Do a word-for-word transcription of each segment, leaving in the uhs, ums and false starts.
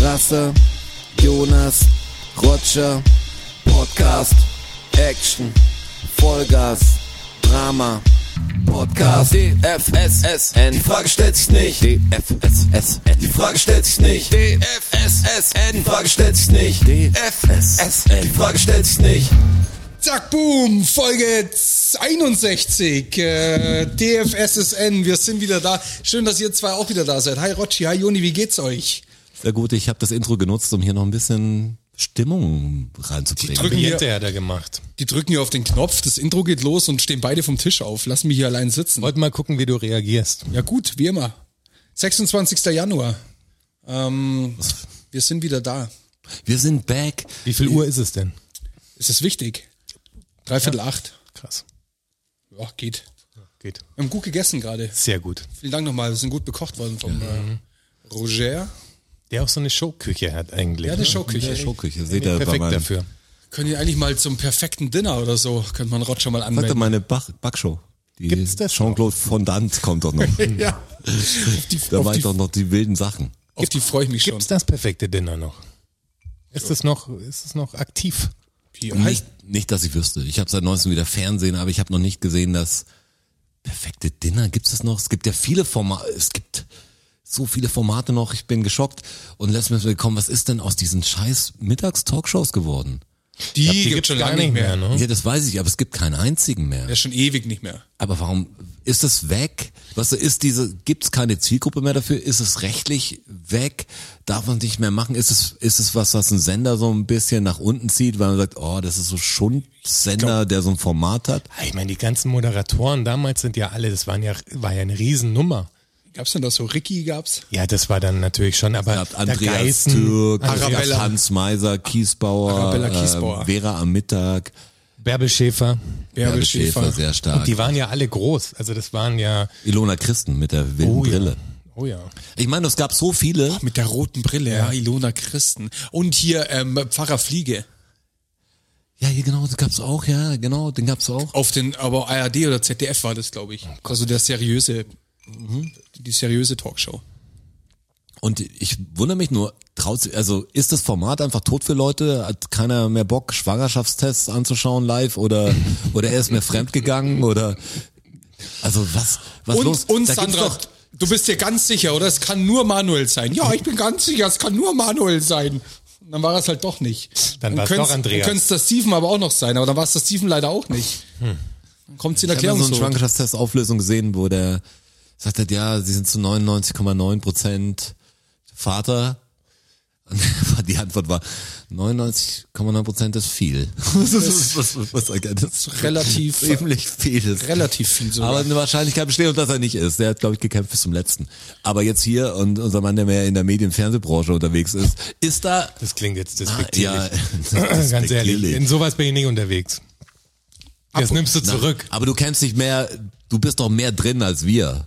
Rasse, Jonas, Roger, Podcast, Action, Vollgas, Drama, Podcast, D F S S N, die Frage stellt sich nicht, D F S S N, die Frage stellt sich nicht, D F S S N, die Frage stellt sich nicht, D F S S N, die Frage stellt sich nicht. Zack, boom, Folge einundsechzig, äh, D F S S N, wir sind wieder da. Schön, dass ihr zwei auch wieder da seid. Hi Rotschi, hi Joni, wie geht's euch? Sehr gut, ich habe das Intro genutzt, um hier noch ein bisschen Stimmung reinzubringen. Die drücken Wie hier, hätte er da gemacht? die drücken hier auf den Knopf, das Intro geht los und stehen beide vom Tisch auf. Lass mich hier allein sitzen. Wollte mal gucken, wie du reagierst. Ja gut, wie immer. sechsundzwanzigster Januar. Ähm, wir sind wieder da. Wir sind back. Wie viel Uhr ist es denn? Ist es wichtig? Dreiviertel ja. acht. Krass. Ja, geht. Geht. Wir haben gut gegessen gerade. Sehr gut. Vielen Dank nochmal, wir sind gut bekocht worden vom äh, Roger. Der auch so eine Showküche hat eigentlich. Ja, eine Showküche. Der Showküche, seht ihr bei Perfekt meinem, dafür. Können ihr eigentlich mal zum perfekten Dinner oder so, könnte man Roger mal Sagt er anmelden. meine Bach, Backshow. Die Gibt's das Jean-Claude Fondant kommt doch noch. Ja, auf die, Da auf war die, ich doch noch die wilden Sachen. auf die freue ich mich schon. Gibt's das perfekte Dinner noch? Ist es noch, ist es noch aktiv? Wie heißt, Nicht, nicht, dass ich wüsste. Ich habe seit neuestem wieder Fernsehen, aber ich habe noch nicht gesehen, dass perfekte Dinner, gibt es noch? Es gibt ja viele Formate, es gibt so viele Formate noch, ich bin geschockt. Und letztes Mal gekommen, was ist denn aus diesen scheiß Mittags-Talkshows geworden? die, glaub, die gibt gibt's schon gar lange nicht mehr. ne? Ja, das weiß ich, aber es gibt keinen einzigen mehr. Ja, schon ewig nicht mehr. Aber warum ist es weg? Was ist diese, gibt es keine Zielgruppe mehr dafür? Ist es rechtlich weg? Darf man nicht mehr machen? Ist es, ist es was, was ein Sender so ein bisschen nach unten zieht, weil man sagt, oh, das ist so Schundsender, der so ein Format hat? Ich meine, die ganzen Moderatoren damals sind ja alle, das waren ja, war ja eine Riesennummer. Gab's denn da so Ricky, gab's? Ja, das war dann natürlich schon, aber Ihr habt der Andreas Geißen, Türk, Arabella. Hans Meiser, Kiesbauer, Arabella Kiesbauer. Äh, Vera am Mittag, Bärbel Schäfer. Bärbel Bärbel Schäfer. Schäfer, sehr stark. Und die waren ja alle groß. Also das waren ja, Ilona Christen mit der wilden oh Brille. ja, oh ja. Ich meine, es gab so viele. Mit der roten Brille, ja, Ilona Christen. Und hier ähm, Pfarrer Fliege. Ja, hier genau, das gab's auch, ja, genau, den gab's auch. Auf den, aber A R D oder Z D F war das, glaube ich. Also der seriöse, die seriöse Talkshow. Und ich wundere mich nur, traut, also ist das Format einfach tot für Leute? Hat keiner mehr Bock, Schwangerschaftstests anzuschauen live oder oder er ist mir fremdgegangen oder also was was Und, los? und Da gibt's Sandra, doch, du bist dir ganz sicher, oder? Es kann nur Manuel sein. Ja, ich bin ganz sicher, es kann nur Manuel sein. Und dann war es halt doch nicht. Dann war's doch Andreas. Dann könnte es das Steven aber auch noch sein, aber dann war es das Steven leider auch nicht. Dann kommt sie in ich habe mal so eine Erklärungsnot. Schwangerschaftstest-Auflösung gesehen, wo der sagt hat, ja, sie sind zu neunundneunzig Komma neun Prozent Vater. Und die Antwort war, neunundneunzig Komma neun Prozent ist viel. Das ist, was, was, was, das ist relativ- ziemlich viel. Ist. Relativ viel sogar. Aber eine Wahrscheinlichkeit besteht, dass er nicht ist. Der hat, glaube ich, gekämpft bis zum Letzten. Aber jetzt hier und unser Mann, der mehr in der Medien- und Fernsehbranche unterwegs ist, ist da... Das klingt jetzt Ah, despektierlich. ja, das Ganz ehrlich, despektierlich. in sowas bin ich nicht unterwegs. Das nimmst du Na, zurück. aber du kennst dich mehr, du bist doch mehr drin als wir.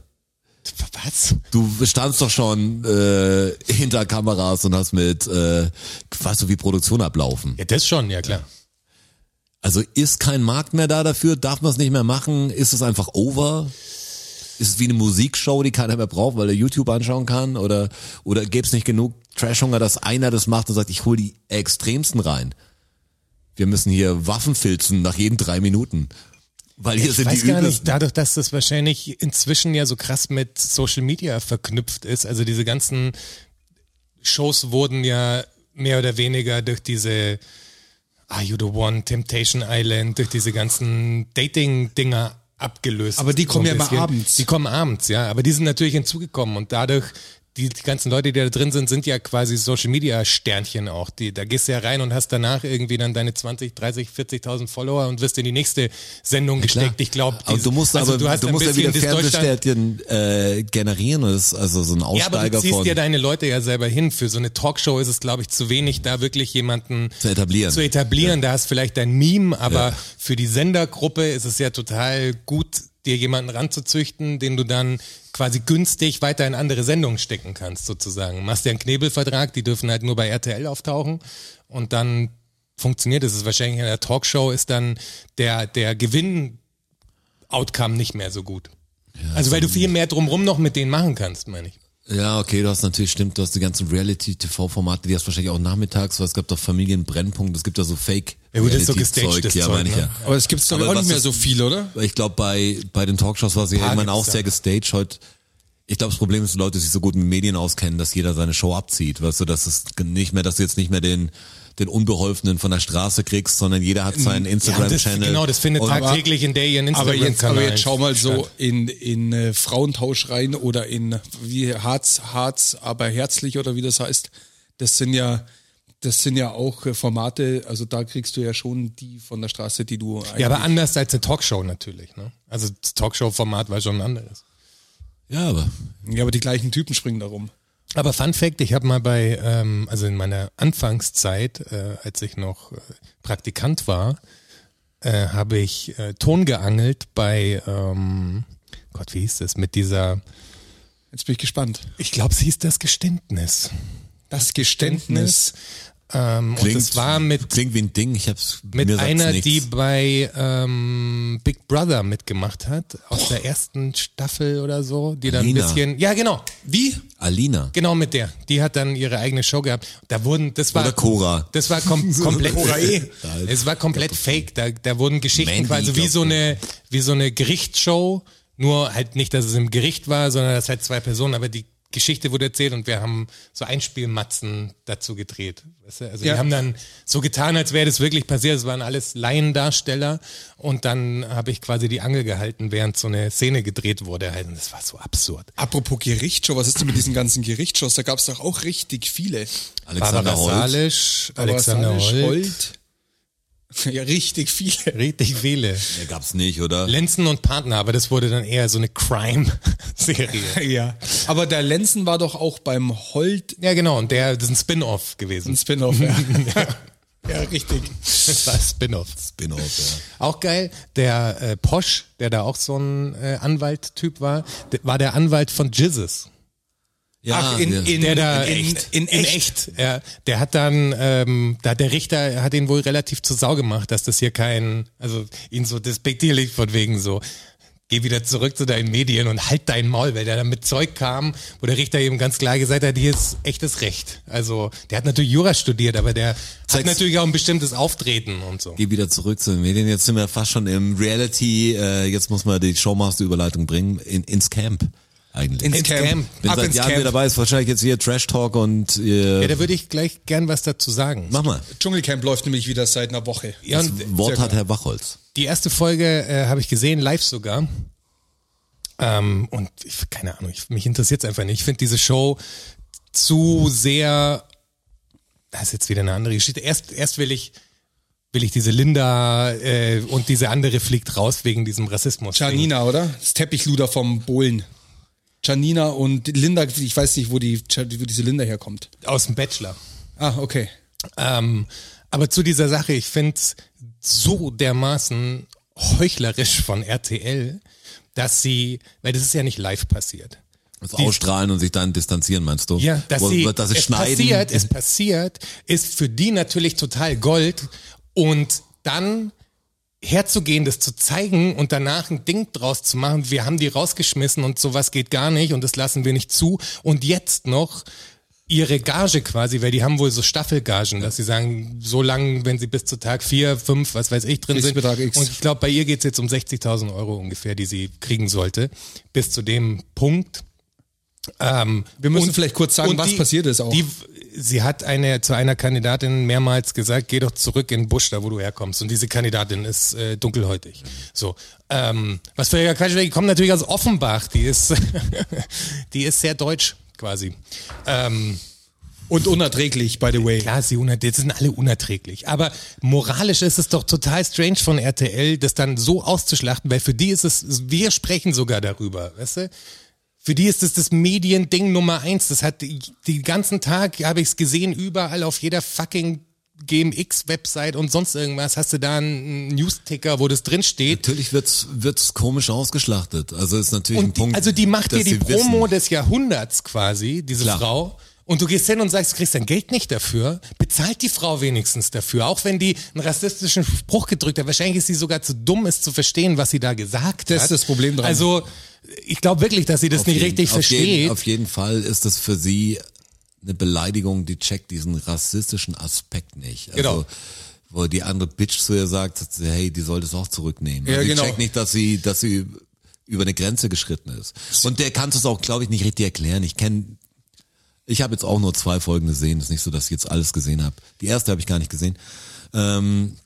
Was? Du standst doch schon äh, hinter Kameras und hast mit, äh, weißt du, wie Produktion ablaufen. Ja, das schon, ja klar. Also ist kein Markt mehr da dafür? Darf man es nicht mehr machen? Ist es einfach over? Ist es wie eine Musikshow, die keiner mehr braucht, weil er YouTube anschauen kann? Oder oder gäbe es nicht genug Trashhunger, dass einer das macht und sagt, ich hol die Extremsten rein? Wir müssen hier Waffen filzen nach jeden drei Minuten. Weil hier Ich sind weiß die gar Übelsten. nicht, dadurch, dass das wahrscheinlich inzwischen ja so krass mit Social Media verknüpft ist, also diese ganzen Shows wurden ja mehr oder weniger durch diese Are You the One, Temptation Island, durch diese ganzen Dating-Dinger abgelöst. Aber die kommen So ein ja immer bisschen. abends. Die kommen abends, ja, aber die sind natürlich hinzugekommen und dadurch die, die ganzen Leute, die da drin sind, sind ja quasi Social-Media-Sternchen auch. Die, da gehst du ja rein und hast danach irgendwie dann deine zwanzig, dreißig, vierzigtausend Follower und wirst in die nächste Sendung gesteckt. Ich glaube, aber du musst also aber du, hast du ein musst ja wieder bisschen das Deutschland- Fernsehsternchen äh, generieren. Das ist also so ein Ja, aber Aussteiger du ziehst von dir deine Leute ja selber hin. Für so eine Talkshow ist es, glaube ich, zu wenig, da wirklich jemanden zu etablieren. zu etablieren. Da hast vielleicht dein Meme, aber Ja. für die Sendergruppe ist es ja total gut, dir jemanden ranzuzüchten, den du dann quasi günstig weiter in andere Sendungen stecken kannst, sozusagen. Machst dir einen Knebelvertrag, die dürfen halt nur bei R T L auftauchen und dann funktioniert es. Es ist wahrscheinlich in der Talkshow ist dann der, der Gewinn-Outcome nicht mehr so gut. Ja, also weil so du viel mehr drumrum noch mit denen machen kannst, meine ich. Ja, okay, du hast natürlich, stimmt, du hast die ganzen Reality-T V-Formate, die hast wahrscheinlich auch nachmittags, weil es gab doch Familienbrennpunkt, es gibt ja so fake Ja gut, das ist so Reality-Zeug, gestagtes ja, Zeug, meine ich ne? ja. Aber es gibt's doch Aber auch was nicht mehr ist- so viel, oder? Ich glaube, bei, bei den Talkshows war es ja Paar irgendwann auch gibt's sehr da. gestaged. Heute, ich glaube, das Problem ist, dass Leute sich so gut mit Medien auskennen, dass jeder seine Show abzieht. Weißt du, dass es nicht mehr, dass du jetzt nicht mehr den, den Unbeholfenen von der Straße kriegst, sondern jeder hat seinen Ja, das, Instagram-Channel. genau, das findet Und- tagtäglich in der ihren Aber jetzt, Instagram-Kanal aber jetzt schau mal so statt. in, in äh, Frauentausch rein oder in wie Harz, Harz, aber herzlich oder wie das heißt. Das sind ja, das sind ja auch äh, Formate, also da kriegst du ja schon die von der Straße, die du eigentlich. Ja, aber anders als eine Talkshow natürlich. Ne? Also das Talkshow-Format war schon ein anderes. Ja, aber ja, aber die gleichen Typen springen da rum. Aber Fun Fact, ich habe mal bei, ähm, also in meiner Anfangszeit, äh, als ich noch äh, Praktikant war, äh, habe ich äh, Ton geangelt bei, ähm, Gott, wie hieß das, mit dieser, Jetzt bin ich gespannt. ich glaube, es hieß das Geständnis. Das Geständnis. Ähm, und klingt, das war mit, klingt wie ein Ding, ich hab's, mit mir sagt's einer, nichts. die bei ähm, Big Brother mitgemacht hat, aus der ersten Staffel oder so, die dann ein Alina. bisschen, ja genau, Wie? Alina. genau mit der, die hat dann ihre eigene Show gehabt. Da wurden, das war, Oder Cora. das war kom komplett, Cora eh. es war komplett fake. Da, da wurden Geschichten Mandy, quasi wie glaub so ich. eine, wie so eine Gerichtsshow, nur halt nicht, dass es im Gericht war, sondern das halt zwei Personen, aber die Geschichte wurde erzählt und wir haben so Einspielmatzen dazu gedreht. Weißt du? Also Ja. wir haben dann so getan, als wäre das wirklich passiert. Es waren alles Laiendarsteller und dann habe ich quasi die Angel gehalten, während so eine Szene gedreht wurde. Halt. Und das war so absurd. Apropos Gerichtshow, was ist denn mit diesen ganzen Gerichtsshows? Da gab es doch auch richtig viele. Alexander Barbara Holt. Salisch, Alexander Salisch, Holt, Ja, richtig viele. richtig viele. Ja, gab's nicht, oder? Lenzen und Partner, aber das wurde dann eher so eine Crime-Serie. Ja. Aber der Lenzen war doch auch beim Holt Ja, genau, und der, das ist ein Spin-off ein gewesen. Spin-off. Ja. ja, richtig. Das war ein Spin-off. Spin-off, ja. Auch geil, der äh, Posch, der da auch so ein äh, Anwalt-Typ war, der, war der Anwalt von Jizzes. Ja, Ach, in, ja. in, Der da in, echt, in, in echt. echt. Ja, der hat dann, ähm, da hat der Richter hat ihn wohl relativ zur Sau gemacht, dass das hier kein, also ihn so despektierlich von wegen so, geh wieder zurück zu deinen Medien und halt dein Maul, weil der dann mit Zeug kam, wo der Richter eben ganz klar gesagt hat, hier ist echtes Recht. Also der hat natürlich Jura studiert, aber der Zeig's- hat natürlich auch ein bestimmtes Auftreten und so. Geh wieder zurück zu den Medien. Jetzt sind wir fast schon im Reality, äh, jetzt muss man die Showmaster-Überleitung bringen, in, ins Camp eigentlich. Ins Ins Camp. Camp. Bin Ab seit ins Jahren Camp. wieder dabei, ist wahrscheinlich jetzt hier Trash Talk und äh, Ja, da würde ich gleich gern was dazu sagen. mach mal. Dschungelcamp läuft nämlich wieder seit einer Woche. Ja, Das und Wort sehr hat Herr Wachholz. die erste Folge äh, habe ich gesehen, live sogar. Ähm, und ich, keine Ahnung, ich, mich interessiert es einfach nicht. Ich finde diese Show zu sehr, das ist jetzt wieder eine andere Geschichte. Erst, erst will ich, will ich diese Linda äh, und diese andere fliegt raus wegen diesem Rassismus. Janina, oder? Das Teppichluder vom Bohlen. Janina und Linda, ich weiß nicht, wo, die, wo diese Linda herkommt. Aus dem Bachelor. Ah, okay. Ähm, aber zu dieser Sache, ich finde es so dermaßen heuchlerisch von R T L, dass sie, weil das ist ja nicht live passiert. Das Die- Ausstrahlen und sich dann distanzieren, meinst du? Ja, dass Wo- sie, dass sie es schneiden. passiert, es passiert, ist für die natürlich total Gold und dann herzugehen, das zu zeigen und danach ein Ding draus zu machen, wir haben die rausgeschmissen und sowas geht gar nicht und das lassen wir nicht zu und jetzt noch ihre Gage quasi, weil die haben wohl so Staffelgagen, dass sie sagen, so lang, wenn sie bis zu Tag vier, fünf, was weiß ich, drin sind. Betrag X. Und ich glaube, bei ihr geht's jetzt um sechzigtausend Euro ungefähr, die sie kriegen sollte, bis zu dem Punkt. Ähm, Wir müssen und- vielleicht kurz sagen, und was passiert ist auch. Die, sie hat eine zu einer Kandidatin mehrmals gesagt, geh doch zurück in den Busch, da wo du herkommst. Und diese Kandidatin ist äh, dunkelhäutig. So, ähm, was für Quatsch, die kommt natürlich aus Offenbach. Die ist, die ist sehr deutsch quasi. Ähm, Und unerträglich, by the way. Klar, sie unerträglich, sind alle unerträglich. Aber moralisch ist es doch total strange von R T L, das dann so auszuschlachten, weil für die ist es, wir sprechen sogar darüber, weißt du? Für die ist es das Mediending Nummer eins. Das hat die, die ganzen Tag, habe ich es gesehen, überall auf jeder fucking G M X-Website und sonst irgendwas hast du da einen News-Ticker, wo das drin steht. Natürlich wird's wird's komisch ausgeschlachtet. Also ist natürlich ein Und die, Punkt. also die macht dir dass die sie Promo wissen. des Jahrhunderts quasi, diese Klar. Frau. und du gehst hin und sagst, du kriegst dein Geld nicht dafür, bezahlt die Frau wenigstens dafür, auch wenn die einen rassistischen Spruch gedrückt hat. Wahrscheinlich ist sie sogar zu dumm, es zu verstehen, was sie da gesagt Das hat. ist das Problem dran. Also ich glaube wirklich, dass sie das Auf nicht jeden- richtig auf versteht. Jeden, auf jeden Fall ist das für sie eine Beleidigung, die checkt diesen rassistischen Aspekt nicht. Also, Genau. wo die andere Bitch zu ihr sagt, hey, die soll das auch zurücknehmen. Ja, Also die genau. checkt nicht, dass sie, dass sie über eine Grenze geschritten ist. Und der kann es auch, glaube ich, nicht richtig erklären. Ich kenne, ich habe jetzt auch nur zwei Folgen gesehen. Es ist nicht so, dass ich jetzt alles gesehen habe. Die erste habe ich gar nicht gesehen. Ähm,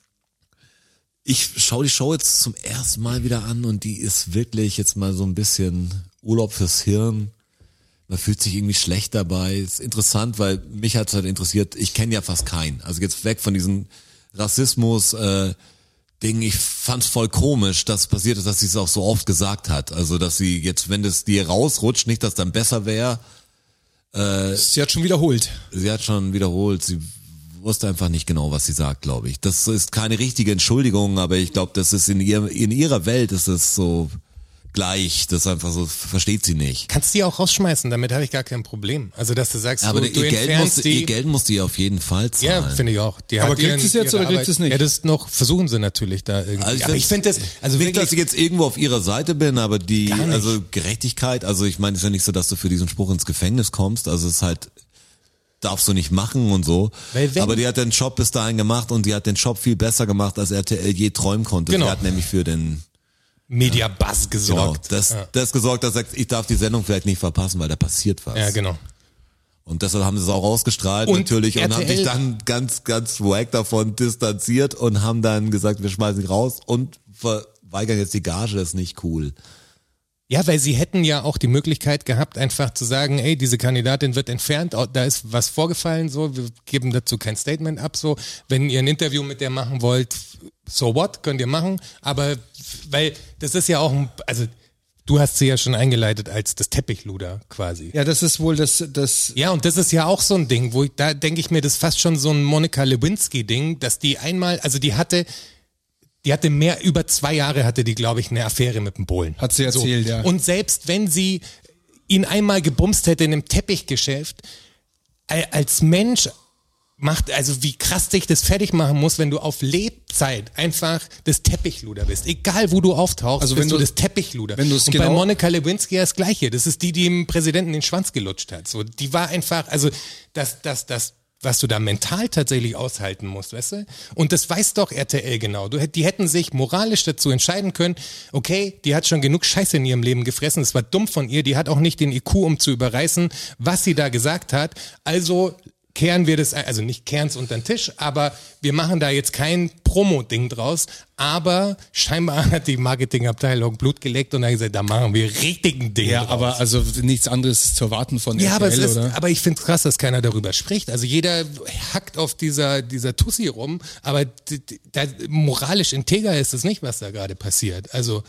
ich schaue die Show jetzt zum ersten Mal wieder an und die ist wirklich jetzt mal so ein bisschen Urlaub fürs Hirn. Man fühlt sich irgendwie schlecht dabei. Ist interessant, weil mich hat's halt interessiert. Ich kenne ja fast keinen. Also jetzt weg von diesem Rassismus äh, Ding. Ich fand's voll komisch, dass passiert ist, dass sie es auch so oft gesagt hat. Also dass sie jetzt, wenn das dir rausrutscht, nicht, dass dann besser wäre. Sie hat schon wiederholt. Sie hat schon wiederholt. Sie wusste einfach nicht genau, was sie sagt, glaube ich. Das ist keine richtige Entschuldigung, aber ich glaube, das ist in ihr in ihrer Welt ist es so gleich. Das ist einfach so, versteht sie nicht. Kannst die auch rausschmeißen, damit habe ich gar kein Problem. Also dass du sagst, Aber du, ihr du Geld, entfernst muss, die... ihr Geld muss die auf jeden Fall zahlen. Ja, finde ich auch. Die Aber hat kriegt ihren- sie es jetzt ihre oder kriegt Arbeit- sie es nicht? Ja, das noch versuchen sie natürlich da irgendwie. Also ich aber ich finde das, also nicht, wirklich, dass ich jetzt irgendwo auf ihrer Seite bin, aber die, Gar nicht. also Gerechtigkeit, also ich meine, es ist ja nicht so, dass du für diesen Spruch ins Gefängnis kommst, also es ist halt, darfst du nicht machen und so. Weil wenn- Aber die hat den Job bis dahin gemacht und die hat den Job viel besser gemacht, als R T L je träumen konnte. Genau. Die hat nämlich für den, Media Buzz genau, gesorgt. das, ja. das gesorgt, dass er sagt, ich darf die Sendung vielleicht nicht verpassen, weil da passiert was. ja, genau. Und deshalb haben sie es auch ausgestrahlt Und natürlich und R T haben L sich dann ganz, ganz wack davon distanziert und haben dann gesagt, wir schmeißen ihn raus und verweigern jetzt die Gage, das ist nicht cool. Ja, weil sie hätten ja auch die Möglichkeit gehabt, einfach zu sagen, ey, diese Kandidatin wird entfernt, da ist was vorgefallen, so, wir geben dazu kein Statement ab, so, wenn ihr ein Interview mit der machen wollt, so what, könnt ihr machen, aber, weil, das ist ja auch, ein, also, du hast sie ja schon eingeleitet als das Teppichluder quasi. Ja, das ist wohl das, das Ja, und das ist ja auch so ein Ding, wo ich, da denke ich mir, das ist fast schon so ein Monika Lewinsky-Ding, dass die einmal, also die hatte, die hatte mehr, über zwei Jahre hatte die, glaube ich, eine Affäre mit dem Polen. Hat sie erzählt, ja. Und selbst wenn sie ihn einmal gebumst hätte in einem Teppichgeschäft, äh, als Mensch macht, also wie krass dich das fertig machen muss, wenn du auf Lebzeit einfach das Teppichluder bist. Egal wo du auftauchst, Also bist wenn du du- das Teppichluder. wenn du es Und bei genau- Monika Lewinsky das Gleiche. Das ist die, die dem Präsidenten den Schwanz gelutscht hat. So, die war einfach, also das, das, das, was du da mental tatsächlich aushalten musst, weißt du? Und das weiß doch R T L genau. Du, hätt- die hätten sich moralisch dazu entscheiden können, okay, die hat schon genug Scheiße in ihrem Leben gefressen, es war dumm von ihr, die hat auch nicht den I Q, um zu überreißen, was sie da gesagt hat. Also kehren wir das, also nicht kehren's unter den Tisch, aber wir machen da jetzt kein Promo-Ding draus, aber scheinbar hat die Marketingabteilung Blut geleckt und hat gesagt, da machen wir richtigen Ding ja, draus. aber also nichts anderes zu erwarten von Ja, R T L, aber es ist, oder? aber ich finde es krass, dass keiner darüber spricht. Also jeder hackt auf dieser, dieser Tussi rum, aber d- d- da, moralisch integer ist es nicht, was da gerade passiert. Also,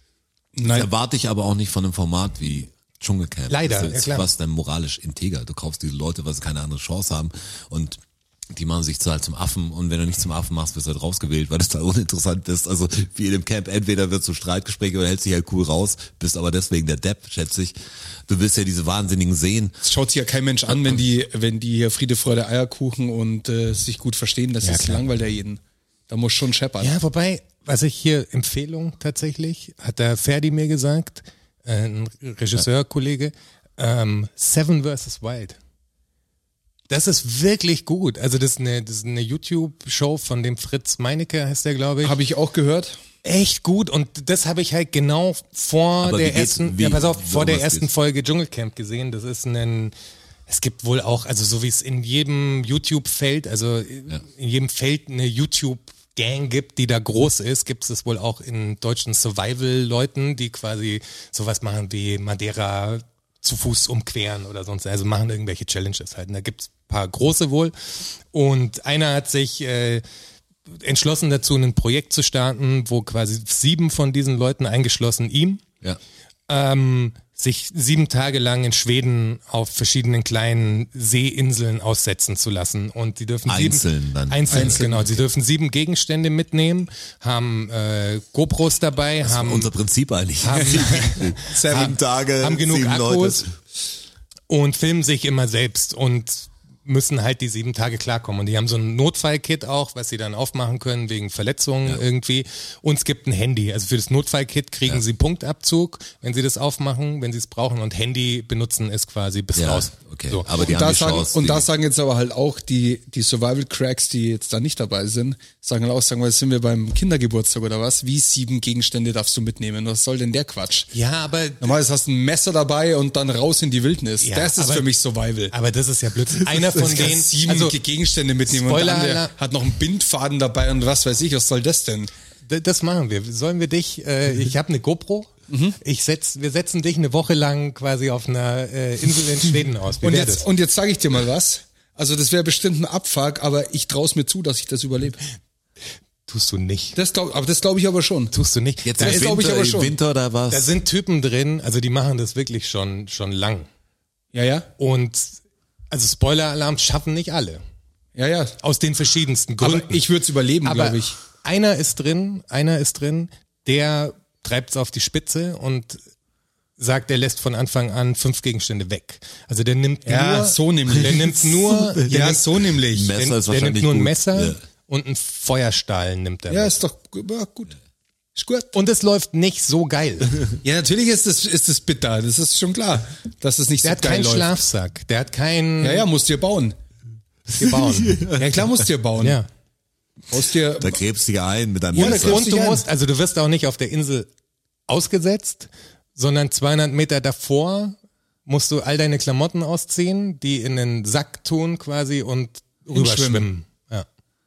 Das Nein, erwarte ich aber auch nicht von einem Format wie Dschungelcamp. Leider, das ist ja klar. was dann moralisch integer. Du kaufst diese Leute, weil sie keine andere Chance haben und die machen sich halt zum Affen und wenn du nicht zum Affen machst, wirst du halt rausgewählt, weil du da uninteressant bist. Also wie in dem Camp, entweder wird zu Streitgespräche oder hältst dich halt cool raus, bist aber deswegen der Depp, schätze ich. Du willst ja diese Wahnsinnigen sehen. es schaut sich ja kein Mensch an, wenn die, wenn die hier Friede, Freude, Eierkuchen und äh, sich gut verstehen, das Ja, ist klar. langweilt ja jeden. Da muss schon scheppern. ja, wobei, was ich hier Empfehlung tatsächlich, hat der Ferdi mir gesagt, äh, ein Regisseurkollege, ähm, Seven versus Wild. Das ist wirklich gut. Also das ist eine, das ist eine YouTube-Show von dem Fritz Meinecke, heißt der, glaube ich. Habe ich auch gehört. Echt gut und das habe ich halt genau vor Aber wie der geht's- ersten, wie- ja pass auf, vor um der was ersten geht's? Folge Dschungelcamp gesehen. Das ist ein, es gibt wohl auch, also so wie es in jedem YouTube-Feld, also in jedem Feld eine YouTube-Gang gibt, die da groß ist, gibt es das wohl auch in deutschen Survival-Leuten, die quasi sowas machen wie Madeira zu Fuß umqueren oder sonst, also machen irgendwelche Challenges halt. Und da gibt's ein paar große wohl. Und einer hat sich äh, entschlossen dazu, ein Projekt zu starten, wo quasi sieben von diesen Leuten, eingeschlossen ihm, Ja. ähm, sich sieben Tage lang in Schweden auf verschiedenen kleinen Seeinseln aussetzen zu lassen. Und die dürfen Einzeln sieben, dann. Einzeln, Einzeln, genau. Sie dürfen sieben Gegenstände mitnehmen, haben äh, GoPros dabei, haben Unser Prinzip eigentlich. haben, Sieben Tage, haben genug sieben Akkus. Leute. und filmen sich immer selbst und müssen halt die sieben Tage klarkommen. Und die haben so ein Notfallkit auch, was sie dann aufmachen können wegen Verletzungen ja. irgendwie. Und es gibt ein Handy. Also für das Notfallkit kriegen ja. sie Punktabzug, wenn sie das aufmachen, wenn sie es brauchen. Und Handy benutzen ist quasi bis ja, raus. Okay. So. Aber die und haben da die sagen, Chance. und die da sagen jetzt aber halt auch die, die Survival-Cracks, die jetzt da nicht dabei sind, sagen halt auch, sagen wir, jetzt sind wir beim Kindergeburtstag oder was? Wie sieben Gegenstände darfst du mitnehmen? Was soll denn der Quatsch? Ja, aber... Normalerweise hast du ein Messer dabei und dann raus in die Wildnis. Ja, das ist aber, für mich Survival. Aber das ist ja Blödsinn. Einer von denen... sieben Also, Gegenstände mitnehmen Spoiler, und der andere hat noch einen Bindfaden dabei und was weiß ich, was soll das denn? d- das machen wir. Sollen wir dich... Äh, ich habe eine GoPro. Mhm. Ich setz, wir setzen dich eine Woche lang quasi auf einer äh, Insel in Schweden aus. Wie Und wär jetzt, das? und jetzt sage ich dir mal was. Also das wäre bestimmt ein Abfuck, aber ich traue es mir zu, dass ich das überlebe. Tust du nicht. Das glaub, aber das glaube ich aber schon. Tust du nicht. Jetzt da, im das glaub ich Winter, aber im schon. Winter oder was? da sind Typen drin, also die machen das wirklich schon schon lang. Ja, ja. Und also Spoiler-Alarms schaffen nicht alle. Ja, ja. Aus den verschiedensten Gründen. Aber ich würde es überleben, Aber glaube ich. einer ist drin, einer ist drin, der treibt es auf die Spitze und sagt, er lässt von Anfang an fünf Gegenstände weg. Also der nimmt Ja, nur, so nämlich. der nimmt nur, der Ja, nimmt, so nämlich. Messer der, ist der nimmt wahrscheinlich nur ein gut. Messer Ja. und einen Feuerstahl nimmt er Ja, mit. ist doch ja, gut. Ist gut. Und es läuft nicht so geil. Ja, natürlich ist das, ist das bitter. Das ist schon klar, dass es nicht Der so hat geil keinen läuft. Schlafsack, der hat keinen Ja, ja, musst dir bauen. gebaut. Ja, klar musst dir bauen. Ja. Brauchst dir, Da gräbst du dich ein mit deinem Ja, da Messer. gräbst Und du dich ein. musst, also du wirst auch nicht auf der Insel ausgesetzt, sondern zweihundert Meter davor musst du all deine Klamotten ausziehen, die in den Sack tun quasi und rüberschwimmen. Ja.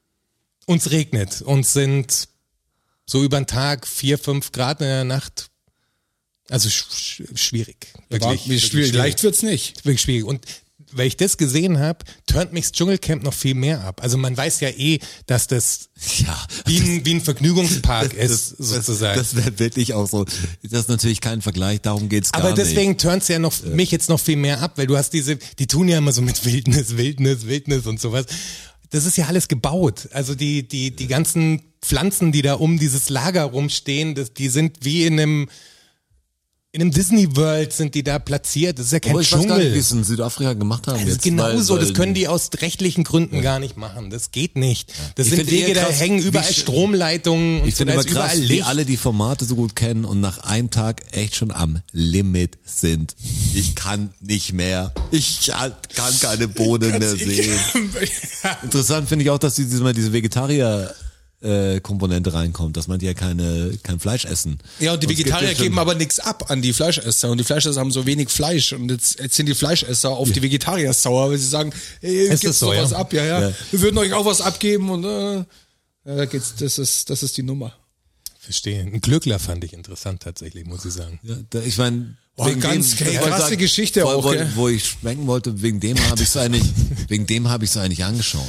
Uns regnet, uns sind so über den Tag vier, fünf Grad in der Nacht. Also sch sch schwierig. Wirklich, War- wie wirklich schwierig. Leicht wird's nicht. Wirklich schwierig. Und weil ich das gesehen habe, turnt mich das Dschungelcamp noch viel mehr ab. Also man weiß ja eh, dass das Ja, wie ein, wie ein Vergnügungspark ist, sozusagen. Das, das wäre wirklich auch so. Das ist natürlich kein Vergleich, darum geht's gar Aber nicht. deswegen turnt's ja noch mich jetzt noch viel mehr ab, weil du hast diese, die tun ja immer so mit Wildnis, Wildnis, Wildnis und sowas. Das ist ja alles gebaut. Also die, die, die ganzen Pflanzen, die da um dieses Lager rumstehen, das, die sind wie in einem, in einem Disney World sind die da platziert. Das ist ja kein Aber ich weiß gar nicht, wie Dschungel. sie es in Südafrika gemacht haben. Das ist jetzt, genauso, weil- das weil- können die aus rechtlichen Gründen gar nicht machen. Das geht nicht. Das Ich sind finde Wege, eher da krass, hängen wie überall sch- Stromleitungen und Ich so, finde da immer ist krass, überall wie Licht. alle die Formate so gut kennen und nach einem Tag echt schon am Limit sind. Ich kann nicht mehr. Ich kann keine Bohnen mehr sehen. Interessant finde ich auch, dass diese, mal diese Vegetarier äh, Komponente reinkommt, dass man die ja keine, kein Fleisch essen. Ja, und die Und es gibt Vegetarier ja schon- geben aber nichts ab an die Fleischesser. Und die Fleischesser haben so wenig Fleisch. Und jetzt, jetzt sind die Fleischesser auf die Vegetarier sauer, weil sie sagen, ey, Ist gibt's das so, doch ja? was ab, ja, ja, Ja. Wir würden euch auch was abgeben und äh, ja, da geht's, das ist, das ist die Nummer. Verstehe. Ein Glöckler fand ich interessant tatsächlich, muss ich sagen. Ja, da, ich meine, Boah, ganz ich wollte krasse Geschichte wo, auch, wo, gell? wo ich schmecken wollte, wegen dem habe ich es eigentlich, wegen dem habe ich es eigentlich angeschaut,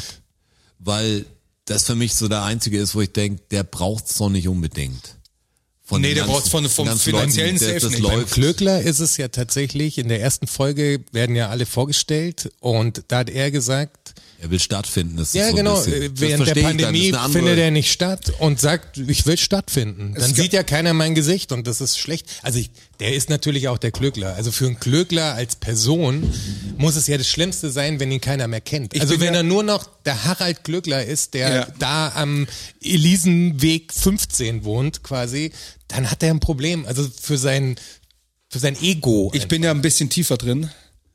weil das für mich so der einzige ist, wo ich denke, der braucht's doch nicht unbedingt. Von Nee, den der ganzen- braucht's von- vom ganzen finanziellen Leuten, der- Safe das nicht. läuft. Glöckler ist es ja tatsächlich, in der ersten Folge werden ja alle vorgestellt und da hat er gesagt, Er will stattfinden. Das ist ja so ein genau, bisschen- äh, das während der verstehe ich dann, das Pandemie ist eine andere- findet er nicht statt und sagt, ich will stattfinden. Dann Es sieht ja keiner mein Gesicht und das ist schlecht. Also ich, der ist natürlich auch der Glöckler. Also für einen Glöckler als Person muss es ja das Schlimmste sein, wenn ihn keiner mehr kennt. Ich Also bin wenn ja- er nur noch der Harald Glöckler ist, der Ja. da am Elisenweg fünfzehn wohnt quasi, dann hat er ein Problem. Also für sein, für sein Ego. Ich bin ja ein bisschen tiefer drin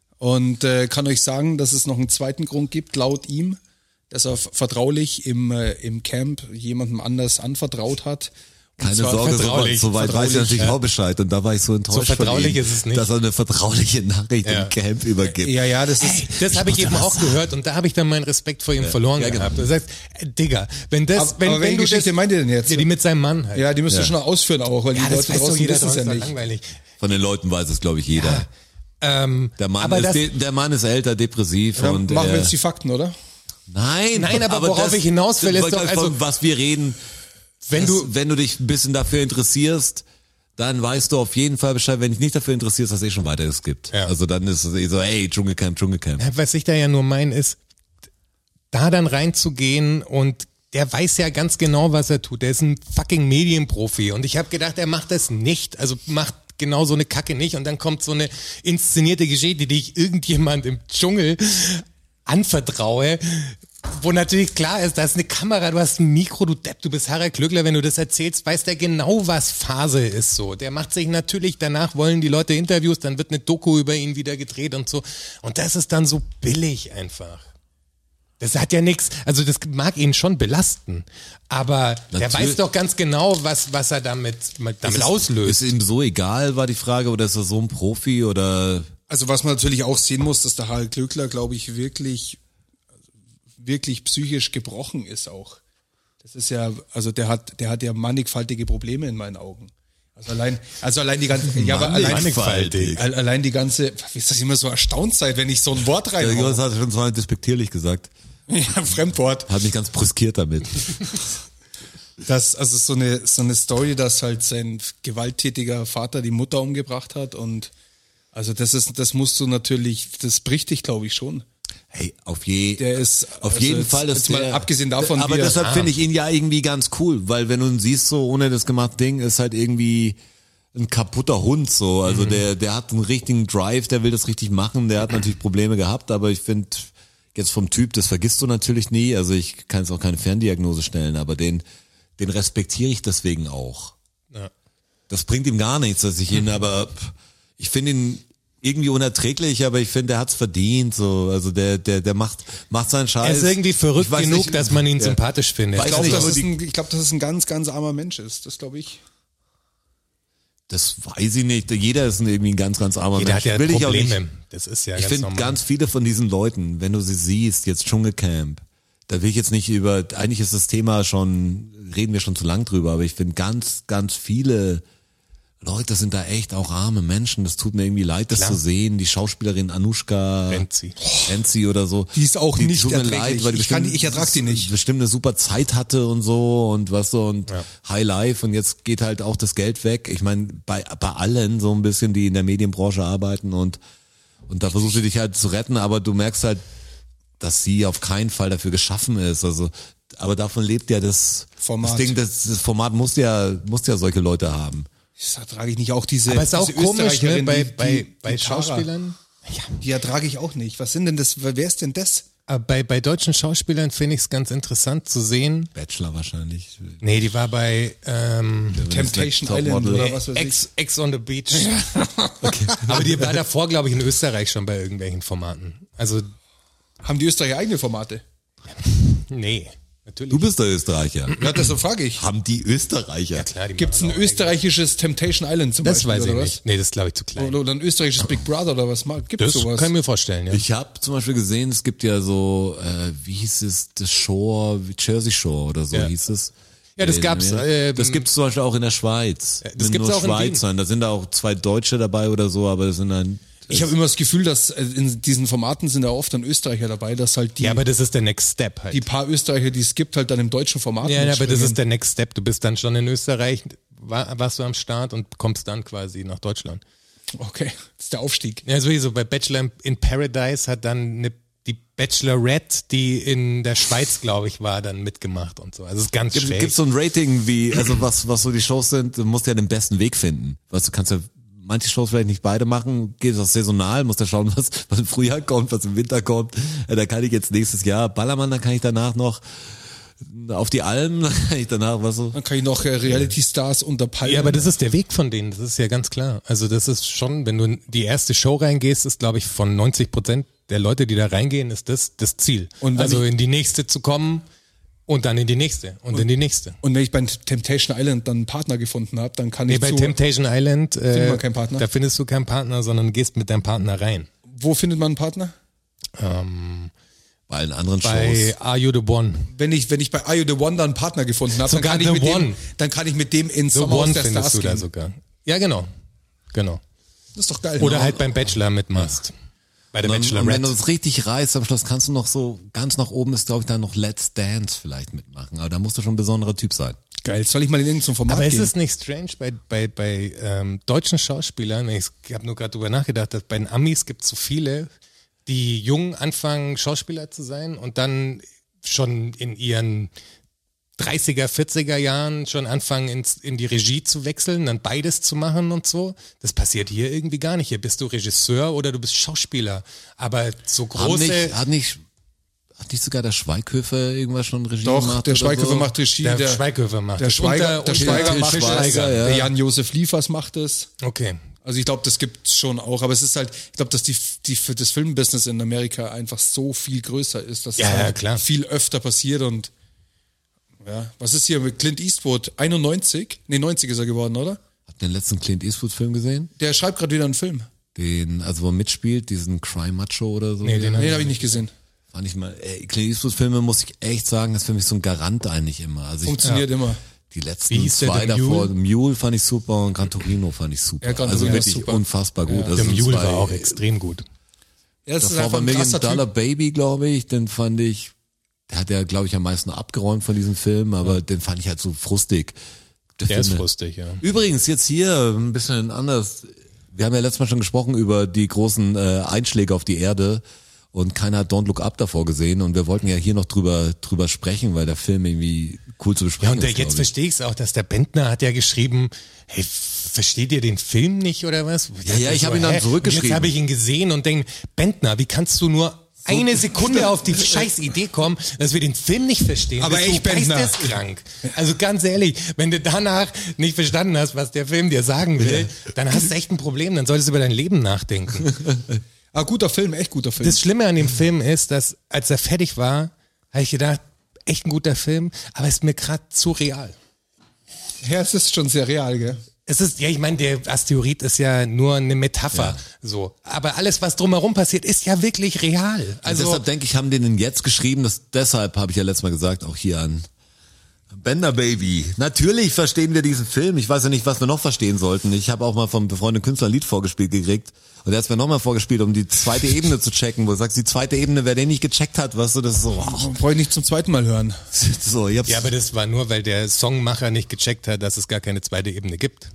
und äh, kann euch sagen, dass es noch einen zweiten Grund gibt, laut ihm, dass er f- vertraulich im, äh, im Camp jemandem anders anvertraut hat. Und Keine zwar Sorge, so, vertraulich, so weit weiß ich vertraulich, natürlich ja. auch Bescheid und da war ich so enttäuscht So vertraulich von ihm, ist es nicht. dass er eine vertrauliche Nachricht Ja. im Camp übergibt. Ja, ja, das ist. Das habe ich eben auch gehört und da habe ich dann meinen Respekt vor ihm verloren ja, genau. gehabt. Das heißt, äh, Digga, wenn das, Aber- wenn, aber wenn welche du Geschichte das, meint ihr denn jetzt? Ja, die mit seinem Mann halt. Ja, die müsst ihr Ja. schon noch ausführen auch, weil Ja, die das Leute weiß doch draußen jeder, wissen es das ja ist nicht. langweilig. Von den Leuten weiß es, glaube ich, jeder. Ähm, Der Mann aber ist das, de, der Mann ist älter, depressiv Dann und machen wir er- jetzt die Fakten, oder? Nein, Nein, aber worauf ich hinaus will, das- ist doch, von also- was wir reden. wenn das, du, wenn du dich ein bisschen dafür interessierst, dann weißt du auf jeden Fall Bescheid. Wenn dich nicht dafür interessierst, dass es eh schon weiter es gibt. Ja. Also dann ist es eh so, ey, Dschungelcamp, Dschungelcamp. was ich da ja nur meine, ist, da dann reinzugehen und der weiß ja ganz genau, was er tut. Der ist ein fucking Medienprofi und ich habe gedacht, er macht das nicht. Also macht genau so eine Kacke nicht und dann kommt so eine inszenierte Geschichte, die ich irgendjemand im Dschungel anvertraue, wo natürlich klar ist, da ist eine Kamera, du hast ein Mikro, du Depp, du bist Harald Glöckler, wenn du das erzählst, weiß der genau, was Phase ist so. Der macht sich natürlich, danach wollen die Leute Interviews, dann wird eine Doku über ihn wieder gedreht und so. Und das ist dann so billig einfach. Das hat ja nichts, also das mag ihn schon belasten, aber natürlich. Der weiß doch ganz genau, was, was er damit, damit ist, auslöst. Ist ihm so egal, war die Frage, oder ist er so ein Profi oder? Also was man natürlich auch sehen muss, dass der Harald Glöckler, glaube ich, wirklich, wirklich psychisch gebrochen ist auch. Das ist ja, also der hat, der hat ja mannigfaltige Probleme in meinen Augen. Also allein, also allein die ganze, ja, aber allein, mannigfaltig. allein die ganze, wie ist das immer so erstaunt seid, wenn ich so ein Wort Der reinhaue. Jonas hat schon so despektierlich gesagt. Ja, Fremdwort. Hat mich ganz brüskiert damit. Das, also so eine, so eine Story, dass halt sein gewalttätiger Vater die Mutter umgebracht hat und, also das ist, das musst du natürlich, das bricht dich, glaube ich, schon. Hey, auf, je, Der ist, auf also jeden jetzt, Fall. Jetzt mal der, abgesehen davon, aber wie er- deshalb Ah. finde ich ihn ja irgendwie ganz cool, weil wenn du ihn siehst, so ohne das gemachte Ding, ist halt irgendwie ein kaputter Hund so. Also Mhm. der, der hat einen richtigen Drive, der will das richtig machen, der hat natürlich Probleme gehabt, aber ich finde, jetzt vom Typ, das vergisst du natürlich nie, also ich kann jetzt auch keine Ferndiagnose stellen, aber den, den respektiere ich deswegen auch. Ja. Das bringt ihm gar nichts, dass ich ihn, aber ich finde ihn irgendwie unerträglich, aber ich finde, der hat's verdient, so, also der, der, der macht, macht seinen Scheiß. Er ist irgendwie verrückt Ich weiß genug, nicht, dass man ihn ja. sympathisch findet. Weiß Ich glaube, nicht, dass, aber es die- ein- ich glaub, dass es ein ganz, ganz armer Mensch ist. Das glaube ich. Das weiß ich nicht. Jeder ist ein, irgendwie ein ganz, ganz armer Jeder Mensch. hat ja Will ich auch Probleme. nicht. Das ist ja Ich ganz finde normal. ganz viele von diesen Leuten, wenn du sie siehst, jetzt Dschungelcamp, da will ich jetzt nicht über, eigentlich ist das Thema schon, reden wir schon zu lang drüber, aber ich finde ganz, ganz viele Leute sind da echt auch arme Menschen. Das tut mir irgendwie leid, das Klar. zu sehen. Die Schauspielerin Anushka Renzi. Renzi oder so. Die ist auch nicht tut mir erträglich. leid, weil die Ich kann bestimmt- die- ich ertrag die nicht. Bestimmt eine super Zeit hatte und so und was so und Ja. High Life und jetzt geht halt auch das Geld weg. Ich meine, bei, bei allen so ein bisschen, die in der Medienbranche arbeiten und, und da versuchst du dich halt zu retten, aber du merkst halt, dass sie auf keinen Fall dafür geschaffen ist. Also, aber davon lebt ja das Format. Das Ding, das, das Format muss ja, muss ja solche Leute haben. Das ertrage ich nicht. Auch diese, Aber es ist auch diese komisch, ne, Österreicherin, bei, die, bei, die, bei die Tara, Schauspielern. Ja. Die ertrage ich auch nicht. Was sind denn das? Wer ist denn das? Aber bei, bei deutschen Schauspielern finde ich es ganz interessant zu sehen. Bachelor wahrscheinlich. Nee, die war bei ähm, Temptation Topmodel. Island oder nee, was weiß ich. Ex, Ex on the Beach. Aber die war davor, glaube ich, in Österreich schon bei irgendwelchen Formaten. Also, Haben die Österreicher eigene Formate? nee, natürlich. Du bist der Österreicher. Ja, das so frage ich. Haben die Österreicher? ja, klar, die Gibt es machen ein auch österreichisches Temptation Island zum Das Beispiel? weiß ich oder nicht. Nee, das ist, glaube ich, zu Was? klein. Oder, oder ein österreichisches Big Brother oder was? Gibt es Das sowas? kann ich mir vorstellen, ja. Ich habe zum Beispiel gesehen, es gibt ja so, äh, wie hieß es, The Shore, Jersey Shore oder so Ja. hieß es. Ja, das Äh, gab's, ja. ähm, das gibt's zum Beispiel auch in der Schweiz. Ja, das Sind gibt's nur auch in Wien. Schweizern. Da sind da auch zwei Deutsche dabei oder so, aber das sind dann. Ich habe immer das Gefühl, dass äh, in diesen Formaten sind ja oft dann Österreicher dabei, dass halt die, ja, aber das ist der Next Step halt. die paar Österreicher, die es gibt, halt dann im deutschen Format ja, ja, aber das mitspringen. ist der Next Step. Du bist dann schon in Österreich, war, warst du am Start und kommst dann quasi nach Deutschland. Okay, das ist der Aufstieg. Ja, sowieso. Bei Bachelor in Paradise hat dann eine, die Bachelorette, die in der Schweiz, glaube ich, war, dann mitgemacht und so. Also es ist ganz Gibt schräg. gibt's so ein Rating wie, also was, was so die Shows sind, du musst ja den besten Weg finden. Was du kannst ja manche Shows vielleicht nicht beide machen, geht das saisonal, muss da schauen, was, was im Frühjahr kommt, was im Winter kommt. Ja, da kann ich jetzt nächstes Jahr Ballermann, dann kann ich danach noch auf die Alm, dann kann ich danach was so. Dann kann ich noch äh, Reality-Stars unter Palmen. Ja, aber das ist der Weg von denen, das ist ja ganz klar. Also das ist schon, wenn du in die erste Show reingehst, ist glaube ich von neunzig Prozent der Leute, die da reingehen, ist das das Ziel. Und wenn also ich- in die nächste zu kommen und dann in die nächste und, in die nächste. Und wenn ich bei Temptation Island dann einen Partner gefunden habe, dann kann Nee, ich bei zu... Temptation Island, äh, man keinen Partner? da findest du keinen Partner, sondern gehst mit deinem Partner rein. Wo findet man einen Partner? Ähm, Bei allen anderen bei Shows. Are You the One? Wenn ich, wenn ich bei Are You the One dann einen Partner gefunden habe, dann Sogar kann ich The mit dem, One. dann kann ich mit dem in The Sommer aus One der findest Stars du da gehen. sogar. Ja, genau. Genau. Das ist doch geil. Oder halt beim Bachelor mitmachst. Bei der Und, und wenn du Bachelorette. es richtig reißt, am Schluss kannst du noch so, ganz nach oben ist, glaube ich, dann noch Let's Dance vielleicht mitmachen. Aber da musst du schon ein besonderer Typ sein. Geil. Soll ich mal in irgendein Format Aber ist gehen? es nicht strange bei, bei, bei ähm, deutschen Schauspielern, ich habe nur gerade drüber nachgedacht, dass bei den Amis gibt es so viele, die jung anfangen, Schauspieler zu sein und dann schon in ihren dreißiger, vierziger Jahren schon anfangen, ins, in die Regie zu wechseln, dann beides zu machen und so. Das passiert hier irgendwie gar nicht. Hier bist du Regisseur oder du bist Schauspieler. Aber so große... Hat nicht, hat nicht, hat nicht sogar der Schweighöfer irgendwas schon Regie Doch, gemacht? der oder Schweighöfer so? macht Regie. Der, Der, Schweighöfer macht der das. Schweiger, Unter- der unter Schweiger Til macht es. Schweiger, ja. Der Jan-Josef Liefers macht es. Okay. Also ich glaube, das gibt's schon auch, aber es ist halt, ich glaube, dass die, die das Filmbusiness in Amerika einfach so viel größer ist, dass Ja, es ja, halt klar. viel öfter passiert und ja, was ist hier mit Clint Eastwood? einundneunzig? Nee, neunzig ist er geworden, oder? Habt ihr den letzten Clint Eastwood-Film gesehen? Der schreibt gerade wieder einen Film. Den, also wo er mitspielt, diesen Cry Macho oder so. Nee, den Nee, den habe ich nicht gesehen. Fand ich mal, ey, Clint Eastwood-Filme, muss ich echt sagen, das ist für mich so ein Garant eigentlich immer. Also ich, Funktioniert immer. die Wie letzten hieß der, zwei der davor, Mule? Mule fand ich super und Gran Torino fand ich super. Ja, Gran also Torino wirklich ist super. unfassbar gut. Also Der sind Mule zwei- war auch extrem gut. Ja, das ist Davor einfach war ein Million krasser Dollar Typ. Baby, glaube ich, den fand ich, der hat ja, glaube ich, am meisten abgeräumt von diesem Film, aber den fand ich halt so frustig. Der ist Film- frustig, ja. Übrigens, jetzt hier ein bisschen anders. Wir haben ja letztes Mal schon gesprochen über die großen äh, Einschläge auf die Erde und keiner hat Don't Look Up davor gesehen und wir wollten ja hier noch drüber drüber sprechen, weil der Film irgendwie cool zu Ja, besprechen und der, ist. jetzt glaub ich. verstehe ich es auch, dass der Bentner hat ja geschrieben, hey, versteht ihr den Film nicht oder was? Ja, ja, ich hab ihn dann hä? zurückgeschrieben. Und jetzt habe ich ihn gesehen und denke, Bentner, wie kannst du nur eine Sekunde auf die scheiß Idee kommen, dass wir den Film nicht verstehen? Aber Bist echt, du Bentner. geisteskrank? Also ganz ehrlich, wenn du danach nicht verstanden hast, was der Film dir sagen will, dann hast du echt ein Problem, dann solltest du über dein Leben nachdenken. Ah, guter Film, echt guter Film. Das Schlimme an dem Film ist, dass als er fertig war, habe ich gedacht, echt ein guter Film, aber es ist mir gerade zu real. Ja, es ist schon sehr real, gell? Es ist, ja, ich meine, der Asteroid ist ja nur eine Metapher, so. Aber alles, was drumherum passiert, ist ja wirklich real. Also Also, deshalb denke ich, haben den denn jetzt geschrieben, das, deshalb habe ich ja letztes Mal gesagt, auch hier an Bender Baby. Natürlich verstehen wir diesen Film. Ich weiß ja nicht, was wir noch verstehen sollten. Ich habe auch mal vom befreundeten Künstler ein Lied vorgespielt gekriegt. Und er hat es mir nochmal vorgespielt, um die zweite Ebene zu checken, wo du sagst, die zweite Ebene, wer den nicht gecheckt hat, weißt du, das ist so, oh, Brauche ich nicht zum zweiten Mal hören. so, ich hab's, ja, aber das war nur, weil der Songmacher nicht gecheckt hat, dass es gar keine zweite Ebene gibt.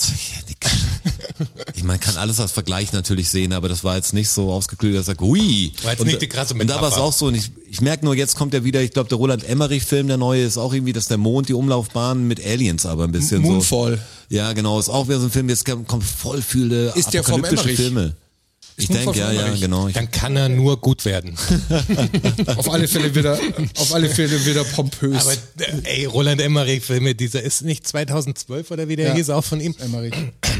ich meine, kann alles als Vergleich natürlich sehen, aber das war jetzt nicht so ausgeklügelt, dass er sagt, hui. War jetzt und, nicht die krasse und da war es Metapher. auch so, und ich, ich merke nur, jetzt kommt ja wieder, ich glaube, der Roland Emmerich-Film, der neue, ist auch irgendwie, dass der Mond, die Umlaufbahn mit Aliens aber ein bisschen Moonfall. so. Ja, genau, ist auch wieder so ein Film, jetzt kommt voll viele Ist der vom apokalyptische Emmerich? Filme. Ich Moonfall denke, ja, von ja, Emmerich? genau. Ich, Dann kann er nur gut werden. Auf alle Fälle wieder, auf alle Fälle wieder pompös. Aber äh, ey, Roland Emmerich-Filme, dieser ist nicht zweitauntazwölf oder wie der Ja. hieß, auch von ihm. Emmerich.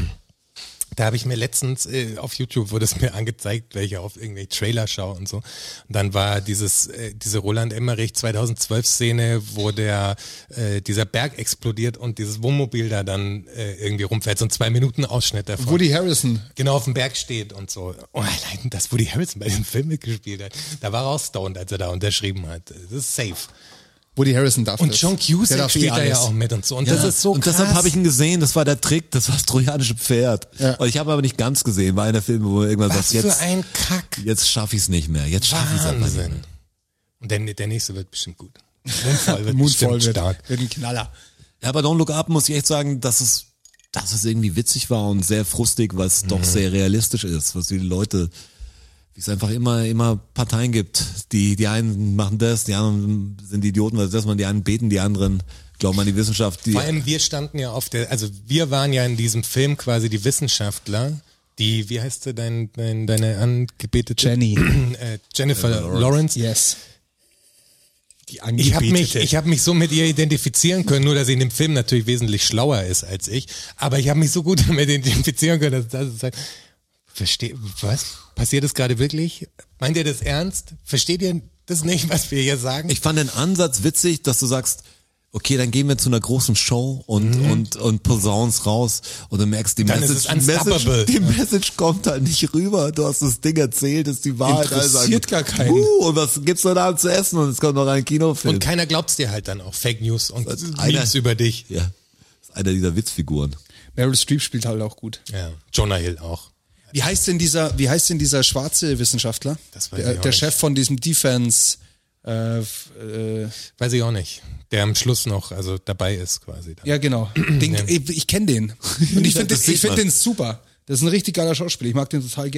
Da habe ich mir letztens äh, auf YouTube wurde es mir angezeigt, weil ich ja auf irgendwelche Trailer schaue und so. Und dann war dieses äh, diese Roland Emmerich zweitausendzwölf Szene, wo der äh, dieser Berg explodiert und dieses Wohnmobil da dann äh, irgendwie rumfährt, so ein zwei Minuten Ausschnitt davon. Woody Harrison. genau auf dem Berg steht und so. Oh, allein, dass Woody Harrison bei dem Film mitgespielt hat, da war er auch stoned, als er da unterschrieben hat. Das ist safe. Woody Harrison darf Und das. John Der Cusack darf eh spielt da ja alles. auch mit und so. Und ja, das ist so und krass. deshalb habe ich ihn gesehen, das war der Trick, das war das trojanische Pferd. Ja. Und ich habe aber nicht ganz gesehen, war einer Film, wo er irgendwann Was sagt, für jetzt, ein Kack. jetzt schaffe ich es nicht mehr, jetzt schaffe ich es einfach nicht Wahnsinn. mehr. Und der, der nächste wird bestimmt gut. Moonfall wird Moonfall bestimmt wird, stark. wird ein Knaller. Ja, aber Don't Look Up muss ich echt sagen, dass es, dass es irgendwie witzig war und sehr frustig, weil es doch sehr realistisch ist, was die Leute, wie es einfach immer, immer Parteien gibt. Die, die einen machen das, die anderen sind Idioten, weil das man, die einen beten, die anderen glauben an die Wissenschaft. Die, Vor allem wir standen ja auf der, also wir waren ja in diesem Film quasi die Wissenschaftler, die, wie heißt sie, dein, dein, deine angebetete? Jenny. Äh, Jennifer Lawrence. Yes. Die Ich habe mich, Angebetete. ich habe mich so mit ihr identifizieren können, nur dass sie in dem Film natürlich wesentlich schlauer ist als ich. Aber ich habe mich so gut damit identifizieren können, dass das ist halt, versteh, was? Passiert das gerade wirklich? Meint ihr das ernst? Versteht ihr das nicht, was wir hier sagen? Ich fand den Ansatz witzig, dass du sagst, okay, dann gehen wir zu einer großen Show und, und, und posauns raus und du merkst, die Dann ist Message, es unstoppable. Message, die Message kommt halt nicht rüber. Du hast das Ding erzählt, ist die Wahrheit. Interessiert gar keinen. Uh, und was gibt's heute Abend zu essen? Und es kommt noch ein Kinofilm. Und keiner glaubt's dir halt dann auch. Fake News und Das ist einer- Memes über dich. ja, das ist einer dieser Witzfiguren. Meryl Streep spielt halt auch gut. Ja. Jonah Hill auch. Wie heißt denn dieser, wie heißt denn dieser schwarze Wissenschaftler? Das weiß der ich auch der nicht. Chef von diesem Defense, äh, f- äh, Weiß ich auch nicht. Der am Schluss noch, also dabei ist quasi. Dann. ja genau. Den, ich ich kenne den. Und ich finde Das den, sieht ich find man. den super. Das ist ein richtig geiler Schauspieler. Ich mag den total gern.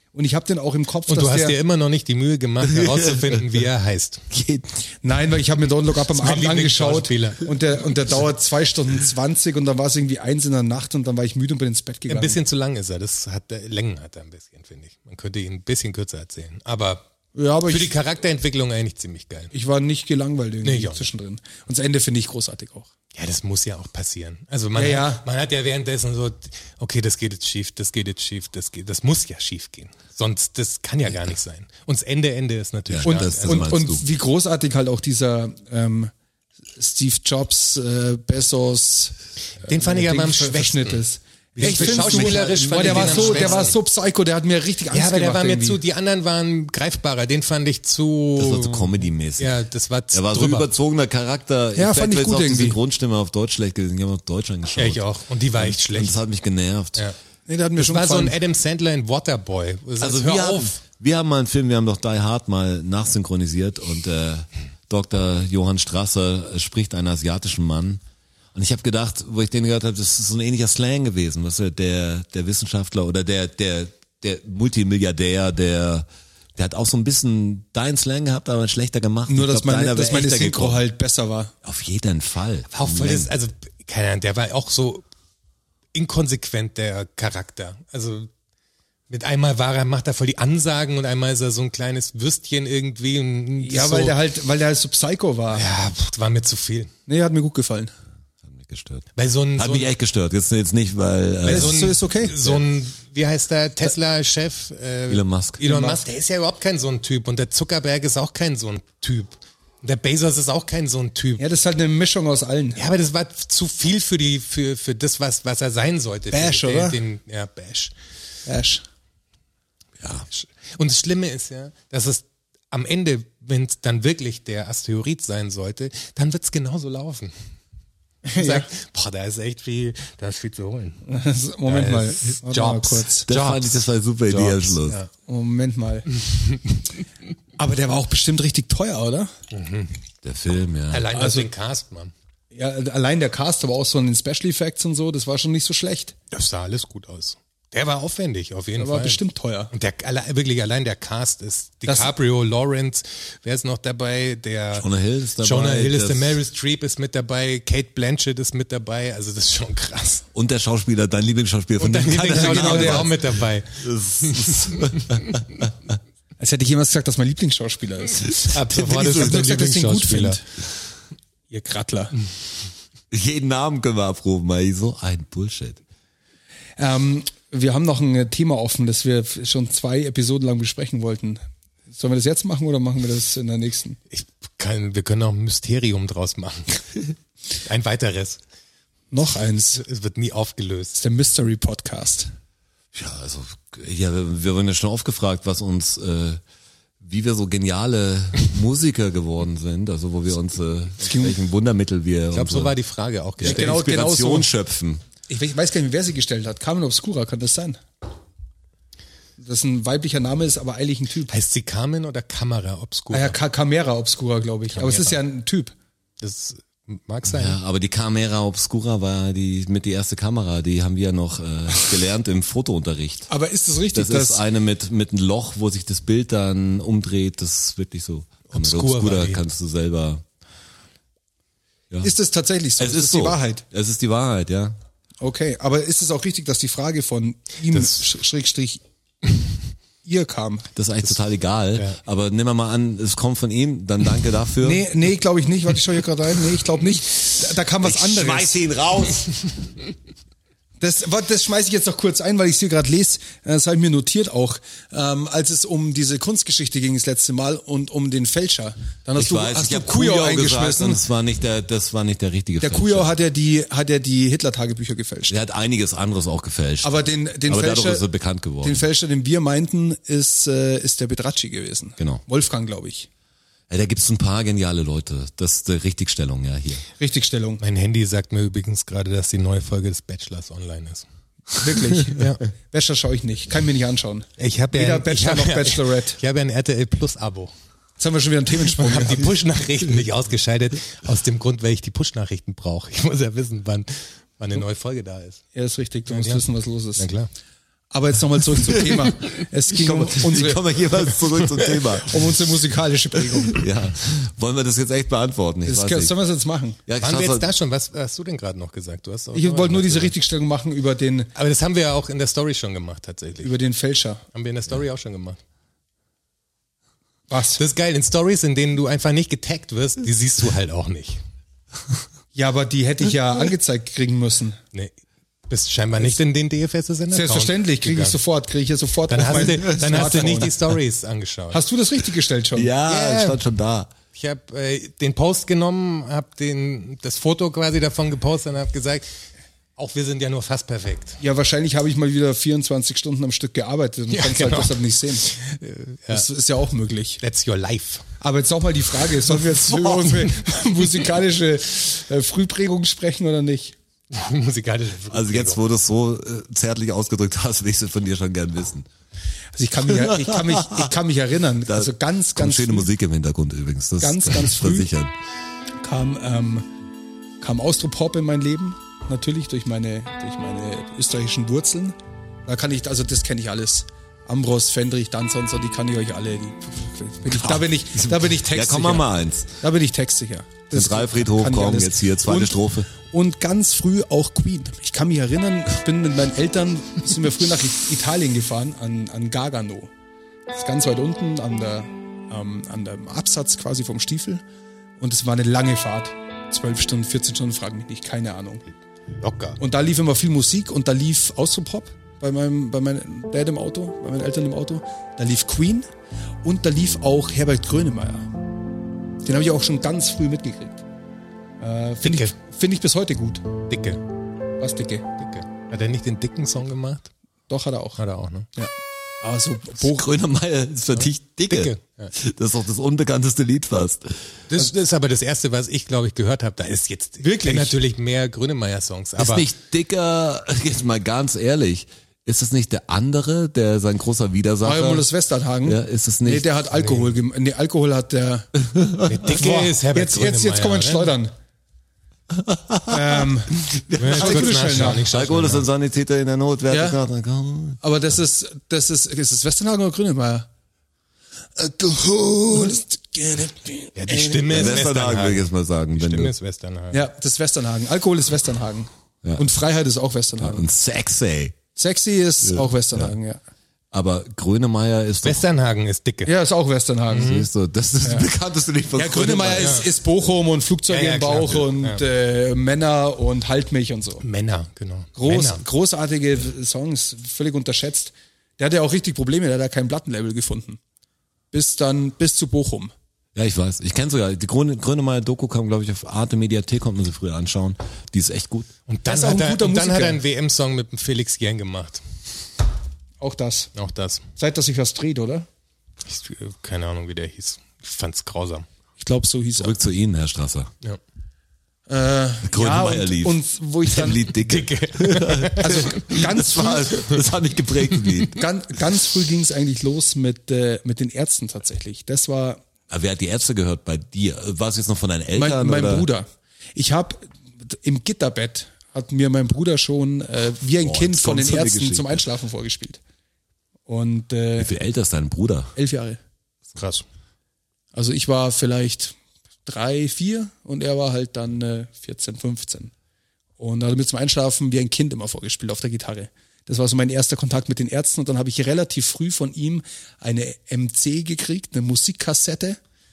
Und ich habe den auch im Kopf, Und dass du hast der... dir immer noch nicht die Mühe gemacht, herauszufinden, wie er heißt. Nein, weil ich habe mir Don't Look Up am Das ist mein Abend angeschaut Lieblingsschauspieler. und der, und der dauert zwei Stunden zwanzig und dann war es irgendwie eins in der Nacht und dann war ich müde und bin ins Bett gegangen. Ein bisschen zu lang ist er. Das hat äh, Längen hat er ein bisschen, finde ich. Man könnte ihn ein bisschen kürzer erzählen. Aber ja, aber für ich, die Charakterentwicklung eigentlich ziemlich geil. ich war nicht gelangweilt irgendwie Nee, ich auch nicht. zwischendrin. Und das Ende finde ich großartig auch. Ja, das muss ja auch passieren. Also man, Ja, ja. Hat, man hat ja währenddessen so, okay, das geht jetzt schief, das geht jetzt schief, das geht, das muss ja schief gehen. Sonst, das kann ja gar nicht sein. Und das Ende, Ende ist natürlich Ja, stark. das- also, Und, meinst und du? wie großartig halt auch dieser ähm, Steve Jobs, äh, Bezos, den fand ich aber am Ding- Verschnitt schwächsten. ist. Echt, findest du? schauspielerisch Boah, fand der ich war den am so, der war schwächsten. so psycho, der hat mir richtig Angst Ja, aber der gemacht war mir irgendwie. zu, die anderen waren greifbarer, den fand ich zu... Das war so Comedy-mäßig. Ja, das war zu Er war so drüber. überzogener Charakter. Ja, fand ich jetzt gut auch diese irgendwie. Grundstimme auf Deutsch schlecht gewesen. Ich habe auf Deutsch angeschaut. Ja, ich auch. Und die war echt Und schlecht. das hat mich genervt. Ja. Nee, der hat mir Das schon war so ein gefallen. Adam Sandler in Waterboy. Das Also heißt, wir hör haben, auf. wir haben mal einen Film, wir haben doch Die Hard mal nachsynchronisiert und äh, Doktor Johann Strasser äh, spricht einen asiatischen Mann. Und ich habe gedacht, wo ich den gehört habe, das ist so ein ähnlicher Slang gewesen, was der der Wissenschaftler oder der der der Multimilliardär, der der hat auch so ein bisschen deinen Slang gehabt, aber schlechter gemacht. Nur, Ich dass glaub, meine, deiner dass wär meine echter Synchro gekommen. halt besser war. Auf jeden Fall. War auch voll das, also, keine Ahnung, der war auch so inkonsequent, der Charakter. Also, mit einmal war er, macht er voll die Ansagen und einmal ist er so ein kleines Würstchen irgendwie. Und Ja, so, weil der halt, weil der halt so psycho war. ja, pff, war mir zu viel. Nee, hat mir gut gefallen. Hat mich gestört. Weil so ein, Hat so mich ein, echt gestört. Jetzt, jetzt nicht, weil äh, Es so ist- ein, ist okay. So ein, wie heißt der, Tesla-Chef? Äh, Elon Musk. Elon Elon Musk, der ist ja überhaupt kein so ein Typ. Und der Zuckerberg ist auch kein so ein Typ. Und der Bezos ist auch kein so ein Typ. Ja, das ist halt eine Mischung aus allen. Ja, aber das war zu viel für die, für, für das, was, was er sein sollte. Bash, für den, oder? Den, ja, Bash. Ash. ja. Und das Schlimme ist ja, dass es am Ende, wenn es dann wirklich der Asteroid sein sollte, dann wird es genauso laufen. Ja. Sagt, boah, da ist echt viel, da ist viel zu holen. Moment Ja, mal. es ist Warte mal Jobs. kurz. Das Jobs. fand ich, das war eine super Idee am Jobs, Schluss. ja. Moment mal. Aber der war auch bestimmt richtig teuer, oder? Der Film, ja. Allein also, Also- den Cast, Mann. Ja, allein der Cast, aber auch so in den Special Effects und so, das war schon nicht so schlecht. Das sah alles gut aus. Der war aufwendig, auf jeden Der Fall. war bestimmt teuer. Und der, alle- wirklich allein der Cast ist Das- DiCaprio, Lawrence, wer ist noch dabei? Der Jonah Hill ist dabei. Jonah Hill ist das- der, Meryl Streep ist mit dabei, Kate Blanchett ist mit dabei, also das ist schon krass. Und der Schauspieler, dein Lieblingsschauspieler von Und dann dem der keiner Schauspieler genau, ist der- auch mit dabei. Als hätte ich jemals gesagt, dass mein Lieblingsschauspieler ist. Ab Ich sofort hab ist nur das der gesagt, dass ich ihn gut Lieblingsschauspieler. finde. Ihr Krattler. Jeden Namen können wir abrufen, weil so ein Bullshit. Ähm, wir haben noch ein Thema offen, das wir schon zwei Episoden lang besprechen wollten. Sollen wir das jetzt machen oder machen wir das in der nächsten? Ich kann, wir können auch ein Mysterium draus machen. Ein weiteres. Noch eins. Das Es wird nie aufgelöst. ist der Mystery Podcast. Ja, also, ja, wir, wir wurden ja schon oft gefragt, was uns, äh, wie wir so geniale Musiker geworden sind, also wo wir uns, äh, aus welchen Wundermittel wir Ich glaube, so war die Frage auch gestellt. genau, genau Inspiration so. schöpfen. Ich weiß gar nicht, wer sie gestellt hat. Carmen Obscura, kann das sein? Das ein weiblicher Name ist, aber eigentlich ein Typ. Heißt sie Carmen oder Kamera Obscura? Ah ja, Ca- Camera Obscura, glaube ich. Aber es ist ja ein Typ. Das mag sein. Ja, aber die Camera Obscura war die mit die erste Kamera, die haben wir ja noch äh, gelernt im Fotounterricht. Aber ist es richtig, Das ist dass eine mit mit einem Loch, wo sich das Bild dann umdreht. Das ist wirklich so. Kamera Obscura Obscura war die. kannst du selber. Ja. ist es tatsächlich so? Es ist ist die so. Wahrheit. Es ist die Wahrheit, ja. Okay, aber ist es auch richtig, dass die Frage von ihm Das- Sch- Schrägstrich ihr kam? Das ist eigentlich total egal. ja. Aber nehmen wir mal an, es kommt von ihm, dann danke dafür. Nee, nee, glaube ich nicht. Warte, ich schaue hier gerade rein. Nee, ich glaube nicht. Da, da kam was anderes. Schmeiß ihn raus. Das, warte, das schmeiße ich jetzt noch kurz ein, weil ich es hier gerade lese. Das habe ich mir notiert auch. Ähm, als es um diese Kunstgeschichte ging das letzte Mal und um den Fälscher. Dann hast Ich du, weiß, hast ich du habe Kujau Kujau gesagt eingeschmissen. und das war nicht der, das war nicht der richtige Der Fälscher. Kujau hat ja die, hat ja die Hitler-Tagebücher gefälscht. Der hat einiges anderes auch gefälscht. Aber den, den Aber dadurch Fälscher, ist er bekannt geworden. den Fälscher, den wir meinten, ist, äh, ist der Bedracci gewesen. Genau. Wolfgang, glaube ich. Ja, da gibt's ein paar geniale Leute. Das ist die Richtigstellung, ja, hier. Richtigstellung. Mein Handy sagt mir übrigens gerade, dass die neue Folge des Bachelors online ist. Wirklich. ja. Bachelor schaue ich nicht. Kann ich mir nicht anschauen. Ich habe ja, Weder ein- Bachelor ich hab noch ja, Bachelorette. Ich habe ja ein R T L Plus Abo. Jetzt haben wir schon wieder einen Themensprung. Ich habe die gehabt. Push-Nachrichten nicht ausgeschaltet, aus dem Grund, weil ich die Push-Nachrichten brauche. Ich muss ja wissen, wann, wann eine neue Folge da ist. Ja, ist richtig. Du musst ja. wissen, was los ist. Na klar. Aber jetzt nochmal zurück zum Thema. Es ging um Wie unsere, kommen wir jeweils zurück zum Thema? um unsere musikalische Prägung. Ja, wollen wir das jetzt echt beantworten? Ich Das, weiß sollen nicht. wir es jetzt machen? Ja, Waren wir krass, jetzt da schon? Was hast du denn gerade noch gesagt? Du hast auch Ich noch wollte nur was diese gesagt. Richtigstellung machen über den, Aber das haben wir ja auch in der Story schon gemacht, tatsächlich. über den Fälscher. Haben wir in der Story auch schon gemacht. Was? Das ist geil. In Stories, in denen du einfach nicht getaggt wirst, die siehst du halt auch nicht. Ja, aber die hätte ich ja angezeigt kriegen müssen. Nee. Bist scheinbar nicht in den D F S-Sender. Selbstverständlich, kriege ich sofort, kriege ich ja sofort Dann auf hast, mein du, dann hast du nicht die Smartphone. Stories angeschaut. Hast du das richtig gestellt schon? Ja, Yeah. stand schon da. Ich habe äh, den Post genommen, habe den das Foto quasi davon gepostet und habe gesagt, auch wir sind ja nur fast perfekt. Ja, wahrscheinlich habe ich mal wieder vierundzwanzig Stunden am Stück gearbeitet und Ja, kannst genau. halt deshalb nicht sehen. Das ist ja auch möglich. That's your life. Aber jetzt nochmal die Frage, sollen wir jetzt über unsere musikalische äh, Frühprägung sprechen oder nicht? Musikalische Also jetzt, wo du es so äh, zärtlich ausgedrückt hast, will ich es von dir schon gern wissen. Also ich kann mich, ich kann mich, ich kann mich erinnern, Da also ganz, kommt ganz schöne früh Musik im Hintergrund übrigens. Das Ganz, kann ganz ich früh. versichern. kam, ähm, kam Austropop in mein Leben, natürlich durch meine, durch meine österreichischen Wurzeln. Da kann ich, also das kenne ich alles. Ambros, Fendrich, Danzer und so, die kann ich euch alle. Die, bin ich, da bin ich, da bin ich Ja, textsicher. komm mal mal eins. Da bin ich textsicher. Das Zentralfriedhof, kann ich komm, alles. jetzt hier, zweite und, Strophe. Und ganz früh auch Queen. Ich kann mich erinnern, ich bin mit meinen Eltern, sind wir früh nach Italien gefahren, an, an Gargano. Das ist ganz weit unten, an der, ähm, an dem Absatz quasi vom Stiefel. Und es war eine lange Fahrt. Zwölf Stunden, vierzehn Stunden, frag mich nicht, keine Ahnung. Locker. Und da lief immer viel Musik und da lief Austropop bei meinem, bei meinem Dad im Auto, bei meinen Eltern im Auto. Da lief Queen und da lief auch Herbert Grönemeyer. Den habe ich auch schon ganz früh mitgekriegt. Äh, Finde ich, Dicke. find ich bis heute gut. Dicke. Was dicke? Dicke. Hat er nicht den dicken Song gemacht? Doch, hat er auch. Hat er auch, ne? Ja. Aber so Bo Grönemeyer ist für dich dicke. Dicke, ja. Das ist doch das unbekannteste Lied fast. Das, das ist aber das erste, was ich, glaube ich, gehört habe. Da ist jetzt Wirklich? natürlich mehr Grönemeyer-Songs. Ist Aber nicht dicker, jetzt mal ganz ehrlich, ist es nicht der andere, der sein großer Widersacher? Mario Westernhagen. Ja, ist es nicht? Nee, der hat Alkohol. Nee, nee Alkohol hat der. der Dicke Boah, ist Herbert jetzt, jetzt, jetzt kommen wir ins Grönemeyer, Schleudern. ähm, oder? Wir Also kurz gut, schnell nachschauen. nach. Ich schau Alkohol ist schnell ein Sanitäter in der Not, wer Ja. hat gesagt, aber das ist, das ist, ist es Westernhagen oder Grönemeyer? Alkohol ist nach. Ja, die Stimme ist Westernhagen würde ich Westernhagen. jetzt mal sagen. Die wenn Stimme du, ist Westernhagen. Ja, das ist Westernhagen. Alkohol ist Westernhagen. Ja. Und Freiheit ist auch Westernhagen. und sexy. Sexy ist auch Westernhagen, ja. Aber Grönemeyer ist doch, Westernhagen ist dicke. Ja, ist auch Westernhagen. siehst du, das ist das bekannteste Lied von Ja, Grönemeyer ist, ist Bochum und Flugzeuge Ja, ja, im klar, Bauch ja. und Ja. äh, Männer und Halt mich und so. Männer, genau. Groß, Männer. großartige Songs, völlig unterschätzt. Der hatte ja auch richtig Probleme, der hat ja kein Plattenlabel gefunden. Bis dann, bis zu Bochum. Ja, ich weiß. Ich kenne sogar. Die Gröne, Grönemeyer-Doku kam, glaube ich, auf Arte Mediathek, konnte man sie früher anschauen. Die ist echt gut. Und Das dann, ist auch hat ein er, guter und dann hat Musiker. er einen W M-Song mit dem Felix Jähn gemacht. Auch das. Auch das. Seit dass sich was dreht, oder? Ich, keine Ahnung, wie der hieß. Ich fand's grausam. Ich glaube, so hieß er. Zurück zu Ihnen, Herr Strasser. Ja. Äh, ja, Grönemeyer und, lief. und wo ich dann, Lied Dicke. also ganz Das, war, früh, das hat mich geprägt, das Lied. ganz, ganz früh ging es eigentlich los mit, äh, mit den Ärzten tatsächlich. Das war Aber wer hat die Ärzte gehört bei dir? War es jetzt noch von deinen mein, Eltern? mein oder? Bruder. Ich habe im Gitterbett hat mir mein Bruder schon äh, wie ein Boah, Kind jetzt von den kommt so eine Ärzten Geschichte. zum Einschlafen vorgespielt. Und äh, Wie viel älter ist dein Bruder? elf Jahre. Krass. Also ich war vielleicht drei, vier und er war halt dann äh, vierzehn, fünfzehn. Und er hat mir zum Einschlafen wie ein Kind immer vorgespielt auf der Gitarre. Das war so mein erster Kontakt mit den Ärzten und dann habe ich relativ früh von ihm eine M C gekriegt, eine Musikkassette,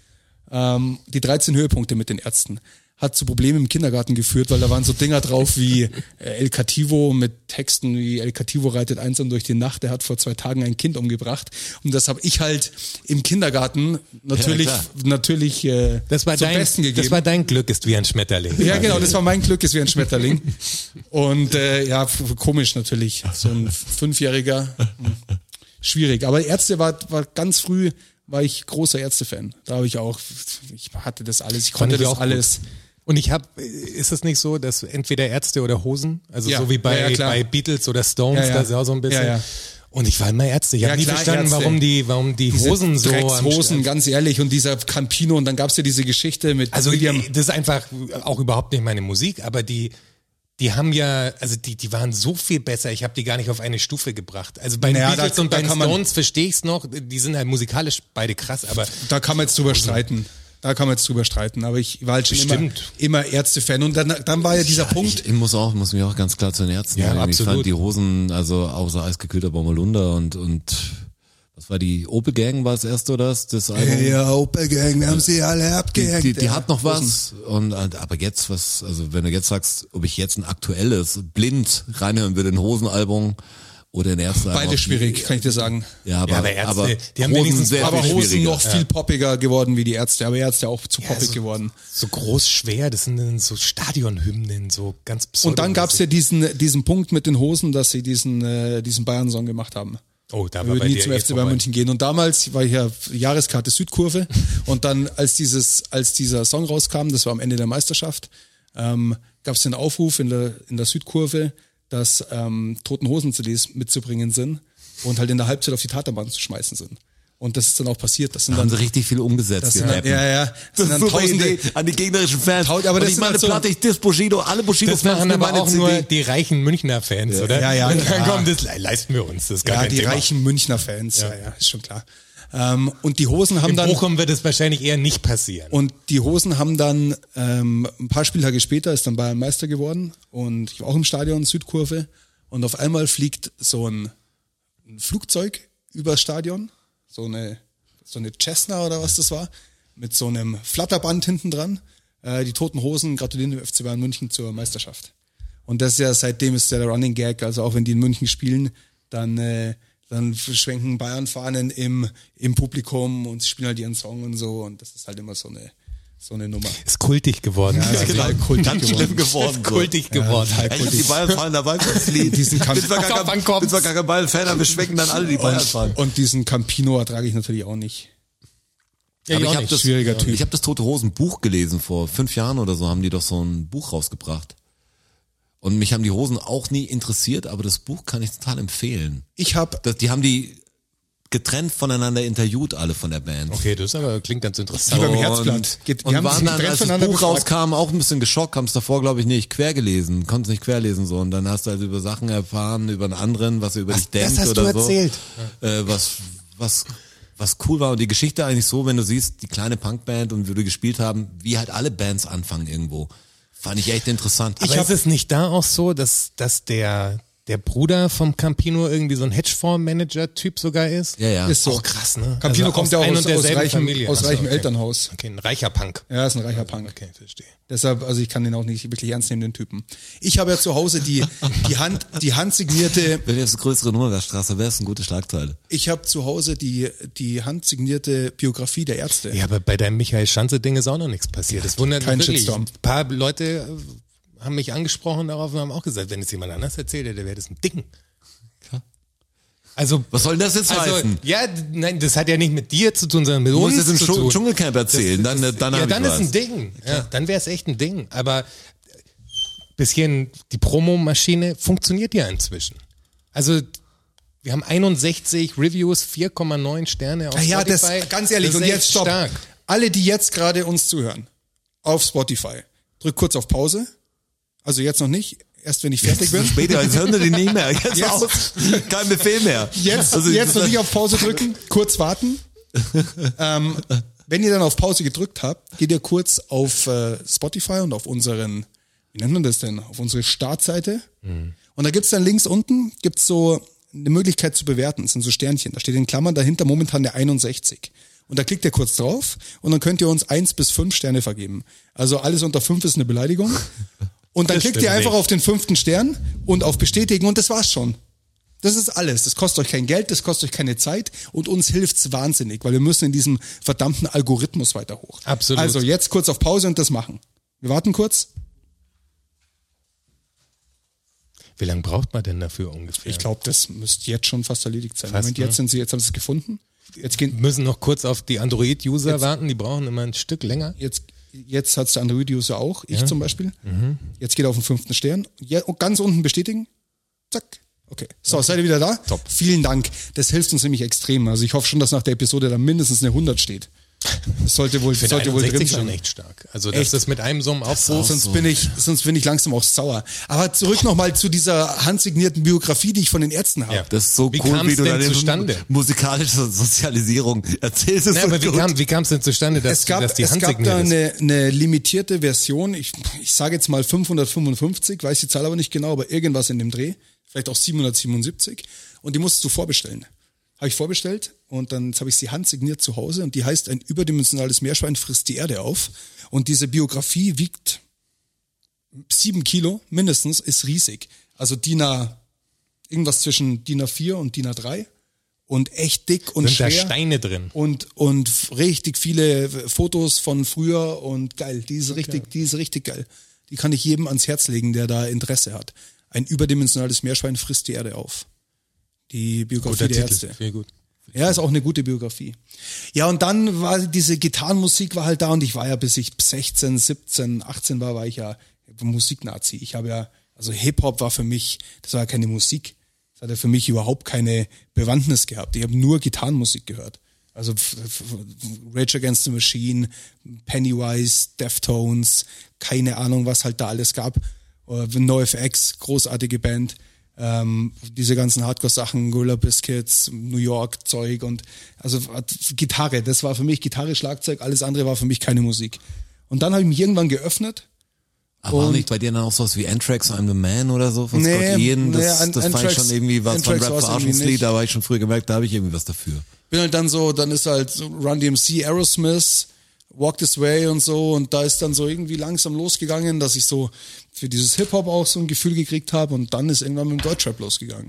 ähm, die dreizehn Höhepunkte mit den Ärzten. Hat zu Problemen im Kindergarten geführt, weil da waren so Dinger drauf wie äh, El Cativo mit Texten wie El Cativo reitet einsam durch die Nacht, der hat vor zwei Tagen ein Kind umgebracht. Und das habe ich halt im Kindergarten natürlich, Ja, natürlich äh, Das war, zum dein, Besten gegeben. das war dein Glück, ist wie ein Schmetterling. Ja, genau, das war mein Glück, ist wie ein Schmetterling. Und äh, ja, f- komisch natürlich. So ein Fünfjähriger. Hm. Schwierig. Aber Ärzte war, war ganz früh, war ich großer Ärzte-Fan. Da habe ich auch, ich hatte das alles, ich Fand konnte ich das auch alles. Und ich habe, ist es nicht so, dass entweder Ärzte oder Hosen, also Ja, so wie bei, ja, ja, klar. bei Beatles oder Stones, Ja, ja. das ist auch so ein bisschen. Ja, ja. Und ich war immer Ärzte. Ich Ja, habe nie klar, verstanden, Ärzte. warum die, warum die Diese Hosen so am Dreckshosen, Start- ganz ehrlich. Und dieser Campino, und dann gab's ja diese Geschichte mit Also William. das ist einfach auch überhaupt nicht meine Musik, aber die die haben ja, also die, die waren so viel besser, ich habe die gar nicht auf eine Stufe gebracht. Also bei den Naja, Beatles da- und da bei den kann man- Stones verstehe ich es noch, die sind halt musikalisch beide krass, aber Da kann man jetzt drüber streiten. Da kann man jetzt drüber streiten. Aber ich war halt schon immer, Bestimmt. immer Ärzte-Fan. Und dann, dann war ja dieser Punkt. Ich, ich muss auch, muss mich auch ganz klar zu den Ärzten Ja, sagen. Ich absolut. fand die Hosen, also außer eisgekühlter Bommelunder und, und, was war die, Opel Gang war das erste oder das? Das Album? Ja, Opel Gang, wir haben sie alle Die, abgehängt. die, die ja. hat noch was und aber jetzt was, also wenn du jetzt sagst, ob ich jetzt ein aktuelles blind reinhören würde, ein Hosenalbum oder ein erstes Album. Beide schwierig, kann ich dir sagen. Ja, aber, Ja, aber Ärzte, aber die haben Hosen wenigstens- sehr Aber viel Hosen schwieriger. noch viel poppiger geworden wie die Ärzte, aber Ärzte auch zu poppig so- geworden. so groß, schwer, das sind dann so Stadionhymnen, so ganz pseudo. Und dann gab's ja diesen, diesen Punkt mit den Hosen, dass sie diesen, äh, diesen Bayern-Song gemacht haben. Oh, da Wir war bei würden nie dir zum eh F C Bayern vorbei. München gehen. Und damals war ich ja Jahreskarte Südkurve. Und dann, als dieses, als dieser Song rauskam, das war am Ende der Meisterschaft, ähm, gab es den Aufruf in der, in der Südkurve, dass ähm, Toten Hosen-C Ds mitzubringen sind und halt in der Halbzeit auf die Tatanbahn zu schmeißen sind. Und das ist dann auch passiert. Das sind Da haben dann, sie richtig viel umgesetzt. das die sind dann, Rappen. ja, ja, das sind dann tausende, Idee an die gegnerischen Fans. Tausend- aber und das ich sind meine, halt so- Platte, ich diss Bushido, alle Bushido-Fans Das machen nehmen aber meine auch C D. nur die reichen Münchner Fans, oder? Ja, ja, Und dann klar. kommt das, le- leisten wir uns, das ist gar ja, kein die Thema. reichen Münchner Fans, ja, ja, ist schon klar. Ähm, und die Hosen haben In dann, Bochum wird es wahrscheinlich eher nicht passieren. und die Hosen haben dann, ähm, ein paar Spieltage später ist dann Bayern Meister geworden und ich war auch im Stadion, Südkurve, und auf einmal fliegt so ein, ein Flugzeug übers Stadion, so eine, so eine Cessna oder was das war, mit so einem Flatterband hinten dran. Äh, die Toten Hosen gratulieren dem F C Bayern München zur Meisterschaft. Und das ist ja, seitdem ist der Running Gag, also auch wenn die in München spielen, dann, äh, dann schwenken Bayern-Fahnen im, im Publikum und sie spielen halt ihren Song und so, und das ist halt immer so eine, so eine Nummer. Ist kultig geworden. Ja, Also, total kultig Ganz geworden. schlimm geworden. ist kultig geworden. total Ich hab die Bayern-Fahnen dabei für das Lied. Diesen Kamp- bin zwar gar Auf, wann kein, kommt's? bin zwar gar kein Bayern-Fan, aber wir schwenken dann alle die Bayern-Fahnen. Und diesen Campino ertrage ich natürlich auch nicht. Ja, Aber ich ich auch habe nicht. das, Schwieriger Typ. ich hab das Tote Hosen Buch gelesen, vor fünf Jahren oder so haben die doch so ein Buch rausgebracht. Und mich haben die Hosen auch nie interessiert, aber das Buch kann ich total empfehlen. Ich habe Das, die haben die getrennt voneinander interviewt, alle von der Band. Okay, das aber klingt ganz interessant. Wie beim Und, Herzblatt. Geht- die und haben sich waren dann, getrennt als das voneinander Buch befragt. rauskam, auch ein bisschen geschockt, haben es davor, glaube ich, nicht quer gelesen, konnten es nicht querlesen so. Und dann hast du also über Sachen erfahren, über einen anderen, was er über dich denkt das hast oder du so. erzählt. Äh, was, was, was cool war. Und die Geschichte eigentlich so, wenn du siehst, die kleine Punkband und wie wir gespielt haben, wie halt alle Bands anfangen irgendwo. Fand ich echt interessant. Aber ist es nicht da auch so, dass, dass der, der Bruder vom Campino irgendwie so ein Hedgefonds-Manager-Typ sogar ist? ja, ja. ist so. Auch krass, ne? Campino Also kommt ja auch ein aus, und aus derselben reichem, Familie. aus Ach so, reichem okay. Elternhaus. Okay, ein reicher Punk. Ja, ist ein reicher Punk. Okay, verstehe. Deshalb, also ich kann den auch nicht wirklich ernst nehmen, den Typen. Ich habe ja zu Hause die, die Hand, die handsignierte, Wenn jetzt eine größere Nummer wäre, Straße, wäre es eine gute Schlagzeile. ich habe zu Hause die, die handsignierte Biografie der Ärzte. Ja, aber bei deinem Michael Schanze-Ding ist auch noch nichts passiert. Das wundert kein mich wirklich. Shitstorm. Ein paar Leute äh, haben mich angesprochen darauf und haben auch gesagt, wenn es jemand anders erzählt hätte, wäre das ein Ding. Also, Was soll denn das jetzt also, heißen? ja, d- nein, das hat ja nicht mit dir zu tun, sondern mit Du musst uns jetzt im zu Dschung- tun. Dschungelcamp erzählen, Das- dann, das- dann ja, hab ich dann ist was. ein Ding. Ja, dann wäre es echt ein Ding. Aber bisschen die Promomaschine funktioniert ja inzwischen. Also wir haben einundsechzig Reviews, vier Komma neun Sterne auf Ah ja, das, Spotify. ganz ehrlich, das ist und echt jetzt stopp. stark. Alle, die jetzt gerade uns zuhören, auf Spotify, drück kurz auf Pause. Also jetzt noch nicht, erst wenn ich fertig bin. Später, jetzt hören wir die nicht mehr. Jetzt, Jetzt- aus. Kein Befehl mehr. Jetzt, Also, jetzt noch nicht auf Pause drücken, kurz warten. ähm, wenn ihr dann auf Pause gedrückt habt, geht ihr kurz auf äh, Spotify und auf unseren, wie nennt man das denn, auf unsere Startseite. Und da gibt's dann links unten, gibt's so eine Möglichkeit zu bewerten. Das sind so Sternchen. Da steht in Klammern dahinter momentan der einundsechzig. Und da klickt ihr kurz drauf und dann könnt ihr uns eins bis fünf Sterne vergeben. Also alles unter fünf ist eine Beleidigung. Und dann Das klickt ihr stimmt einfach nicht. auf den fünften Stern und auf Bestätigen und das war's schon. Das ist alles. Das kostet euch kein Geld, das kostet euch keine Zeit und uns hilft's wahnsinnig, weil wir müssen in diesem verdammten Algorithmus weiter hoch. Absolut. Also jetzt kurz auf Pause und das machen. Wir warten kurz. Wie lange braucht man denn dafür ungefähr? Ich glaube, das müsste jetzt schon fast erledigt sein. Fast, Moment, jetzt ne? sind sie, jetzt haben sie es gefunden. Jetzt gehen, müssen noch kurz auf die Android-User warten, die brauchen immer ein Stück länger. jetzt, jetzt hat's der Android-User auch, ich zum Beispiel. Mhm. Jetzt geht er auf den fünften Stern. Ja, und ganz unten bestätigen. Zack. Okay. So, seid ihr wieder da? Top. Vielen Dank. Das hilft uns nämlich extrem. Also ich hoffe schon, dass nach der Episode dann mindestens eine hundert steht. Das sollte wohl, Für sollte wohl drin einundsechzig sein. schon echt stark. Also dass Echt? das mit einem so einem Aufruf. Sonst bin ich, sonst bin ich langsam auch sauer. Aber zurück nochmal zu dieser handsignierten Biografie, die ich von den Ärzten habe. Ja. Das ist so Wie cool, kam's wie du denn deine zustande? musikalische Sozialisierung erzählst. Es Ja, so aber wie gut. kam wie kam es denn zustande, dass, Es gab, dass die es Hand gab da signiert ist? eine, eine limitierte Version, ich, ich sage jetzt mal fünfhundertfünfundfünfzig, weiß die Zahl aber nicht genau, aber irgendwas in dem Dreh, vielleicht auch siebenhundertsiebenundsiebzig, und die musstest du vorbestellen. Habe ich vorbestellt und dann habe ich sie handsigniert zu Hause und die heißt Ein überdimensionales Meerschwein frisst die Erde auf, und diese Biografie wiegt sieben Kilo mindestens, ist riesig. Also D I N A, irgendwas zwischen D I N A vier und D I N A drei und echt dick und Sind da schwer. Steine drin? Und, und richtig viele Fotos von früher und geil. Die ist richtig, die ist richtig geil. Die kann ich jedem ans Herz legen, der da Interesse hat. Ein überdimensionales Meerschwein frisst die Erde auf. Die Biografie Guter der Titel, Ärzte. viel gut. Ja, ist auch eine gute Biografie. Ja, und dann war diese Gitarrenmusik war halt da, und ich war ja, bis ich sechzehn, siebzehn, achtzehn war, war ich ja Musiknazi. Ich habe ja, also Hip-Hop war für mich, das war ja keine Musik. Das hat ja für mich überhaupt keine Bewandtnis gehabt. Ich habe nur Gitarrenmusik gehört. Also f- f- Rage Against the Machine, Pennywise, Deftones, keine Ahnung, was halt da alles gab. Oder NoFX, großartige Band. Ähm, diese ganzen Hardcore-Sachen, Gorilla Biscuits, New York-Zeug und also Gitarre, das war für mich Gitarre, Schlagzeug, alles andere war für mich keine Musik. Und dann habe ich mich irgendwann geöffnet. Aber war und- nicht bei dir dann auch sowas wie Anthrax, I'm the Man oder so von Nee, Scott Ian? Das, nee, An- das fand ich Anthrax- schon irgendwie was von Anthrax Rap war's irgendwie Verarschungslied, nicht. da habe ich schon früher gemerkt, da habe ich irgendwie was dafür. Bin halt dann so, dann ist halt so Run D M C, Aerosmith, Walk This Way und so, und da ist dann so irgendwie langsam losgegangen, dass ich so für dieses Hip-Hop auch so ein Gefühl gekriegt habe, und dann ist irgendwann mit dem Deutschrap losgegangen.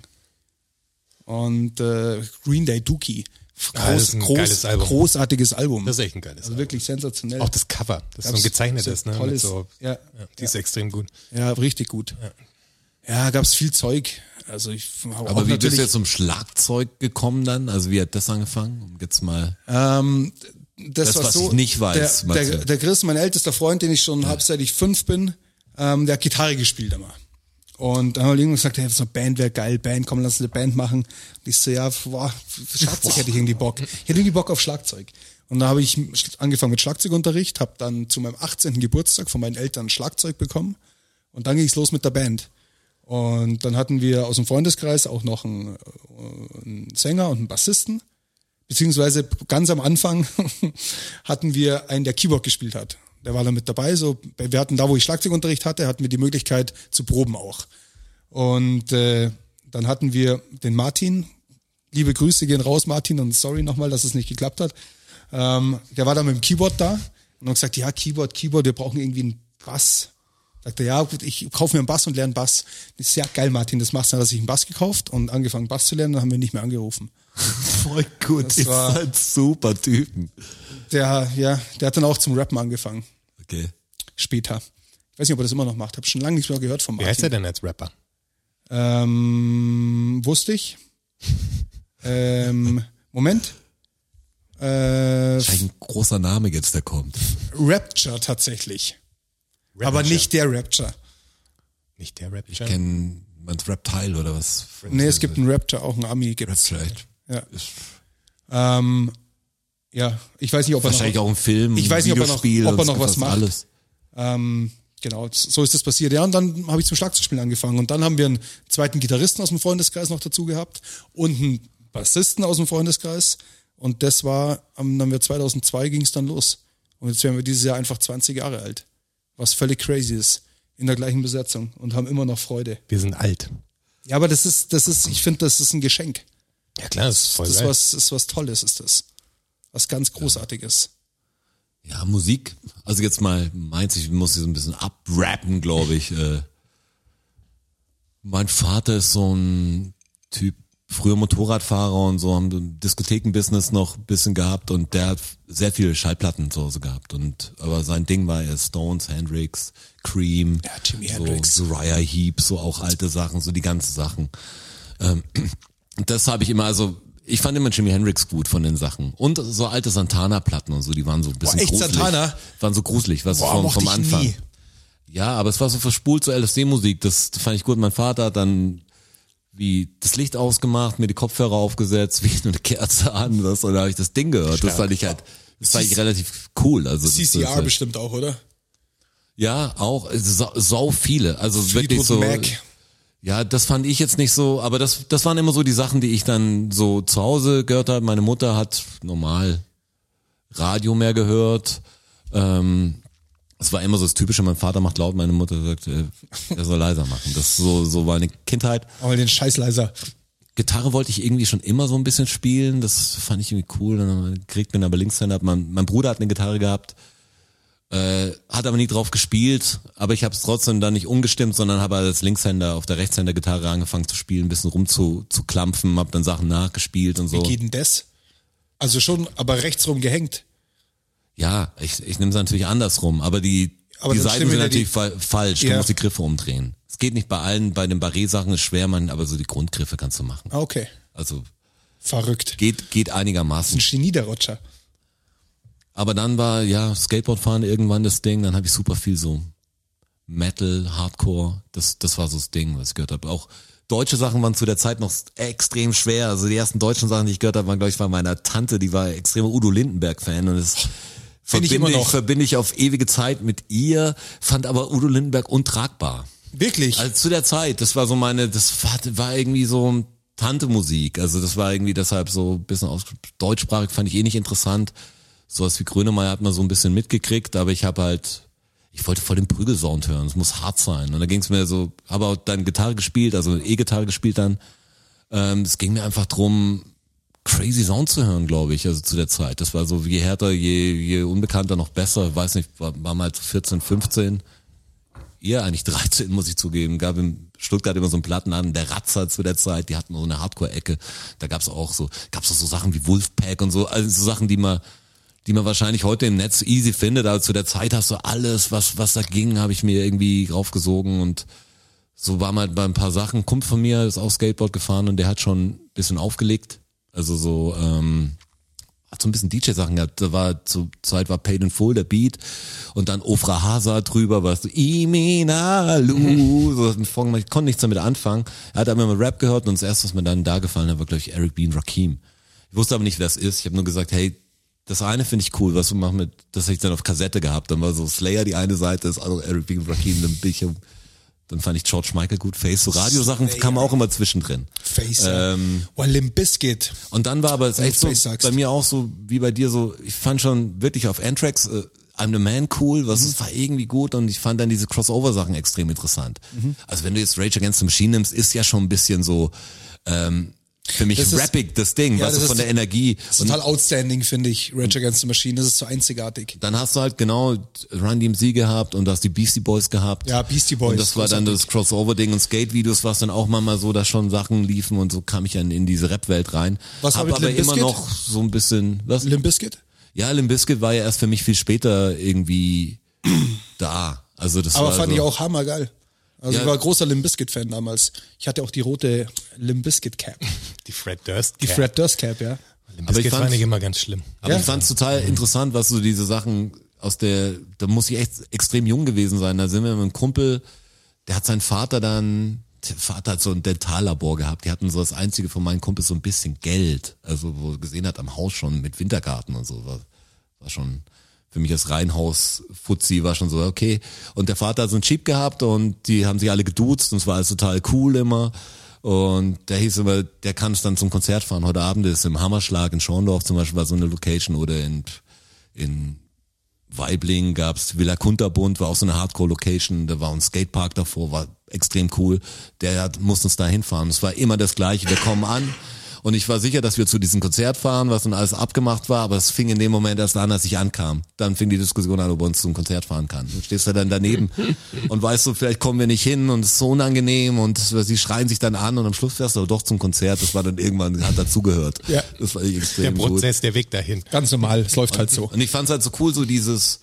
Und äh, Green Day, Dookie. Groß, Ah, das ist ein groß, geiles Album. Großartiges Album. Das ist echt ein geiles Also Album. wirklich sensationell. Auch das Cover, das ist so ein Gab's gezeichnetes, so ne? tolles- Mit so, ja. ja, die ist extrem gut. Ja, richtig gut. Ja, gab's viel Zeug. Also ich habe Aber auch wie bist natürlich, du jetzt zum Schlagzeug gekommen dann? Also wie hat das angefangen? Um jetzt mal. Ähm, das, Das, war was so, ich nicht weiß, Der, der, Matze. der Chris, mein ältester Freund, den ich schon hab, seit ich fünf bin, ähm, der hat Gitarre gespielt immer. Und dann haben wir irgendwann gesagt, hey, so eine Band wäre geil, Band, komm, lass uns eine Band machen. Und ich so, ja, boah, Schlagzeug hätte ich irgendwie Bock. Ich hätte irgendwie Bock auf Schlagzeug. Und da habe ich angefangen mit Schlagzeugunterricht, habe dann zu meinem achtzehnten Geburtstag von meinen Eltern Schlagzeug bekommen. Und dann ging es los mit der Band. Und dann hatten wir aus dem Freundeskreis auch noch einen, einen Sänger und einen Bassisten. Beziehungsweise ganz am Anfang hatten wir einen, der Keyboard gespielt hat. Der war da mit dabei. So, wir hatten da, wo ich Schlagzeugunterricht hatte, hatten wir die Möglichkeit zu proben auch. Und äh, dann hatten wir den Martin. Liebe Grüße gehen raus, Martin, und sorry nochmal, dass es nicht geklappt hat. Ähm, der war dann mit dem Keyboard da und hat gesagt, ja, Keyboard, Keyboard, wir brauchen irgendwie einen Bass. Sagt er, ja gut, ich kaufe mir einen Bass und lerne Bass. Das ist ja geil, Martin, das machst du. Dann hat er sich einen Bass gekauft und angefangen Bass zu lernen, dann haben wir ihn nicht mehr angerufen. Voll gut, Das ist war- halt super Typen. Der, ja, der hat dann auch zum Rappen angefangen. Okay. Später. Ich weiß nicht, ob er das immer noch macht. Habe schon lange nichts mehr gehört von Wie Martin. heißt er denn als Rapper? Ähm, wusste ich. ähm, Moment. Äh, Wahrscheinlich ein großer Name jetzt, der kommt. Rapture tatsächlich. Rapper Aber Chef. nicht der Rapture. Nicht der Rapper. Ich kenne man's Reptile oder was? Nee, es gibt einen Rapture, auch einen Ami gibt's. Rapture. Ja. Ist Ähm, ja, ich weiß nicht, ob er wahrscheinlich noch, auch ein Film, Ich weiß nicht, ob er noch- Videospiel, ob er und noch es gibt was macht. Alles. Ähm, genau, so ist das passiert. Ja, und dann habe ich zum Schlagzeugspielen angefangen. Und dann haben wir einen zweiten Gitarristen aus dem Freundeskreis noch dazu gehabt und einen Bassisten aus dem Freundeskreis. Und das war, am- dann wir zweitausendzwei ging es dann los. Und jetzt werden wir dieses Jahr einfach zwanzig Jahre alt. Was völlig crazy ist. In der gleichen Besetzung und haben immer noch Freude. Wir sind alt. Ja, aber das ist, das ist, ich finde, das ist ein Geschenk. Ja klar, das ist voll Das ist geil. was, ist was Tolles, ist das. Was ganz Großartiges. Ja, Musik. Also jetzt mal meins, ich muss sie so ein bisschen abrappen, glaube ich. Äh, mein Vater ist so ein Typ, früher Motorradfahrer und so, haben so ein Diskothekenbusiness noch ein bisschen gehabt und der hat sehr viele Schallplatten zu Hause gehabt. Und aber sein Ding war ja Stones, Hendrix, Cream, Ja, Jimi so Hendrix. Uriah Heep, so auch alte Sachen, so die ganzen Sachen. Ähm, das habe ich immer, also ich fand immer Jimi Hendrix gut von den Sachen. Und so alte Santana-Platten und so, die waren so ein bisschen Boah, echt gruselig. Santana? Waren so gruselig, was Boah, vom, mochte vom ich Anfang. nie. Ja, aber es war so verspult, so L S D-Musik, das fand ich gut. Mein Vater hat dann wie das Licht ausgemacht, mir die Kopfhörer aufgesetzt, wie eine Kerze an, das, und da habe ich das Ding gehört. Das fand ich halt Das war eigentlich relativ cool. Also C das C ist, R äh, bestimmt auch, oder? Ja, auch sau, sau viele. Also wirklich Fleetwood so. Mac. Ja, das fand ich jetzt nicht so, aber das das waren immer so die Sachen, die ich dann so zu Hause gehört habe. Meine Mutter hat normal Radio mehr gehört. Ähm, es war immer so das Typische, mein Vater macht laut, meine Mutter sagt, äh, er soll leiser machen. Das so so war eine Kindheit. Aber den Scheiß leiser. Gitarre wollte ich irgendwie schon immer so ein bisschen spielen, das fand ich irgendwie cool. Dann kriegt man aber Linkshänder. Mein, mein Bruder hat eine Gitarre gehabt, äh, hat aber nie drauf gespielt, aber ich habe es trotzdem dann nicht umgestimmt, sondern habe als Linkshänder auf der Rechtshänder-Gitarre angefangen zu spielen, ein bisschen rum zu, zu klampfen, habe dann Sachen nachgespielt und so. Wie geht denn das? Also schon, aber rechtsrum gehängt. Ja, ich, ich nehme es natürlich andersrum, aber die, Aber die dann Seiten stimmen sind ja natürlich die- fa falsch, du Ja. musst die Griffe umdrehen. Es geht nicht bei allen, bei den Barré-Sachen ist schwer, man, aber so die Grundgriffe kannst du machen. Ah, okay. Also Verrückt. geht, geht einigermaßen. Ein Genie, der Roger. Aber dann war, ja, Skateboardfahren irgendwann das Ding, dann habe ich super viel so Metal, Hardcore, das, das war so das Ding, was ich gehört habe. Auch deutsche Sachen waren zu der Zeit noch extrem schwer. Also die ersten deutschen Sachen, die ich gehört habe, waren, glaube ich, von meiner Tante, die war extremer Udo Lindenberg-Fan und das Finde ich verbinde immer ich, noch. verbinde ich auf ewige Zeit mit ihr, fand aber Udo Lindenberg untragbar. Wirklich? Also zu der Zeit, das war so meine, das war, war irgendwie so Tante-Musik. Also das war irgendwie deshalb so ein bisschen aus, deutschsprachig fand ich eh nicht interessant. Sowas wie Grönemeyer hat man so ein bisschen mitgekriegt, aber ich habe halt, ich wollte voll den Prügelsound hören, es muss hart sein. Und da ging es mir so, habe auch dann Gitarre gespielt, also E-Gitarre gespielt dann. Ähm, es ging mir einfach drum, crazy Sound zu hören, glaube ich, also zu der Zeit. Das war so, je härter, je, je unbekannter, noch besser. Weiß nicht, war, war mal vierzehn, fünfzehn. Eher eigentlich dreizehn, muss ich zugeben. Gab in Stuttgart immer so einen Plattenladen, der Ratzer zu der Zeit, die hatten so eine Hardcore-Ecke. Da gab's auch so, gab's auch so Sachen wie Wolfpack und so, also so Sachen, die man, die man wahrscheinlich heute im Netz easy findet, aber zu der Zeit hast du alles, was, was da ging, habe ich mir irgendwie raufgesogen und so war mal bei ein paar Sachen. Ein Kumpel von mir ist auch Skateboard gefahren und der hat schon ein bisschen aufgelegt. Also so, ähm, hat so ein bisschen D J-Sachen gehabt. Da war, zur Zeit war Paid in Full, der Beat. Und dann Ofra Hasa drüber, was so, Iminalu, so ein Song, ich konnte nichts damit anfangen. Er hat aber mal Rap gehört und das erste, was mir dann da gefallen hat, war, glaube ich, Eric B. und Rakim. Ich wusste aber nicht, wer es ist. Ich habe nur gesagt, hey, das eine finde ich cool, was du machst mit, das habe ich dann auf Kassette gehabt. Dann war so Slayer die eine Seite, das andere Eric B. und Rakim, dann bin ich, dann fand ich George Michael gut, Face, so Radiosachen kamen auch immer zwischendrin. Face. Ähm, Oh, Limp Bizkit. Und dann war aber es Wenn du echt so, Face sagst. bei mir auch so, wie bei dir so, ich fand schon wirklich auf Anthrax, äh, I'm the Man cool, was es war irgendwie gut und ich fand dann diese Crossover-Sachen extrem interessant. Also wenn du jetzt Rage Against the Machine nimmst, ist ja schon ein bisschen so, ähm, für mich Das ist- rappig das Ding, Ja, was das ist von ist- der Energie. Das ist Und total outstanding, finde ich, Rage Against the Machine. Das ist so einzigartig. dann hast du halt genau Run D M C gehabt und du hast die Beastie Boys gehabt. Ja, Beastie Boys, Und das war dann das Crossover-Ding und Skate-Videos, was dann auch mal so, dass schon Sachen liefen und so kam ich dann in diese Rap-Welt rein. Was war Hab mit aber Limp immer Bizkit? noch so ein bisschen, was? Limp Bizkit? Ja, Limp Bizkit war ja erst für mich viel später irgendwie da. Also das Aber war fand so, ich auch hammergeil. Also Ja. ich war großer Limp Bizkit-Fan damals. Ich hatte auch die rote Limp Bizkit-Cap. Die Fred Durst. Die Fred Durst-Cap, ja. Aber ich Das fand fand- ich immer ganz schlimm. aber Ja. ich fand's total interessant, was so diese Sachen aus der, da muss ich echt extrem jung gewesen sein. Da sind wir mit einem Kumpel, der hat seinen Vater dann, der Vater hat so ein Dentallabor gehabt. Die hatten so das einzige von meinen Kumpels so ein bisschen Geld. Also wo er gesehen hat am Haus schon mit Wintergarten und so. War, war schon, für mich als Reihenhaus-Fuzzi war schon so, okay. Und der Vater hat so einen Jeep gehabt und die haben sich alle geduzt und es war alles total cool immer. Und der hieß immer, der kann es dann zum Konzert fahren. Heute Abend ist im Hammerschlag in Schorndorf zum Beispiel war so eine Location oder in, in Weibling gab's Villa Kunterbund, war auch so eine Hardcore-Location, da war ein Skatepark davor, war extrem cool. Der hat, musste uns da hinfahren. Es war immer das Gleiche. Wir kommen an und ich war sicher, dass wir zu diesem Konzert fahren, was dann alles abgemacht war, aber es fing in dem Moment erst an, als ich ankam. Dann fing die Diskussion an, ob er uns zum Konzert fahren kann. Dann stehst du dann daneben und weißt du, vielleicht kommen wir nicht hin und es ist so unangenehm und sie schreien sich dann an und am Schluss fährst du aber doch zum Konzert. Das war dann irgendwann, hat dazugehört. Ja. Das war extrem Der gut. Prozess, der Weg dahin. Ganz normal. Es läuft halt so. Und ich fand's halt so cool, so dieses,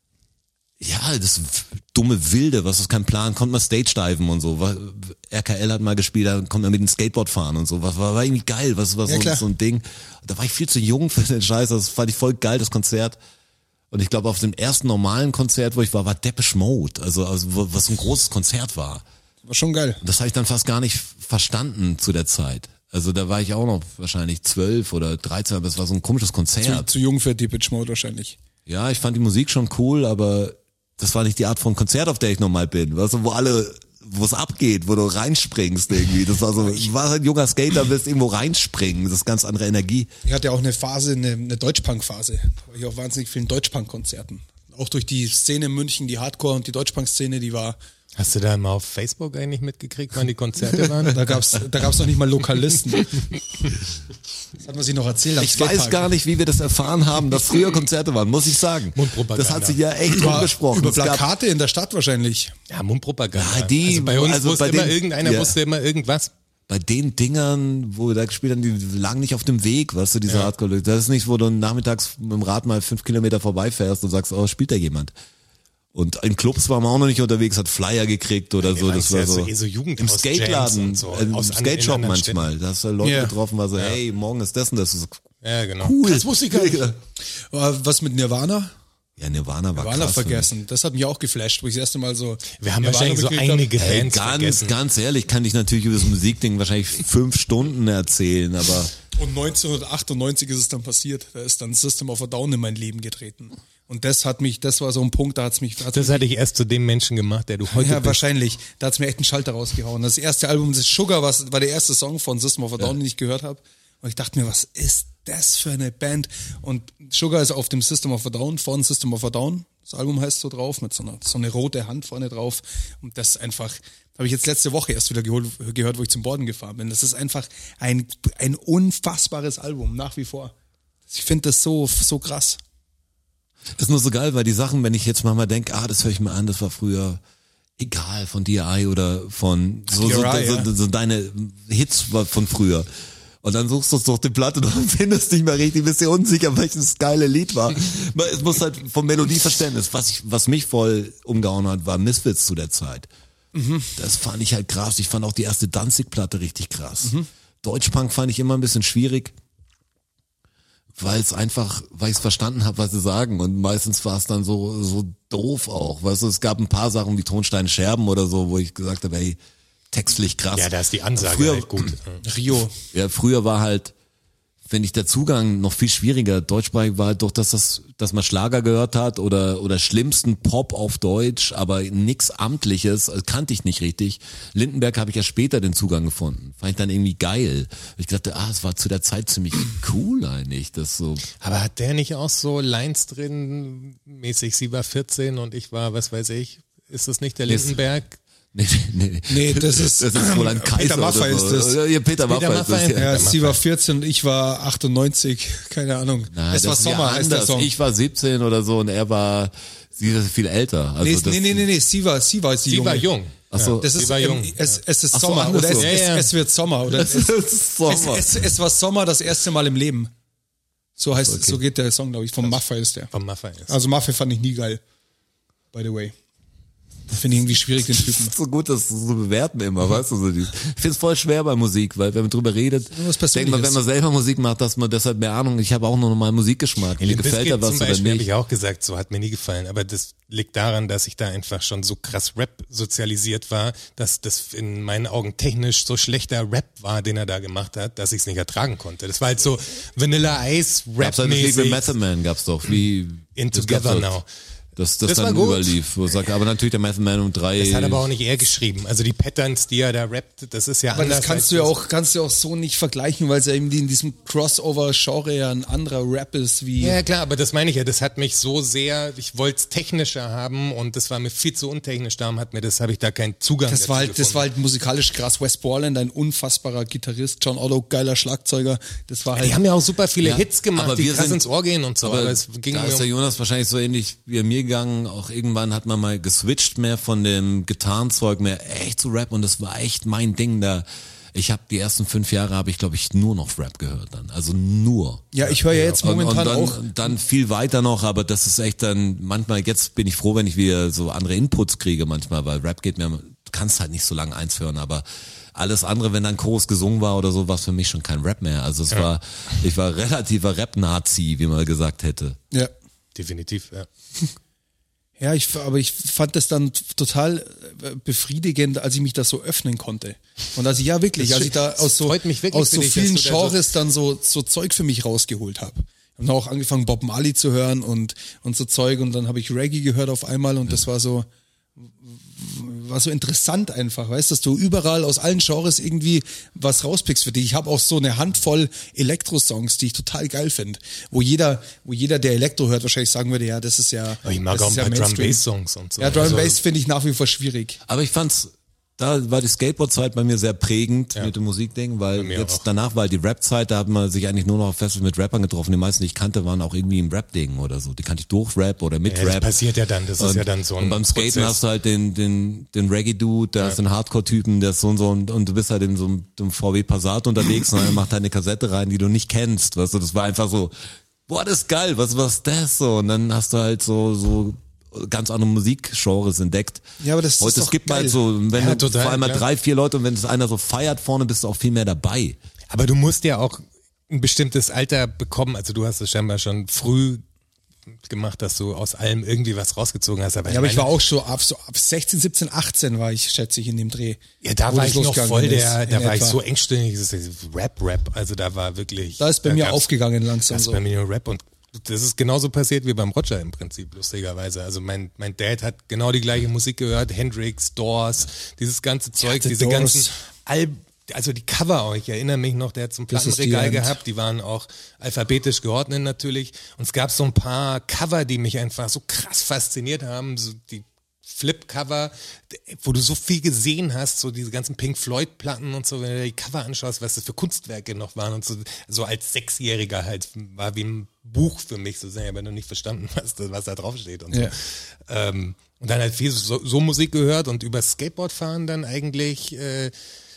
ja, das dumme Wilde, was ist kein Plan, konnte man Stage-diven und so. R K L hat mal gespielt, da konnte man mit dem Skateboard fahren und so. Was war, war irgendwie geil, was war Ja, so, klar. so ein Ding. Da war ich viel zu jung für den Scheiß, das fand ich voll geil, das Konzert. Und ich glaube, auf dem ersten normalen Konzert, wo ich war, war Depeche Mode, also, also wo- was so ein großes Konzert war. War schon geil. Und das habe ich dann fast gar nicht verstanden zu der Zeit. Also da war ich auch noch wahrscheinlich zwölf oder dreizehn, aber es war so ein komisches Zu, Konzert. zu jung für Depeche Mode wahrscheinlich. Ja, ich fand die Musik schon cool, aber das war nicht die Art von Konzert, auf der ich normal bin. Weißt du, wo alle, wo es abgeht, wo du reinspringst irgendwie. Das war so, ich war ein junger Skater, bist irgendwo reinspringen. Das ist ganz andere Energie. Ich hatte auch eine Phase, eine, eine Deutschpunk-Phase. Da war ich auf wahnsinnig vielen Deutschpunk-Konzerten. Auch durch die Szene in München, die Hardcore- und die Deutschpunk-Szene, die war... Hast du da mal auf Facebook eigentlich mitgekriegt, wann die Konzerte waren? Da gab's, da gab's noch nicht mal Lokalisten. Das hat man sich noch erzählt am Ich Skatepark. weiß gar nicht, wie wir das erfahren haben, dass früher Konzerte waren, muss ich sagen. Mundpropaganda. Das hat sich ja echt Über, rumgesprochen. über Es gab- Plakate in der Stadt wahrscheinlich. Ja, Mundpropaganda. Ja, die- also bei uns also wusste bei immer den- irgendeiner, ja. wusste immer irgendwas. Bei den Dingern, wo wir da gespielt haben, die lagen nicht auf dem Weg, weißt du, diese Hardcore. Das ist nicht, wo du nachmittags mit dem Rad mal fünf Kilometer vorbeifährst und sagst, oh, spielt da jemand. Und in Clubs waren wir auch noch nicht unterwegs, hat Flyer gekriegt oder so. waren Das ja war so so eh so im Jugendhaus-Jams Skateladen, und so, äh, im aus an- Skate in Shop anderen manchmal. Da hast du Leute Ja. getroffen, war so, hey, morgen ist das und das. So, Ja, genau. cool. Das wusste ich gar nicht. Aber was mit Nirvana? Ja, Nirvana war Nirvana krass. für mich. vergessen. Das hat mich auch geflasht, wo ich das erste Mal so... Wir haben Nirvana wahrscheinlich so gekriegt hab. einige Ey, Fans ganz, vergessen. ganz ehrlich, kann ich natürlich über das Musikding wahrscheinlich fünf Stunden erzählen, aber Und neunzehnhundertachtundneunzig ist es dann passiert. Da ist dann System of a Down in mein Leben getreten. Und das hat mich, das war so ein Punkt, da hat's mich... Hat's Das mich hatte ich erst zu dem Menschen gemacht, der du heute ja, bist. wahrscheinlich. Da hat's mir echt einen Schalter rausgehauen. Das erste Album, das Sugar, was, war der erste Song von System of a Down, den ich gehört habe. Und ich dachte mir, was ist das für eine Band? Und Sugar ist auf dem System of a Down, von System of a Down. Das Album heißt so drauf, mit so einer, so eine rote Hand vorne drauf. Und das einfach, habe ich jetzt letzte Woche erst wieder geholt, gehört, wo ich zum Borden gefahren bin. Das ist einfach ein, ein unfassbares Album, nach wie vor. Ich finde das so, so krass. ist nur so geil, weil die Sachen, wenn ich jetzt manchmal denke, ah, das höre ich mir an, das war früher egal von D R I oder von so, so, D R I, so, ja. so, so deine Hits von früher. Und dann suchst du es durch die Platte und findest nicht mehr richtig, bist dir unsicher, welches geile Lied war. Es muss halt vom Melodieverständnis, was ich, was mich voll umgehauen hat, war Misfits zu der Zeit. Mhm. Das fand ich halt krass. Ich fand auch die erste Danzig-Platte richtig krass. Deutschpunk fand ich immer ein bisschen schwierig, weil es einfach, weil ich es verstanden habe, was sie sagen. Und meistens war es dann so so doof auch. Weißt du, es gab ein paar Sachen wie Tonstein Scherben oder so, wo ich gesagt habe, ey, textlich krass. Ja, da ist die Ansage Früher, halt gut. Rio. Ja, früher war halt, wenn ich der Zugang noch viel schwieriger. Deutschsprachig war halt durch das, das, dass man Schlager gehört hat oder oder schlimmsten Pop auf Deutsch, aber nix Amtliches, also kannte ich nicht richtig. Lindenberg habe ich ja später den Zugang gefunden. Fand ich dann irgendwie geil. Ich dachte, ah, es war zu der Zeit ziemlich cool eigentlich, das so. Aber hat der nicht auch so Lines drin, mäßig, sie war vierzehn und ich war, was weiß ich, ist das nicht der Lindenberg? Nee, nee, nee. Nee, das ist, Das ist wohl ein Kaiser. Peter Maffay oder so. ist das. Ja, Peter Maffay ist das. Maffay. Ja. Ja, sie war vierzehn und ich war achtundneunzig, keine Ahnung. Na, es das war ist ja Sommer, heißt der anders. Song. Ich war siebzehn oder so und er war, sie ist viel älter. Also nee, das, nee, nee, nee, nee, sie war, sie war die Sie Junge. war jung. Ach so. Das Sie ist, war jung. ähm, es, es ist Ach so, Sommer, oder es, andersrum. es, Ja, ja. es wird Sommer, oder es, Das es, ist Sommer. es, es war Sommer das erste Mal im Leben. So heißt, so geht der Song, glaube ich, vom Maffay ist der. Vom Maffay ist. Also Maffay fand ich nie geil. By the way. Finde ich irgendwie schwierig, den Typen. so gut, das so bewerten immer, weißt du, so die. Ich finde es voll schwer bei Musik, weil wenn man drüber redet, was denkt man, Persönliches. wenn man selber Musik macht, dass man deshalb mehr Ahnung, ich habe auch noch mal Musikgeschmack, mir Limp gefällt Bizkit da was zum oder Beispiel habe nicht. ich auch gesagt, so hat mir nie gefallen. Aber das liegt daran, dass ich da einfach schon so krass Rap sozialisiert war, dass das in meinen Augen technisch so schlechter Rap war, den er da gemacht hat, dass ich es nicht ertragen konnte. Das war halt so Vanilla Ice Gab's halt das Lied mit Rap-mäßig. Method Man gab's doch, wie In das Together gab's doch. Now. Das, das, Das dann war gut. überlief, wo er sagt, aber natürlich der Method Man um drei. Das hat aber auch nicht er geschrieben. Also die Patterns, die er da rappt, das ist ja Aber anders. das kannst als du ja das- auch, kannst du ja auch so nicht vergleichen, weil es ja eben in diesem Crossover-Genre ja ein anderer Rap ist, wie. Ja, klar, aber das meine ich ja, das hat mich so sehr, ich wollte es technischer haben und das war mir viel zu untechnisch, darum hat mir das, habe ich da keinen Zugang Das dazu war halt, das gefunden. war halt musikalisch krass. Wes Borland, ein unfassbarer Gitarrist, John Otto, geiler Schlagzeuger. Das war Die halt. haben ja auch super viele Ja, Hits gemacht, aber die wir krass sind- ins Ohr gehen und so, aber, Aber es ging da mir ist der um, Jonas wahrscheinlich so ähnlich wie mir gegangen. Auch irgendwann hat man mal geswitcht mehr von dem Gitarrenzeug mehr echt zu Rap und das war echt mein Ding da. Ich habe die ersten fünf Jahre habe ich glaube ich nur noch Rap gehört dann, also nur. Ja, ich höre ja jetzt Und, und momentan dann, auch. dann viel weiter noch, aber das ist echt dann manchmal, jetzt bin ich froh, wenn ich wieder so andere Inputs kriege manchmal, weil Rap geht mir, du kannst halt nicht so lange eins hören, aber alles andere, wenn dann Chorus gesungen war oder so, war es für mich schon kein Rap mehr. Also es war, ich war relativer Rap-Nazi, wie man gesagt hätte. Ja. definitiv, ja. Ja, ich, aber ich fand das dann total befriedigend, als ich mich da so öffnen konnte. Und als ich, ja wirklich, Das als ich da das aus so, freut mich wirklich aus für so dich, vielen dass du da so- Genres dann so, so Zeug für mich rausgeholt habe. Ich habe auch angefangen, Bob Marley zu hören und, und so Zeug und dann habe ich Reggae gehört auf einmal und das war so, war so interessant einfach, weißt du, dass du überall aus allen Genres irgendwie was rauspickst für dich. Ich habe auch so eine Handvoll Elektro-Songs, die ich total geil finde, wo jeder, wo jeder, der Elektro hört, wahrscheinlich sagen würde, ja, das ist ja, Aber ich mag das auch ist ein ja paar Mainstream. Drum-Bass-Songs und so. Ja, Drum Also- and Bass finde ich nach wie vor schwierig. Aber ich fand's, da war die Skateboard-Zeit bei mir sehr prägend mit dem Musikding, weil mir jetzt auch. danach war halt die Rap-Zeit, da hat man sich eigentlich nur noch auf Festivals mit Rappern getroffen. Die meisten, die ich kannte, waren auch irgendwie im Rap-Ding oder so. Die kannte ich durch Rap oder mit Ja, das Rap. passiert ja dann, das ist und, ja dann so ein Und beim Skaten Prozess. hast du halt den, den, den Reggae-Dude, da ist ein Hardcore-Typen, der ist so und so und, und du bist halt in so einem, einem V W Passat unterwegs und er macht halt eine Kassette rein, die du nicht kennst, weißt du, das war einfach so, boah, das ist geil, was, was ist das so? Und dann hast du halt so, so ganz andere Musikgenres entdeckt. Ja, aber das ist Heute, doch es gibt geil. halt so, wenn Ja, du total, vor allem mal klar. drei, vier Leute und wenn es einer so feiert vorne, bist du auch viel mehr dabei. Aber du musst ja auch ein bestimmtes Alter bekommen. Also du hast es scheinbar schon früh gemacht, dass du aus allem irgendwie was rausgezogen hast. Aber Ja, aber ich meine, war auch schon ab, so ab sechzehn, siebzehn, achtzehn war ich, schätze ich, in dem Dreh. ja, da wo war das ich noch losgegangen voll ist, der, da in war ich etwa. so engstirnig, das ist Rap, Rap. Also da war wirklich. Da ist bei da mir gab's- aufgegangen langsam Das ist so. bei mir nur Rap und das ist genauso passiert wie beim Roger im Prinzip, lustigerweise. Also mein, mein Dad hat genau die gleiche Musik gehört, Hendrix, Doors, dieses ganze Zeug, the diese Doors. ganzen Alben, also die Cover auch, ich erinnere mich noch, der hat so ein This is the Plattenregal end. gehabt, die waren auch alphabetisch geordnet natürlich und es gab so ein paar Cover, die mich einfach so krass fasziniert haben, so die Flip-Cover, wo du so viel gesehen hast, so diese ganzen Pink Floyd-Platten und so, wenn du dir die Cover anschaust, was das für Kunstwerke noch waren und so, so als Sechsjähriger halt, war wie ein Buch für mich, so sehr, ich habe noch nicht verstanden, was, da- was da draufsteht und so. Ja. Ähm, und dann halt viel so, so Musik gehört und über Skateboardfahren dann eigentlich äh,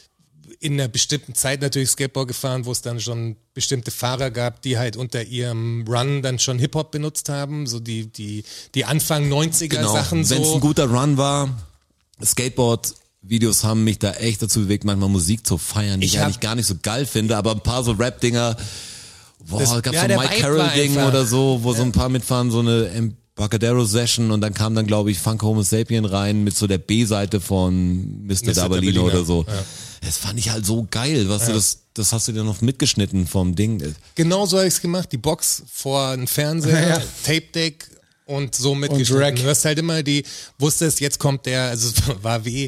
in einer bestimmten Zeit natürlich Skateboard gefahren, wo es dann schon bestimmte Fahrer gab, die halt unter ihrem Run dann schon Hip-Hop benutzt haben, so die, die, die Anfang neunziger Sachen Wenn es so. ein guter Run war, Skateboard-Videos haben mich da echt dazu bewegt, manchmal Musik zu feiern, die Ich ich, hab- eigentlich gar nicht so geil finde, aber ein paar so Rap-Dinger, boah, Das- gab's ja, so der Mike Vibe war Carroll-Ding einfach- oder so, wo so ein paar mitfahren, so eine Embarcadero-Session und dann kam dann, glaube ich, Funk Homo Sapien rein mit so der B-Seite von Mister Mister Dabalino Dabalina, oder so. ja. Das fand ich halt so geil, was du, das, das hast du dir noch mitgeschnitten vom Ding. Genau so habe ich es gemacht, die Box vor einem Fernseher, Ja. Tape-Deck und so mitgeschnitten. Rack. Du hörst halt immer die, wusstest, jetzt kommt der, also es war wie,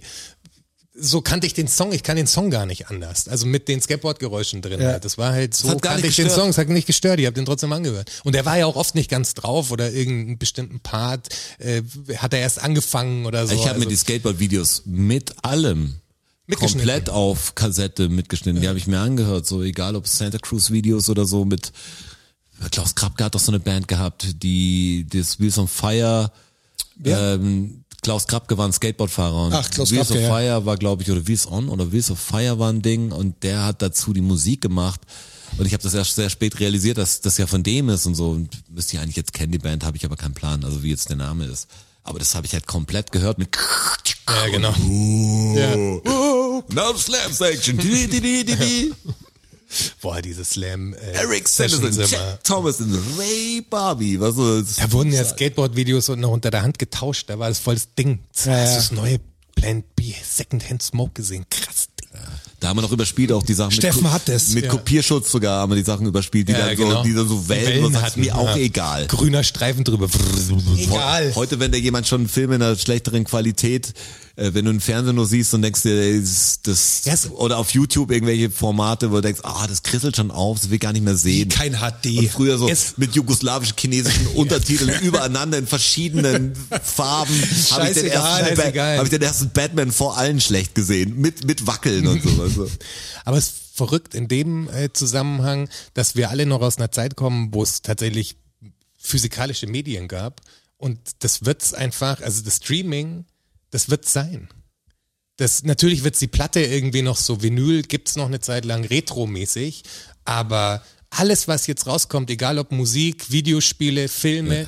so kannte ich den Song, ich kann den Song gar nicht anders. Also mit den Skateboard-Geräuschen drin. Ja. Halt. Das war halt so, hat gar kannte nicht ich den gestört. Song, es hat nicht gestört, ich habe den trotzdem angehört. Und der war ja auch oft nicht ganz drauf oder irgendeinen bestimmten Part äh, hat er erst angefangen oder so. Ich habe also, mir die Skateboard-Videos mit allem Mitgeschnitten. komplett auf Kassette mitgeschnitten. Die habe ich mir angehört, so egal ob Santa Cruz Videos oder so mit Klaus Krapke hat doch so eine Band gehabt, die das Wheels on Fire. Ja. Ähm, Klaus Krapke war ein Skateboardfahrer und Ach, Klaus Wheels Krapke, of ja. Fire war, glaube ich, oder Wheels on oder Wheels of Fire war ein Ding und der hat dazu die Musik gemacht. Und ich habe das erst sehr spät realisiert, dass das ja von dem ist und so. Und müsste ich eigentlich jetzt kennen, die Band, habe ich aber keinen Plan, also wie jetzt der Name ist. Aber das habe ich halt komplett gehört mit ja, genau. ja. Now Slam Section. Di, di, di, di, di. Boah, diese Slam. Äh, Eric Sessions Sanderson, immer. Jack Thomas und Ray Barbie. Was so, Da wurden ja Skateboard-Videos noch unter der Hand getauscht, da war das voll das Ding. Hast du Ja, ja. das neue Plant B Secondhand Smoke gesehen? Krass Ding. Da haben wir noch überspielt, auch die Sachen Steffen mit, hat das. mit Ja. Kopierschutz sogar haben wir die Sachen überspielt, die Ja, dann genau. so, die dann so Wellen, Wellen was hatten, hatten, mir auch ja. egal. Grüner Streifen drüber. Egal. Heute, wenn da jemand schon einen Film in einer schlechteren Qualität, äh, wenn du einen Fernseher nur siehst und denkst dir, ey, das, das Ja, so- oder auf YouTube irgendwelche Formate, wo du denkst, ah, das krisselt schon auf, das will ich gar nicht mehr sehen. Kein H D. Und früher so Es- mit jugoslawischen, chinesischen Untertiteln übereinander in verschiedenen Farben habe ich, den Scheißegal, ersten Ba- scheißegal. hab ich den ersten Batman vor allen schlecht gesehen. Mit, mit Wackeln und so. Also. Aber es ist verrückt in dem äh, Zusammenhang, dass wir alle noch aus einer Zeit kommen, wo es tatsächlich physikalische Medien gab. Und das wird's einfach, also das Streaming, das wird's sein. Das, natürlich wird's die Platte irgendwie noch so, Vinyl gibt's noch eine Zeit lang retromäßig, aber alles, was jetzt rauskommt, egal ob Musik, Videospiele, Filme,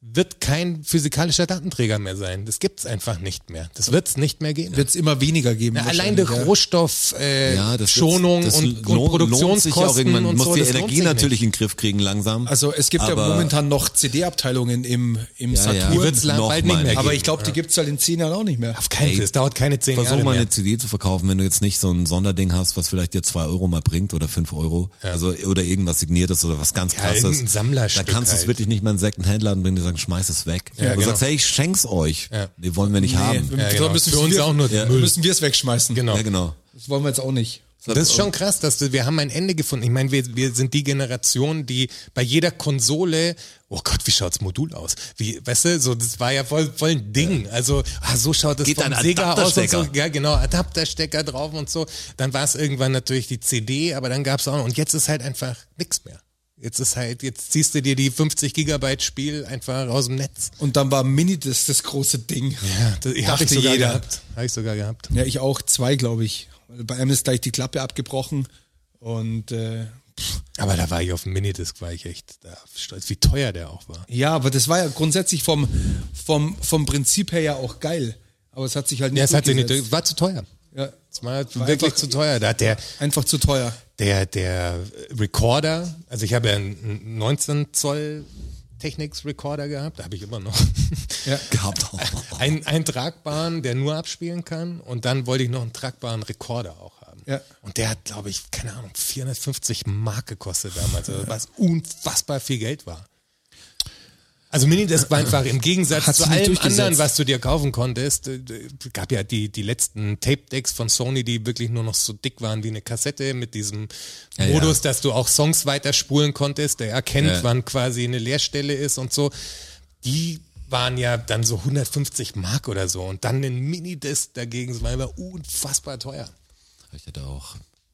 wird kein physikalischer Datenträger mehr sein. Das gibt's einfach nicht mehr. Das wird's nicht mehr geben. Wird es immer weniger geben. Ja, allein durch ja. Rohstoffschonung äh, Ja, das Schonung das und, und lohnt, Produktionskosten lohnt sich auch irgendwann. und muss so. die das lohnt Energie sich natürlich nicht. in den Griff kriegen langsam. Also es gibt Aber- ja momentan noch C D-Abteilungen im, im Ja, ja. Saturn. Die wird's Noch bald nicht mal. mehr geben. Aber ich glaube, die gibt's halt in zehn Jahren auch nicht mehr. Auf keinen Fall. Es dauert keine zehn Versuch Jahre mal mehr. eine C D zu verkaufen, wenn du jetzt nicht so ein Sonderding hast, was vielleicht dir zwei Euro mal bringt oder fünf Euro. Also, oder irgendwas signiertes oder was ganz Ja, krasses. irgendein Sammlerstück Da kannst du es halt. wirklich nicht mal in einen Second-Hand-Laden bringen, die sagen, schmeiß es weg. Ja, Aber du genau. sagst, hey, ich schenk's euch. Ja. Die wollen wir nicht haben. wir- Ja, da genau. müssen Für uns wir- auch nur Da Müll. müssen wir es wegschmeißen. Genau. Ja, genau. Das wollen wir jetzt auch nicht. Das ist schon krass, dass du, wir haben ein Ende gefunden. Ich meine, wir, wir sind die Generation, die bei jeder Konsole, oh Gott, wie schaut's Modul aus? Wie, weißt du, so, das war ja voll, voll ein Ding. Also, ah, so schaut das Geht vom ein Sega aus und so. Adapterstecker. Ja, genau, Adapterstecker drauf und so. Dann war es irgendwann natürlich die C D, aber dann gab's auch noch, und jetzt ist halt einfach nix mehr. Jetzt ist halt, jetzt ziehst du dir die fünfzig Gigabyte Spiel einfach aus dem Netz. Und dann war Mini das, das große Ding. Ja, das habe Dachte ich sogar jeder. gehabt. Habe ich sogar gehabt. Ja, ich auch. Zwei, glaube ich. Bei einem ist gleich die Klappe abgebrochen. Und äh, Aber da war ich auf dem Minidisc, war ich echt da stolz, wie teuer der auch war. ja, aber das war ja grundsätzlich vom, vom, vom Prinzip her ja auch geil. Aber es hat sich halt nicht Ja, es hat sich nicht, durchgesetzt. war zu teuer. Ja, Es war, War wirklich einfach- zu teuer. Da hat der, einfach zu teuer. der, der Recorder, also ich habe ja einen neunzehn Zoll Technics Recorder gehabt, da habe ich immer noch. Ja. Gehabt. Ein, einen tragbaren, der nur abspielen kann, und dann wollte ich noch einen tragbaren Recorder auch haben. Ja. Und der hat, glaube ich, keine Ahnung, vierhundertfünfzig Mark gekostet damals, also was unfassbar viel Geld war. Also Minidisc war einfach im Gegensatz Hat zu sich nicht allem durchgesetzt. anderen, was du dir kaufen konntest, äh, gab ja die, die letzten Tape-Decks von Sony, die wirklich nur noch so dick waren wie eine Kassette mit diesem Ja, Modus, ja. dass du auch Songs weiterspulen konntest, der erkennt, Ja. wann quasi eine Leerstelle ist und so. Die waren ja dann so hundertfünfzig Mark oder so, und dann ein Minidisc dagegen, das war immer unfassbar teuer. Ich hatte auch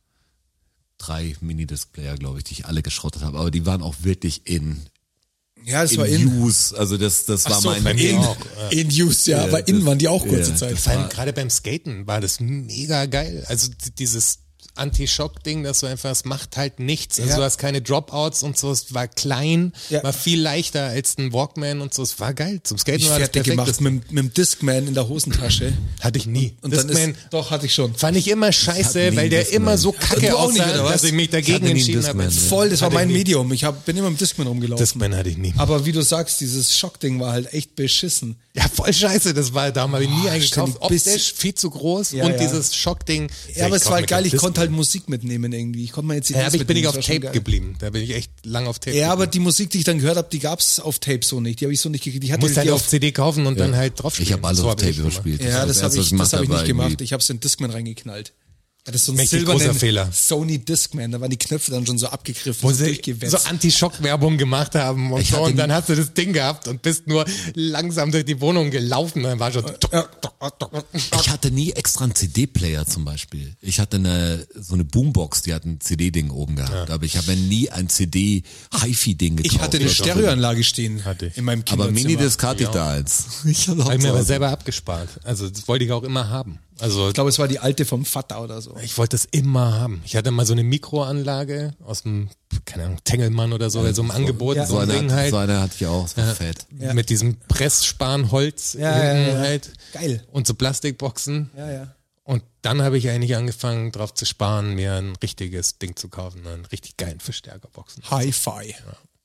drei Minidisc-Player, glaube ich, die ich alle geschrottet habe. Aber die waren auch wirklich in, Ja, das in war in. Use. Also das, das war so, mein bei mir in, auch, in Use, ja, aber in waren die auch kurze ja, Zeit. Vor allem gerade beim Skaten war das mega geil. Also d- dieses Anti-Shock-Ding, dass du einfach, es macht halt nichts. Also Ja. du hast keine Dropouts und so, es war klein, Ja. war viel leichter als ein Walkman und so, es war geil. Zum Skaten Ich war das fertig perfekt. gemacht Das mit, mit dem Discman in der Hosentasche. hatte ich nie. Und dann Discman ist, doch, hatte ich schon. fand ich immer scheiße, hatte nie weil der Discman. immer so Du kacke auch nicht, aussah, oder was? dass ich mich Ich dagegen hatte nie einen entschieden habe. Discman, ne? Voll, das war Hatte mein ich nie. Medium. Ich hab, bin immer im Discman rumgelaufen. Discman hatte ich nie. Aber wie du sagst, dieses Schockding war halt echt beschissen. Ja, voll scheiße, das war, da habe ich nie eingekauft. ständig bis- Optisch viel zu groß, Ja, und ja. dieses Schockding. Ja, aber es kauf war mir halt geil, kein ich Discman. konnte halt Musik mitnehmen irgendwie. Ich konnte meine C Ds Ja, aber ich bin nicht mitnehmen, auf das war schon Tape geil. geblieben. Da bin ich echt lang auf Tape Ja, aber geblieben. die Musik, die ich dann gehört habe, die gab's auf Tape so nicht. Die habe ich so nicht gekriegt. Die Du hatte musst ich halt die auf C D kaufen und dann halt drauf Ich habe alles so auf hab Tape ich gemacht. überspielt. Ja, das ist habe Erste, ich, was das hab ich gemacht nicht habe, war gemacht. Ich habe es in Discman reingeknallt. Ja, das ist so ein Mächtig silbernen großer Fehler. Sony Discman. Da waren die Knöpfe dann schon so abgegriffen, Wo so sie durchgewetzt. so Anti-Schock-Werbung gemacht haben und Ich so, hatte und dann nie- hast du das Ding gehabt und bist nur langsam durch die Wohnung gelaufen, dann war schon Ich hatte nie extra einen C D-Player zum Beispiel. Ich hatte eine so eine Boombox, die hat ein C D-Ding oben gehabt, aber ich habe mir nie ein C D-Hi-Fi-Ding gekauft. ich hatte eine Ich hoffe- Stereoanlage stehen Hatte ich. in meinem Aber Kinderzimmer. Minidisc hatte ich da eins. Ich habe habe ich mir aber selber abgespart. Also das wollte ich auch immer haben. Also Ich glaube, es war die alte vom Vater oder so. ich wollte das immer haben. Ich hatte mal so eine Mikroanlage aus dem, keine Ahnung, Tengelmann oder so, so im Angebot, Ja. so so ein eine, Ding halt. so eine hatte ich auch, das war fett. Mit diesem Pressspanholz Ja, ja, hinten ja. halt. Geil. Und so Plastikboxen. Ja, ja. Und dann habe ich eigentlich angefangen, drauf zu sparen, mir ein richtiges Ding zu kaufen, einen richtig geilen Verstärkerboxen. Hi-Fi.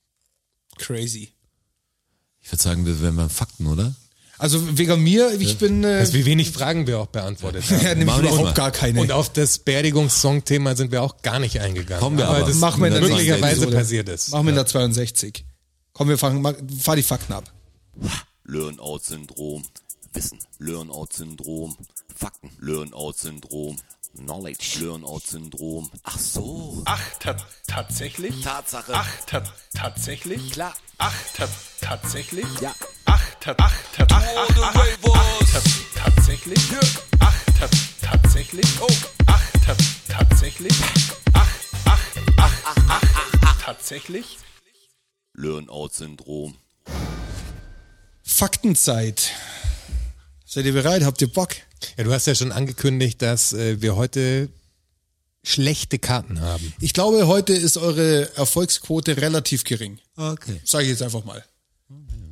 Crazy. Ich würde sagen, wir wären beim Fakten, oder? Also wegen mir, ich bin äh, Also wie wenig Fragen wir auch beantwortet haben. ja, nämlich Machen wir überhaupt mal. gar keine. Und auf das Beerdigungssong-Thema sind wir auch gar nicht eingegangen. Kommen wir aber. das Machen wir in der nächsten möglicherweise Episode. passiert ist. Machen wir in der zweiundsechzig. Komm, wir fangen, mach- fahr die Fakten ab. Learn-out-Syndrom. Wissen. Learn-out-Syndrom. Fakten. Learn-out-Syndrom. Knowledge. Learn-out-Syndrom. Ach so. Ach, ta tatsächlich? Tatsache. Ach, ta tatsächlich? Klar. Ach, ta tatsächlich? Ja. Ach, ta ach, ta ach, ach, ach, ach, ach, ta tatsächlich? Ach, ta tatsächlich? Oh. Ach, ta tatsächlich? Ach, ach, ach, ach, ach, ach, tatsächlich? Learn-out-Syndrom. Faktenzeit. Seid ihr bereit? Habt ihr Bock? Ja, du hast ja schon angekündigt, dass äh, wir heute schlechte Karten haben. Ich glaube, heute ist eure Erfolgsquote relativ gering. Okay. Sage ich jetzt einfach mal.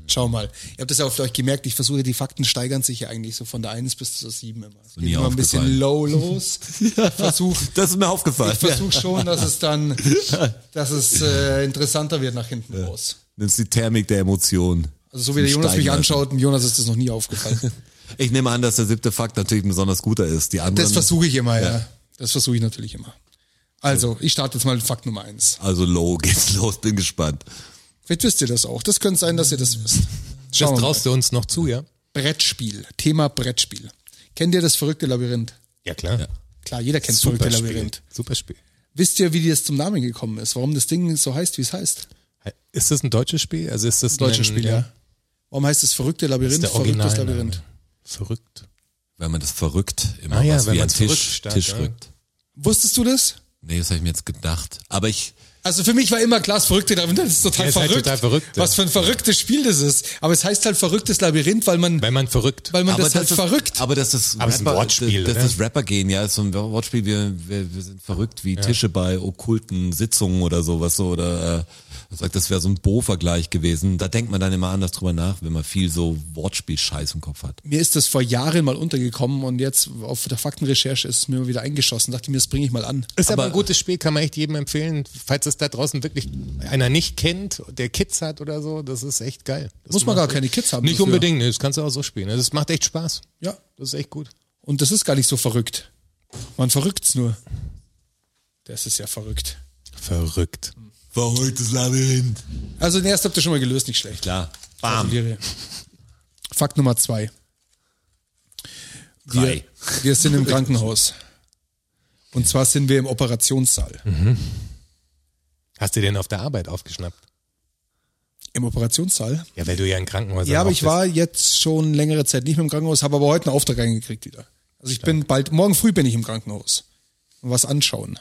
Schau mal. Ihr habt das ja auf euch gemerkt, ich versuche, die Fakten steigern sich ja eigentlich so von der eins bis zur sieben immer. Es geht nie immer ein bisschen aufgefallen. low los. Ich versuche Das ist mir aufgefallen. ich versuch schon, dass es dann, dass es äh, interessanter wird nach hinten raus. Nimmst die Thermik der Emotionen. Also so wie der Jonas Steigen mich lassen. anschaut, dem Jonas ist das noch nie aufgefallen. Ich nehme an, dass der siebte Fakt natürlich ein besonders guter ist. Die anderen, Das versuche ich immer, ja. Das versuche ich natürlich immer. Also, ich starte jetzt mal mit Fakt Nummer eins. also low geht's los, bin gespannt. Vielleicht wisst ihr das auch. Das könnte sein, dass ihr das wisst. Das Schauen wir mal. traust du uns noch zu, ja? Brettspiel. Thema Brettspiel. Kennt ihr das verrückte Labyrinth? Ja, klar. Ja. Klar, jeder kennt das verrückte Super Spiel. Labyrinth. Super Spiel. Wisst ihr, wie das zum Namen gekommen ist? Warum das Ding so heißt, wie es heißt? Ist das ein deutsches Spiel? Also ist das ein Deutsches Spiel, ja. Warum heißt es verrückte Labyrinth? Das ist der Original, Verrücktes Labyrinth. Verrückt. Wenn man das verrückt immer Ah ja, was wenn wie ein man's verrückt Tisch, statt, Tisch ja. rückt. Wusstest du das? Nee, das habe ich mir jetzt gedacht. Aber ich, Also für mich war immer klar, das verrückte Labyrinth, das ist total Ja, ist halt verrückt. total verrückt, ja. Was für ein verrücktes Spiel das ist. Aber es heißt halt verrücktes Labyrinth, weil man, Wenn man verrückt. weil man aber das halt ist, verrückt. Aber das ist Aber es ist ein Wortspiel, das, oder? das ist Rapper gehen, ja, ist so ein Wortspiel, wir, wir, wir sind verrückt wie Tische bei okkulten Sitzungen oder sowas so, oder, äh, sagt, das wäre so ein Bo-Vergleich gewesen. Da denkt man dann immer anders drüber nach, wenn man viel so Wortspiel-Scheiß im Kopf hat. Mir ist das vor Jahren mal untergekommen und jetzt auf der Faktenrecherche ist es mir mal wieder eingeschossen. Dachte mir, das bringe ich mal an. Ist aber, Aber- ein gutes Spiel, kann man echt jedem empfehlen, falls es da draußen wirklich einer nicht kennt, der Kids hat oder so, das ist echt geil. Das Muss man macht gar keine Kids haben. Nicht dafür. unbedingt, nee, das kannst du auch so spielen. Das macht echt Spaß. Ja. Das ist echt gut. Und das ist gar nicht so verrückt. Man verrückt's nur. Das ist ja verrückt. Verrückt. Verrücktes Labyrinth. Also den ersten habt ihr schon mal gelöst, nicht schlecht. Klar. Bam. Gratuliere. Fakt Nummer zwei. Wir, Drei. wir sind im Krankenhaus. Und zwar sind wir im Operationssaal. Hast du den auf der Arbeit aufgeschnappt? Im Operationssaal? Ja, weil du ja in Krankenhäusern Ja, aber auch ich bist. war jetzt schon längere Zeit nicht mehr im Krankenhaus, habe aber heute einen Auftrag reingekriegt wieder. Also ich bin bald, morgen früh bin ich im Krankenhaus. Und was anschauen.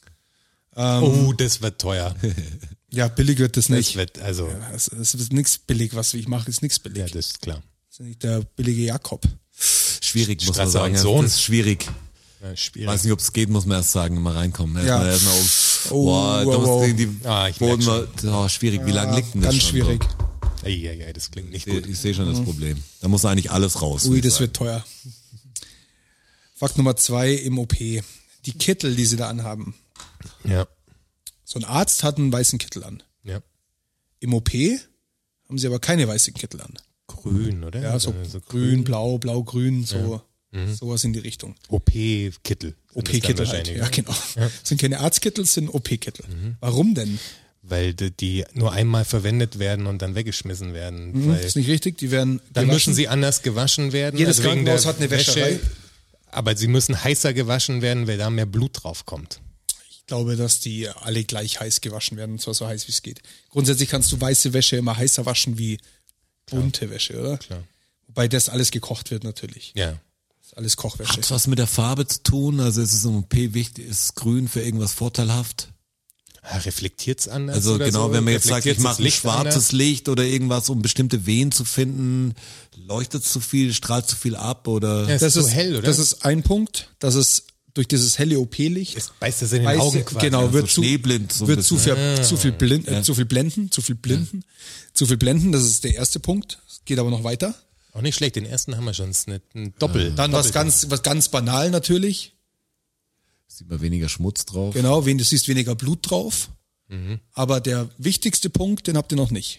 Oh, das wird teuer. Ja, billig wird das Das nicht. wird, also, Ja, es, es ist nichts billig, was ich mache, ist nichts billig. ja, das ist klar. Das ist nicht der billige Jakob. Schwierig, muss man Strasser sagen. und Ja, Sohn. Das ist schwierig. Ja, schwierig. Weiß nicht, ob es geht, muss man erst sagen, mal reinkommen. Ja. Erstmal, erstmal auf, Oh, boah, da wow, muss wow. die, die Ah, ich Boden merk mal, oh, schwierig. Wie lange liegt denn das Ganz schon? schwierig. Ey, ey, ey, das klingt nicht Ich, gut. ich sehe schon das Problem. Da muss eigentlich alles raus. Ui, würde ich das sagen. wird teuer. Fakt Nummer zwei im O P. Die Kittel, die sie da anhaben. Ja, So ein Arzt hat einen weißen Kittel an. ja. Im O P haben sie aber keine weißen Kittel an. Grün, oder? Ja, so, so grün, blau, blau, grün, so sowas in die Richtung. O P-Kittel. O P-Kittel halt. Ja, genau. Sind keine Arztkittel, sind O P-Kittel. Warum denn? Weil die, die nur einmal verwendet werden und dann weggeschmissen werden. Hm, Weil ist nicht richtig. Die werden dann gewaschen. müssen sie anders gewaschen werden. Jedes also wegen Krankenhaus der hat eine Wäscherei. Aber sie müssen heißer gewaschen werden, weil da mehr Blut drauf kommt. Ich glaube, dass die alle gleich heiß gewaschen werden, und zwar so heiß wie es geht. Grundsätzlich kannst du weiße Wäsche immer heißer waschen wie bunte Wäsche, oder? Klar. Wobei das alles gekocht wird natürlich. Ja. Das ist alles Kochwäsche. Hat's was mit der Farbe zu tun? Also ist es im O P wichtig, ist grün für irgendwas vorteilhaft? Ah, reflektiert's anders? Also oder genau, so? wenn man jetzt sagt, ich Reflektiert's das mache ein Licht schwarzes anders? Licht oder irgendwas, um bestimmte Venen zu finden, leuchtet zu viel, strahlt zu viel ab oder Ja, es Das ist so ist hell, oder? Das ist ein Punkt, dass es durch dieses helle O P-Licht Es beißt das in den weiße- Augen quasi. genau, so wird zu, schneeblind so ein wird zu bisschen. viel, zu viel blind, äh, zu viel blenden, zu viel blinden, zu viel blenden, das ist der erste Punkt. Es geht aber noch weiter. Auch nicht schlecht, den ersten haben wir schon. Es ist eine- ein Doppel. Dann was Doppel- ganz, was ganz banal natürlich. sieht man weniger Schmutz drauf. Genau, wen du siehst weniger Blut drauf. Mhm. Aber der wichtigste Punkt, den habt ihr noch nicht.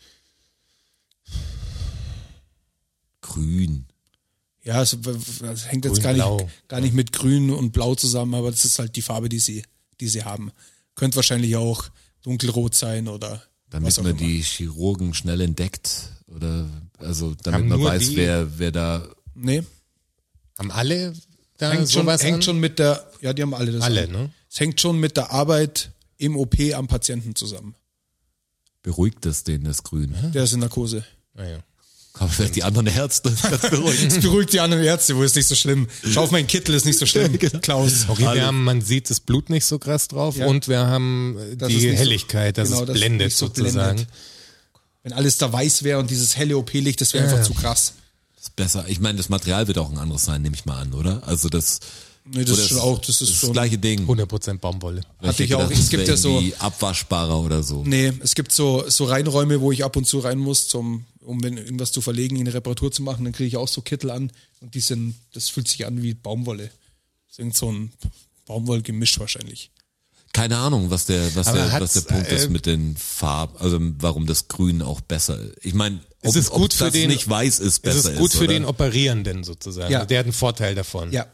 Grün. Ja, es, das hängt jetzt Grün, gar nicht, blau. gar nicht mit Grün und Blau zusammen, aber das ist halt die Farbe, die sie, die sie haben. Könnte wahrscheinlich auch dunkelrot sein oder Damit was auch man immer. die Chirurgen schnell entdeckt oder also damit Haben man nur weiß, die- wer wer da Nee, Haben alle da hängt, schon, sowas hängt an? schon mit der, ja, die haben alle das. Alle, an. ne? Es hängt schon mit der Arbeit im O P am Patienten zusammen. beruhigt es den das Grün. Der ist in Narkose. Ah, ja. Aber vielleicht die anderen Ärzte das beruhigt. Das beruhigt die anderen Ärzte, wo ist nicht so schlimm. Schau auf meinen Kittel, ist nicht so schlimm. Klaus. Okay, wir haben, man sieht das Blut nicht so krass drauf Ja. und wir haben äh, Das ist die nicht so- Helligkeit, dass genau, es das ist blendet nicht so sozusagen. blendet. Wenn alles da weiß wäre und dieses helle O P-Licht, das wäre einfach zu krass. Das ist besser. Ich meine, das Material wird auch ein anderes sein, nehme ich mal an, oder? Also das Nee, das oder ist schon auch, das ist das schon. gleiche Ding. hundert Prozent Baumwolle. Hatte ich auch. gedacht, Es das gibt wär ja so- irgendwie abwaschbarer oder so. Nee, es gibt so, so Reinräume, wo ich ab und zu rein muss zum um wenn irgendwas zu verlegen, in eine Reparatur zu machen, dann kriege ich auch so Kittel an und die sind, das fühlt sich an wie Baumwolle. Das ist irgend so ein Baumwollgemisch wahrscheinlich. Keine Ahnung, was der, was Aber der, hat's, was der Punkt äh, ist mit den Farben, also warum das Grün auch besser ist. Ich meine, ob Es ist gut ob für das den- nicht weiß ist, Es besser ist gut für oder? den Operierenden sozusagen. Ja. Der hat einen Vorteil davon. Ja.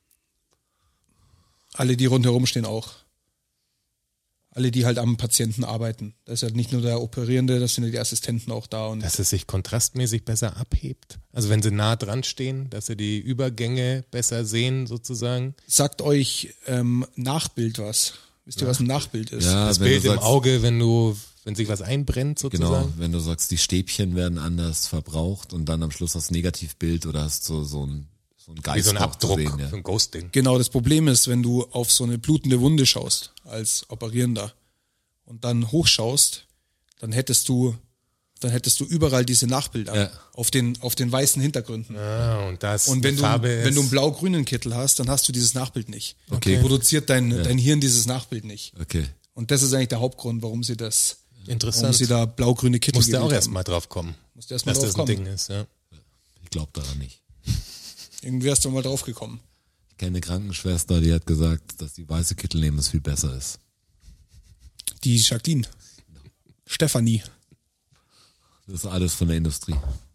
Alle, die rundherum stehen, auch. Alle, die halt am Patienten arbeiten. Da ist halt nicht nur der Operierende, das sind ja die Assistenten auch da. Und Dass es sich kontrastmäßig besser abhebt. Also wenn sie nah dran stehen, dass sie die Übergänge besser sehen sozusagen. sagt euch ähm, Nachbild was. Wisst ihr, was ein Nachbild ist? Ja, Das wenn Bild du im sagst, Auge, wenn du, wenn sich was einbrennt sozusagen. genau, wenn du sagst, die Stäbchen werden anders verbraucht und dann am Schluss hast du Negativbild oder hast so, so ein, so ein Wie Geist so ein noch Abdruck, zu sehen, ja. so ein Ghosting. Genau, das Problem ist, wenn du auf so eine blutende Wunde schaust, als Operierender, und dann hochschaust, dann hättest du, dann hättest du überall diese Nachbilder Ja. auf den, auf den weißen Hintergründen. Ah, und das Und wenn die du, Farbe ist, wenn du einen blau-grünen Kittel hast, dann hast du dieses Nachbild nicht. Okay. Produziert dein, dein Hirn dieses Nachbild nicht. Okay. Und das ist eigentlich der Hauptgrund, warum sie das, warum interessant. sie da blau-grüne Kittel Musst du auch gewählt erst haben. mal drauf kommen, Musst du erst mal dass drauf das ein kommen. Ding ist. Ja. Ich glaube daran nicht. Irgendwie wärst du mal drauf gekommen. Ich kenne eine Krankenschwester, die hat gesagt, dass die weiße Kittel nehmen es viel besser ist. Die Jacqueline. Stefanie. Das ist alles von der Industrie.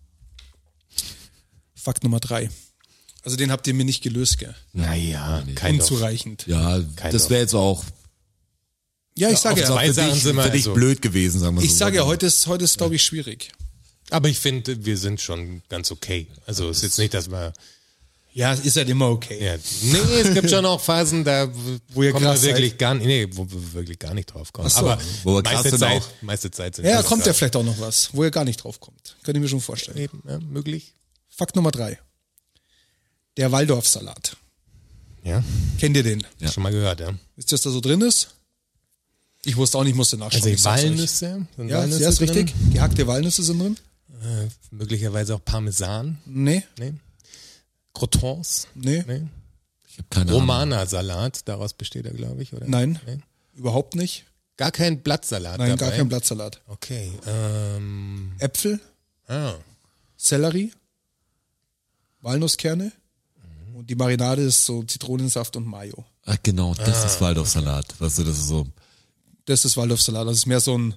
Fakt Nummer drei. Also den habt ihr mir nicht gelöst, gell? Naja, kein Unzureichend. Ja, Kein das Dorf. wäre jetzt auch, Ja, ich sage auf ja, zwei für Sachen dich, sind wir für dich also- blöd gewesen, sagen wir so. ich sage ja, heute ist, heute ist, glaube ich, schwierig. Aber ich finde, wir sind schon ganz okay. Also es ist jetzt nicht, dass wir Ja, es ist halt immer okay. ja, nee, es gibt schon auch Phasen, da wo ihr kommen wir krass wirklich seid. gar nicht, nee, wo wir wirklich gar nicht drauf kommen. Ach so. Aber Wo wir krass meiste sind Zeit, auch. meiste Zeit sind Ja, wir kommt ja krass. vielleicht auch noch was, wo ihr gar nicht drauf kommt. Könnt ihr mir schon vorstellen. Eben, ja, möglich. Fakt Nummer drei. Der Waldorfsalat. Ja, Kennt ihr den? Ja. schon mal gehört, ja. Wisst ihr, was da so drin ist? Ich wusste auch nicht, musste nachschauen. Also ich die sag's euch. Walnüsse, sind Ja, Walnüsse ja, ist drin? richtig. Gehackte Walnüsse sind drin? Äh, möglicherweise auch Parmesan, Nee, nee. Crotons, nee, nee. Ich habe keine Ahnung. Romana-Salat, daraus besteht er, glaube ich, oder? nein, Nee. überhaupt nicht. Gar kein Blattsalat Nein, dabei? gar kein Blattsalat. Okay, ähm, Äpfel, ah, Sellerie, Walnusskerne und die Marinade ist so Zitronensaft und Mayo. Ach, genau, das Ah. ist Waldorfsalat. Weißt du, das ist so Das ist Waldorfsalat. Das ist mehr so ein,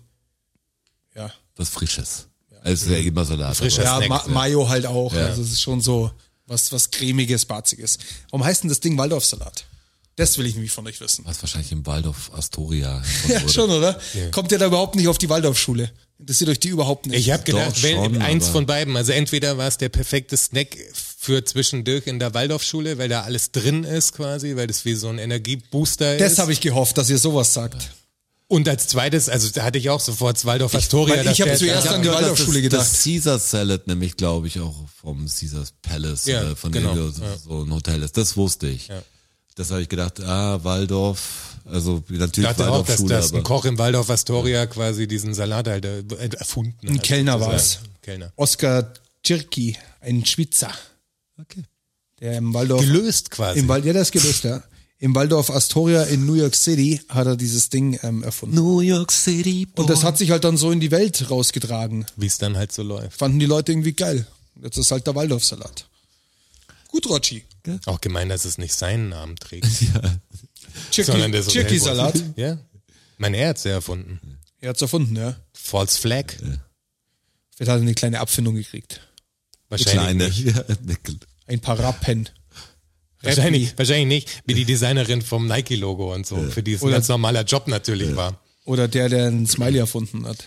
ja, was Frisches. Es ist ja immer Salat. Frischer aber- ja Snack, Ma Mayo halt auch. Ja. Also es ist schon so was, was cremiges, barziges. Warum heißt denn das Ding Waldorfsalat? Das will ich nämlich von euch wissen. Was wahrscheinlich im Waldorf Astoria. erfunden Ja, wurde. schon, oder? Kommt ihr da überhaupt nicht auf die Waldorfschule? Interessiert euch die überhaupt nicht? ich habe gedacht, Doch, wenn, schon, eins aber- von beiden. Also entweder war es der perfekte Snack für zwischendurch in der Waldorfschule, weil da alles drin ist quasi, weil das wie so ein Energiebooster Das ist. habe ich gehofft, dass ihr sowas sagt. Und als zweites, also da hatte ich auch sofort das Waldorf Astoria. weil dass ich hab der- zuerst ja, an die gehört, dass Waldorfschule das, gedacht. Das Caesar Salad nämlich, glaube ich, auch vom Caesars Palace Ja, oder von genau, dem ja. so ein Hotel ist. Das wusste ich. Ja. Das habe ich gedacht, ah, Waldorf, also Ich natürlich dachte auch, dass, Waldorfschule, dass ein aber Koch im Waldorf Astoria quasi diesen Salat halt äh, erfunden hat. Ein Kellner sozusagen. war's. Kellner. Oskar Tschirki, ein Schweizer, okay. der im Waldorf... Gelöst quasi. Im Wald, ja, der ist gelöst, ja. Im Waldorf Astoria in New York City hat er dieses Ding ähm, erfunden. New York City. Boy. Und das hat sich halt dann so in die Welt rausgetragen. Wie es dann halt so läuft. Fanden die Leute irgendwie geil. Jetzt ist halt der Waldorfsalat. Gut, Rotschi. Auch gemein, dass es nicht seinen Namen trägt. Tschirki- sondern das Tschirki-Salat. Ja. Mein er hat's ja erfunden. Er hat's erfunden, ja. False Flag. Vielleicht hat er eine kleine Abfindung gekriegt. Wahrscheinlich Kleine. nicht. Ja, Ein paar Rappen. Wahrscheinlich, wahrscheinlich nicht, wie die Designerin vom Nike-Logo und so, für die es ein Oder- ganz normaler Job natürlich war. Oder der, der einen Smiley erfunden hat.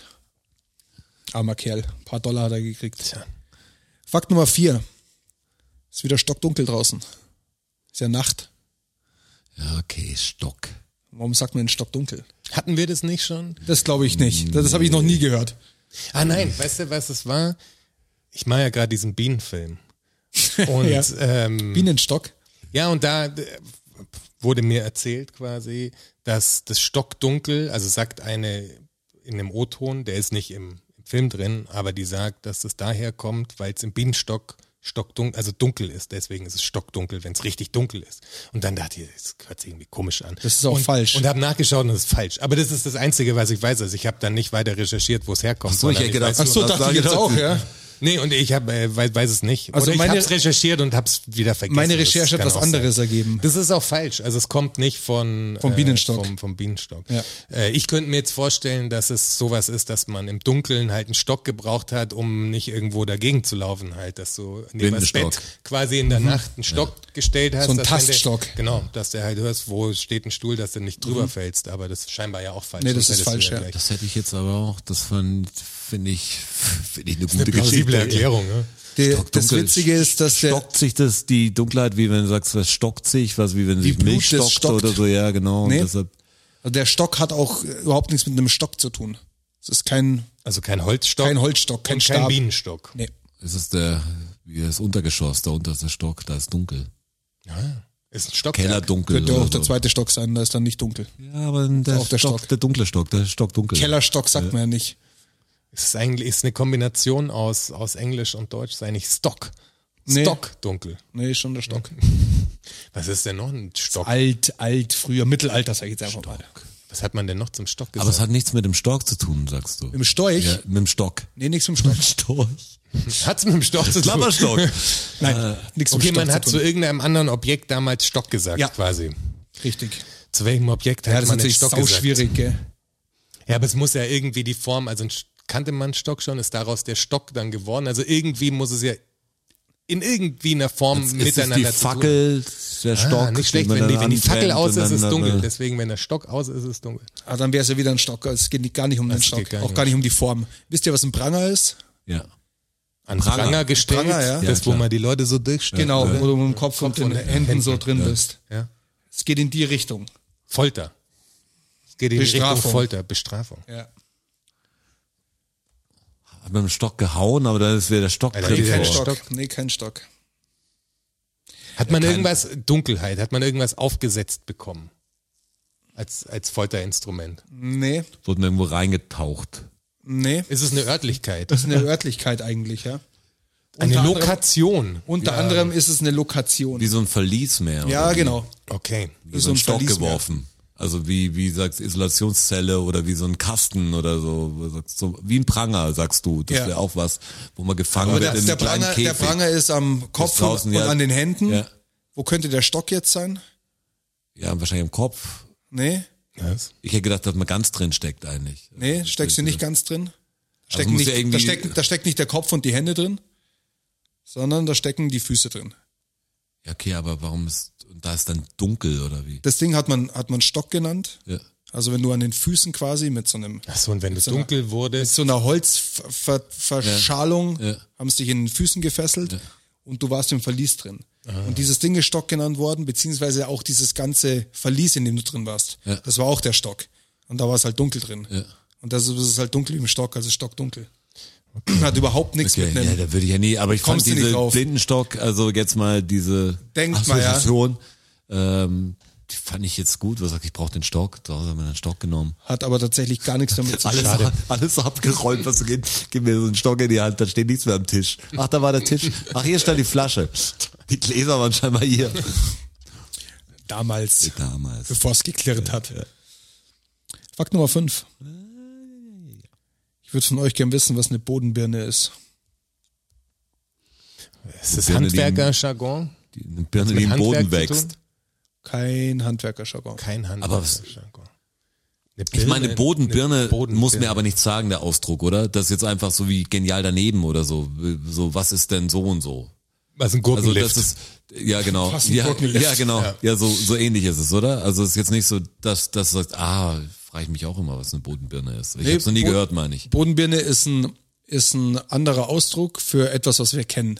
Armer Kerl. Ein paar Dollar hat er gekriegt. Tja. Fakt Nummer vier. Ist wieder stockdunkel draußen. Ist ja Nacht. ja, okay, Stock. Warum sagt man denn stockdunkel? Hatten wir das nicht schon? Das glaube ich nicht. Das, das habe ich noch nie gehört. Ah nein, weißt du, was es war? Ich mache ja gerade diesen Bienenfilm. Und Ja. ähm, Bienenstock. ja, und da äh, wurde mir erzählt quasi, dass das Stockdunkel, also sagt eine in dem O-Ton, der ist nicht im, im Film drin, aber die sagt, dass es daher kommt, weil es im Bienenstock stockdunkel, also dunkel ist, deswegen ist es stockdunkel, wenn es richtig dunkel ist. Und dann dachte ich, das hört sich irgendwie komisch an. Das ist auch und, falsch. Und habe nachgeschaut und das ist falsch. Aber das ist das Einzige, was ich weiß. Also ich habe dann nicht weiter recherchiert, wo es herkommt. Ach so, ich sondern hätte gedacht, weiß Ach nur- so, Das dachte war ich jetzt gedacht. auch, ja. Nee, und ich hab, äh, weiß, weiß es nicht. Also Oder ich meine- habe es recherchiert und habe es wieder vergessen. Meine Das Recherche hat kann was auch anderes sein. ergeben. Das ist auch falsch. Also es kommt nicht von Vom Bienenstock. Äh, vom, vom Bienenstock. Ja. Äh, ich könnte mir jetzt vorstellen, dass es sowas ist, dass man im Dunkeln halt einen Stock gebraucht hat, um nicht irgendwo dagegen zu laufen halt, dass du neben das Blindenstock. Bett quasi in der Nacht einen Stock gestellt hast. So ein dass wenn der- Taststock. Genau, dass der halt hörst, wo steht ein Stuhl, dass du nicht drüber fällst. Aber das ist scheinbar ja auch falsch. Nee, das Sonst ist hättest du falsch, ja. gleich- Das hätte ich jetzt aber auch, das finde ich, finde ich eine Eine gute plausible Geschichte. Erklärung, ne? Der, Stock das dunkel. Witzige ist, dass der, Stockt sich das, die Dunkelheit, wie wenn du sagst, was stockt sich, was wie wenn sich Blut, Milch das stockt stockt. oder so, ja, genau. Nee. Und deshalb, also der Stock hat auch überhaupt nichts mit einem Stock zu tun. Es ist kein, Also kein Holzstock. kein Holzstock, kein und Stab. kein Bienenstock. Nee. es ist der, wie das Untergeschoss, der unterste Stock, da ist dunkel. Ist ein Stock. Keller dunkel. Könnte auch oder der so. zweite Stock sein, da ist dann nicht dunkel. Ja, aber der, auch der Stock, Stock. der dunkle Stock, der Stock dunkel. Kellerstock sagt man ja nicht. Es ist eigentlich ist eine Kombination aus, aus Englisch und Deutsch. Ist eigentlich Stock. Nee. Stock dunkel. Nee, schon der Stock. Was ist denn noch ein Stock? Alt, alt, früher, Mittelalter, sag ich jetzt einfach mal. Was hat man denn noch zum Stock gesagt? Aber es hat nichts mit dem Stock zu tun, sagst du. Im Storch? Ja, mit dem Stock. Nee, nichts mit dem Stock. Storch. Hat's mit dem Stock zu tun? Klapperstock. Nein, nichts mit Okay, dem Stock man hat zu zu tun. irgendeinem anderen Objekt damals Stock gesagt, Ja. quasi. Richtig. Zu welchem Objekt Ja, hat das ist man den natürlich Stock sau gesagt? schwierig, gell? Ja, aber es muss ja irgendwie die Form, also ein, Sch- kannte man einen Stock schon, ist daraus der Stock dann geworden? Also irgendwie muss es ja in irgendwie einer Form Ist es die miteinander zu tun. Fackel, der Stock. Ah, nicht schlecht, den man wenn die, dann wenn die Fackel antrennt aus ist, und ist es dann- dunkel. Deswegen, wenn der Stock aus ist, ist es dunkel. Aber dann wäre es ja wieder ein Stock. Es geht nicht, gar nicht um den Das Stock. geht gar Auch nicht gar um nicht um die Form. Wisst ihr, was ein Pranger ist? Ja. An Pranger. Pranger, gestellt, Pranger, ja. das, Ja, wo klar. man die Leute so durchsteht. Genau, oder? wo du mit dem Kopf und den von den Händen so Händen, drin ja. bist. Ja. Es geht in die Richtung. Folter. Es geht in die Bestrafung. Richtung Folter, Bestrafung. Ja. Hat mit dem Stock gehauen, aber dann ist wieder der Stock Alter, drin. wie der Kein vor. Stock. Stock. Nee, kein Stock. Hat man irgendwas, Dunkelheit, hat man irgendwas aufgesetzt bekommen? Als, als Folterinstrument. Nee, Wurden irgendwo reingetaucht. nee. Ist es eine Örtlichkeit? Das ist eine Örtlichkeit eigentlich, ja. Eine Unter anderem- Lokation? Unter anderem ist es eine Lokation. Wie so ein Verlies mehr. Ja, oder wie? genau. Okay. Wie so ein Stock geworfen. Also wie, wie sagst Isolationszelle oder wie so ein Kasten oder so, wo sagst du, wie ein Pranger, sagst du. Das Ja. wäre auch was, wo man gefangen Aber wird der, in der, einem kleinen Pranger, der Käfig. Pranger ist am Kopf draußen, und, ja. und an den Händen. Ja. Wo könnte der Stock jetzt sein? Ja, wahrscheinlich im Kopf. Nee, Was? Ich hätte gedacht, dass man ganz drin steckt eigentlich. nee, steckst du nicht ganz drin. Da stecken muss nicht, ja irgendwie- da, stecken, da steckt nicht der Kopf und die Hände drin, sondern da stecken die Füße drin. Ja, okay, aber warum ist, und da ist dann dunkel oder wie? Das Ding hat man, hat man Stock genannt. Ja. Also wenn du an den Füßen quasi mit so einem Ach so, und wenn du so einer- dunkel mit wurdest, so einer Holzverschalung Ja. Ja. haben sie dich in den Füßen gefesselt und du warst im Verlies drin. Und dieses Ding ist Stock genannt worden, beziehungsweise auch dieses ganze Verlies, in dem du drin warst. Ja. Das war auch der Stock. Und da war es halt dunkel drin. Ja. Und das ist, das ist halt dunkel wie im Stock, also stockdunkel. Hat überhaupt nichts Okay, mit einem... ja, da würde ich ja nie, aber ich fand Kommst du nicht diese drauf. Blindenstock, also jetzt mal diese Denkt mal, ja. Assoziation, ähm, die fand ich jetzt gut. Was sagt, ich brauche den Stock. Da haben wir den Stock genommen. Hat aber tatsächlich gar nichts damit zu tun. Alles, alles abgeräumt, was du geht. Gib mir so einen Stock in die Hand, da steht nichts mehr am Tisch. Ach, da war der Tisch. Ach, hier stand die Flasche. Die Gläser waren scheinbar hier. Damals, Damals. bevor es geklirrt hat. Fakt Nummer fünf. Ich würde von euch gern wissen, was eine Bodenbirne ist. ist das Birne, die- Handwerker-Jargon? Die, eine Birne, mit die im Handwerk Boden zu wächst. tun? Kein Handwerkerjargon. Kein Aber was- Handwerker-Jargon. Eine Ich meine, Birne- Bodenbirne eine Bodenbirne. muss mir aber nicht sagen, der Ausdruck, oder? Das ist jetzt einfach so wie genial daneben oder so. So, was ist denn so und so? Was ein Also Gurkenlift. das ist, ja genau, Fast ein ja, Gurkenlift. ja genau, ja, so so ähnlich ist es, oder? Also es ist jetzt nicht so, dass das sagt, ah, frage ich mich auch immer, was eine Bodenbirne ist. Ich Nee, hab's noch nie Bo- gehört, meine ich. Bodenbirne ist ein, ist ein anderer Ausdruck für etwas, was wir kennen.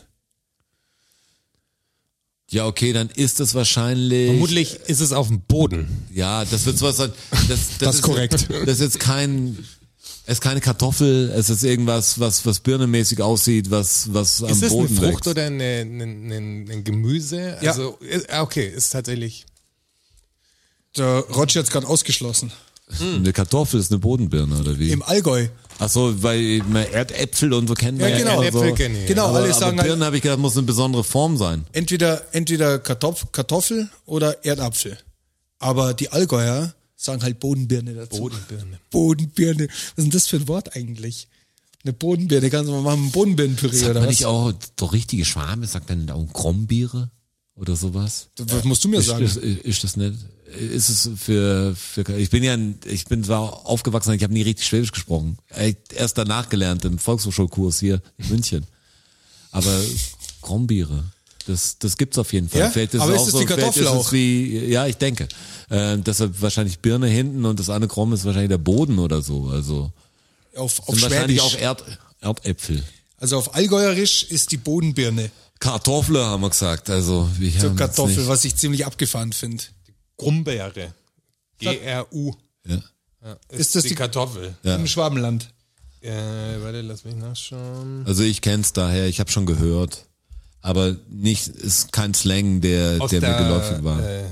Ja, okay, dann ist es wahrscheinlich. Vermutlich ist es auf dem Boden. Ja, das wird sowas sein. Das, das, Das ist korrekt. Das ist jetzt kein, es ist keine Kartoffel, es ist irgendwas, was was birnenmäßig aussieht, was was am Ist es eine Boden Frucht wächst. oder eine, eine, eine, ein Gemüse? Ja. Also, ist- ah, okay, ist tatsächlich. Der Roger hat es gerade ausgeschlossen. Eine Kartoffel ist eine Bodenbirne oder wie? Im Allgäu. Ach so, weil man Erdäpfel und so kennen wir Ja, ja. genau. eher so. Erdäpfel kenne ich. Genau, Aber, alle aber sagen Birnen halt, habe ich gedacht, muss eine besondere Form sein. entweder, entweder Kartoff, Kartoffel oder Erdapfel. Aber die Allgäuer sagen halt Bodenbirne dazu. Bodenbirne. Bodenbirne. Was ist denn das für ein Wort eigentlich? Eine Bodenbeere, kannst du mal machen, Bodenbeerenpüree Sagt oder man was? nicht auch doch richtige Schwame? Sagt man auch Grombeere oder sowas? Was musst du mir Ist, sagen? ist, ist das nicht? Ist es für, für, ich bin ja, ein- ich bin zwar aufgewachsen, ich habe nie richtig Schwäbisch gesprochen. Ich erst danach gelernt im Volkshochschulkurs hier in München. Aber Grombeere, das, das gibt's auf jeden Fall. Ja? Vielleicht ist Aber es ist auch es so, die vielleicht Kartoffel ist es auch? wie, ja, ich denke. Äh, deshalb wahrscheinlich Birne hinten und das andere Krom ist wahrscheinlich der Boden oder so. Also, Auf, auf sind wahrscheinlich Schwäbisch. auch Erd, Erdäpfel. Also auf Allgäuerisch ist die Bodenbirne. Kartoffel haben wir gesagt, also, wir So haben jetzt Kartoffel, nicht- was ich ziemlich abgefahren finde. Grumbeere. G R U. ja. Ja, Ist das die, die- Kartoffel? Ja. Im Schwabenland. Äh, warte, lass mich nachschauen. Also ich kenn's daher, ich habe schon gehört, aber nicht, ist kein Slang, der, Aus der mir der, geläufig war. Äh,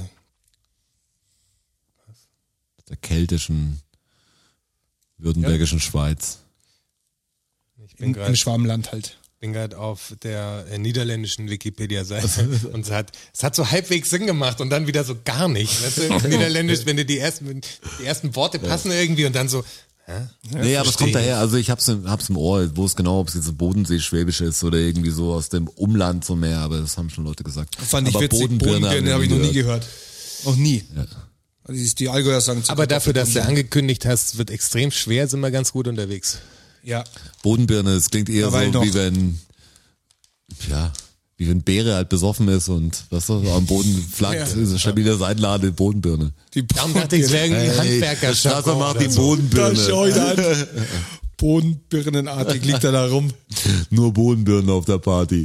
Der keltischen, württembergischen Schweiz. ich bin Im, gerade Im Schwabenland halt. bin gerade auf der äh, niederländischen Wikipedia-Seite und es hat, es hat so halbwegs Sinn gemacht und dann wieder so gar nicht. Weißt du, Niederländisch, wenn du die ersten, die ersten Worte passen irgendwie und dann so, hä? Nee, aber es verstehe kommt daher, also ich hab's im, hab's im Ohr, wo es genau, ob es jetzt ein Bodensee-Schwäbisch ist oder irgendwie so aus dem Umland so mehr, aber das haben schon Leute gesagt. Fand ich aber witzig. Bodenbirne, Bodenbirne habe ich noch nie gehört. gehört. Noch nie. Ja. Also die- die Allgäuer sagen zu Aber dafür, dass du Kartoffelbirne. angekündigt hast, wird extrem schwer, sind wir ganz gut unterwegs. Ja. Bodenbirne, es klingt eher Dabei so, noch. wie wenn, ja, wie wenn Beere halt besoffen ist und, was weißt du, am Boden flackt, Ja. ist eine stabile Seitenlade, Bodenbirne. Die Darum dachte ich, es wäre irgendwie Handwerker. Strasser macht die Da Bodenbirne. schau ich an. Bodenbirnenartig liegt er da rum. Nur Bodenbirne auf der Party.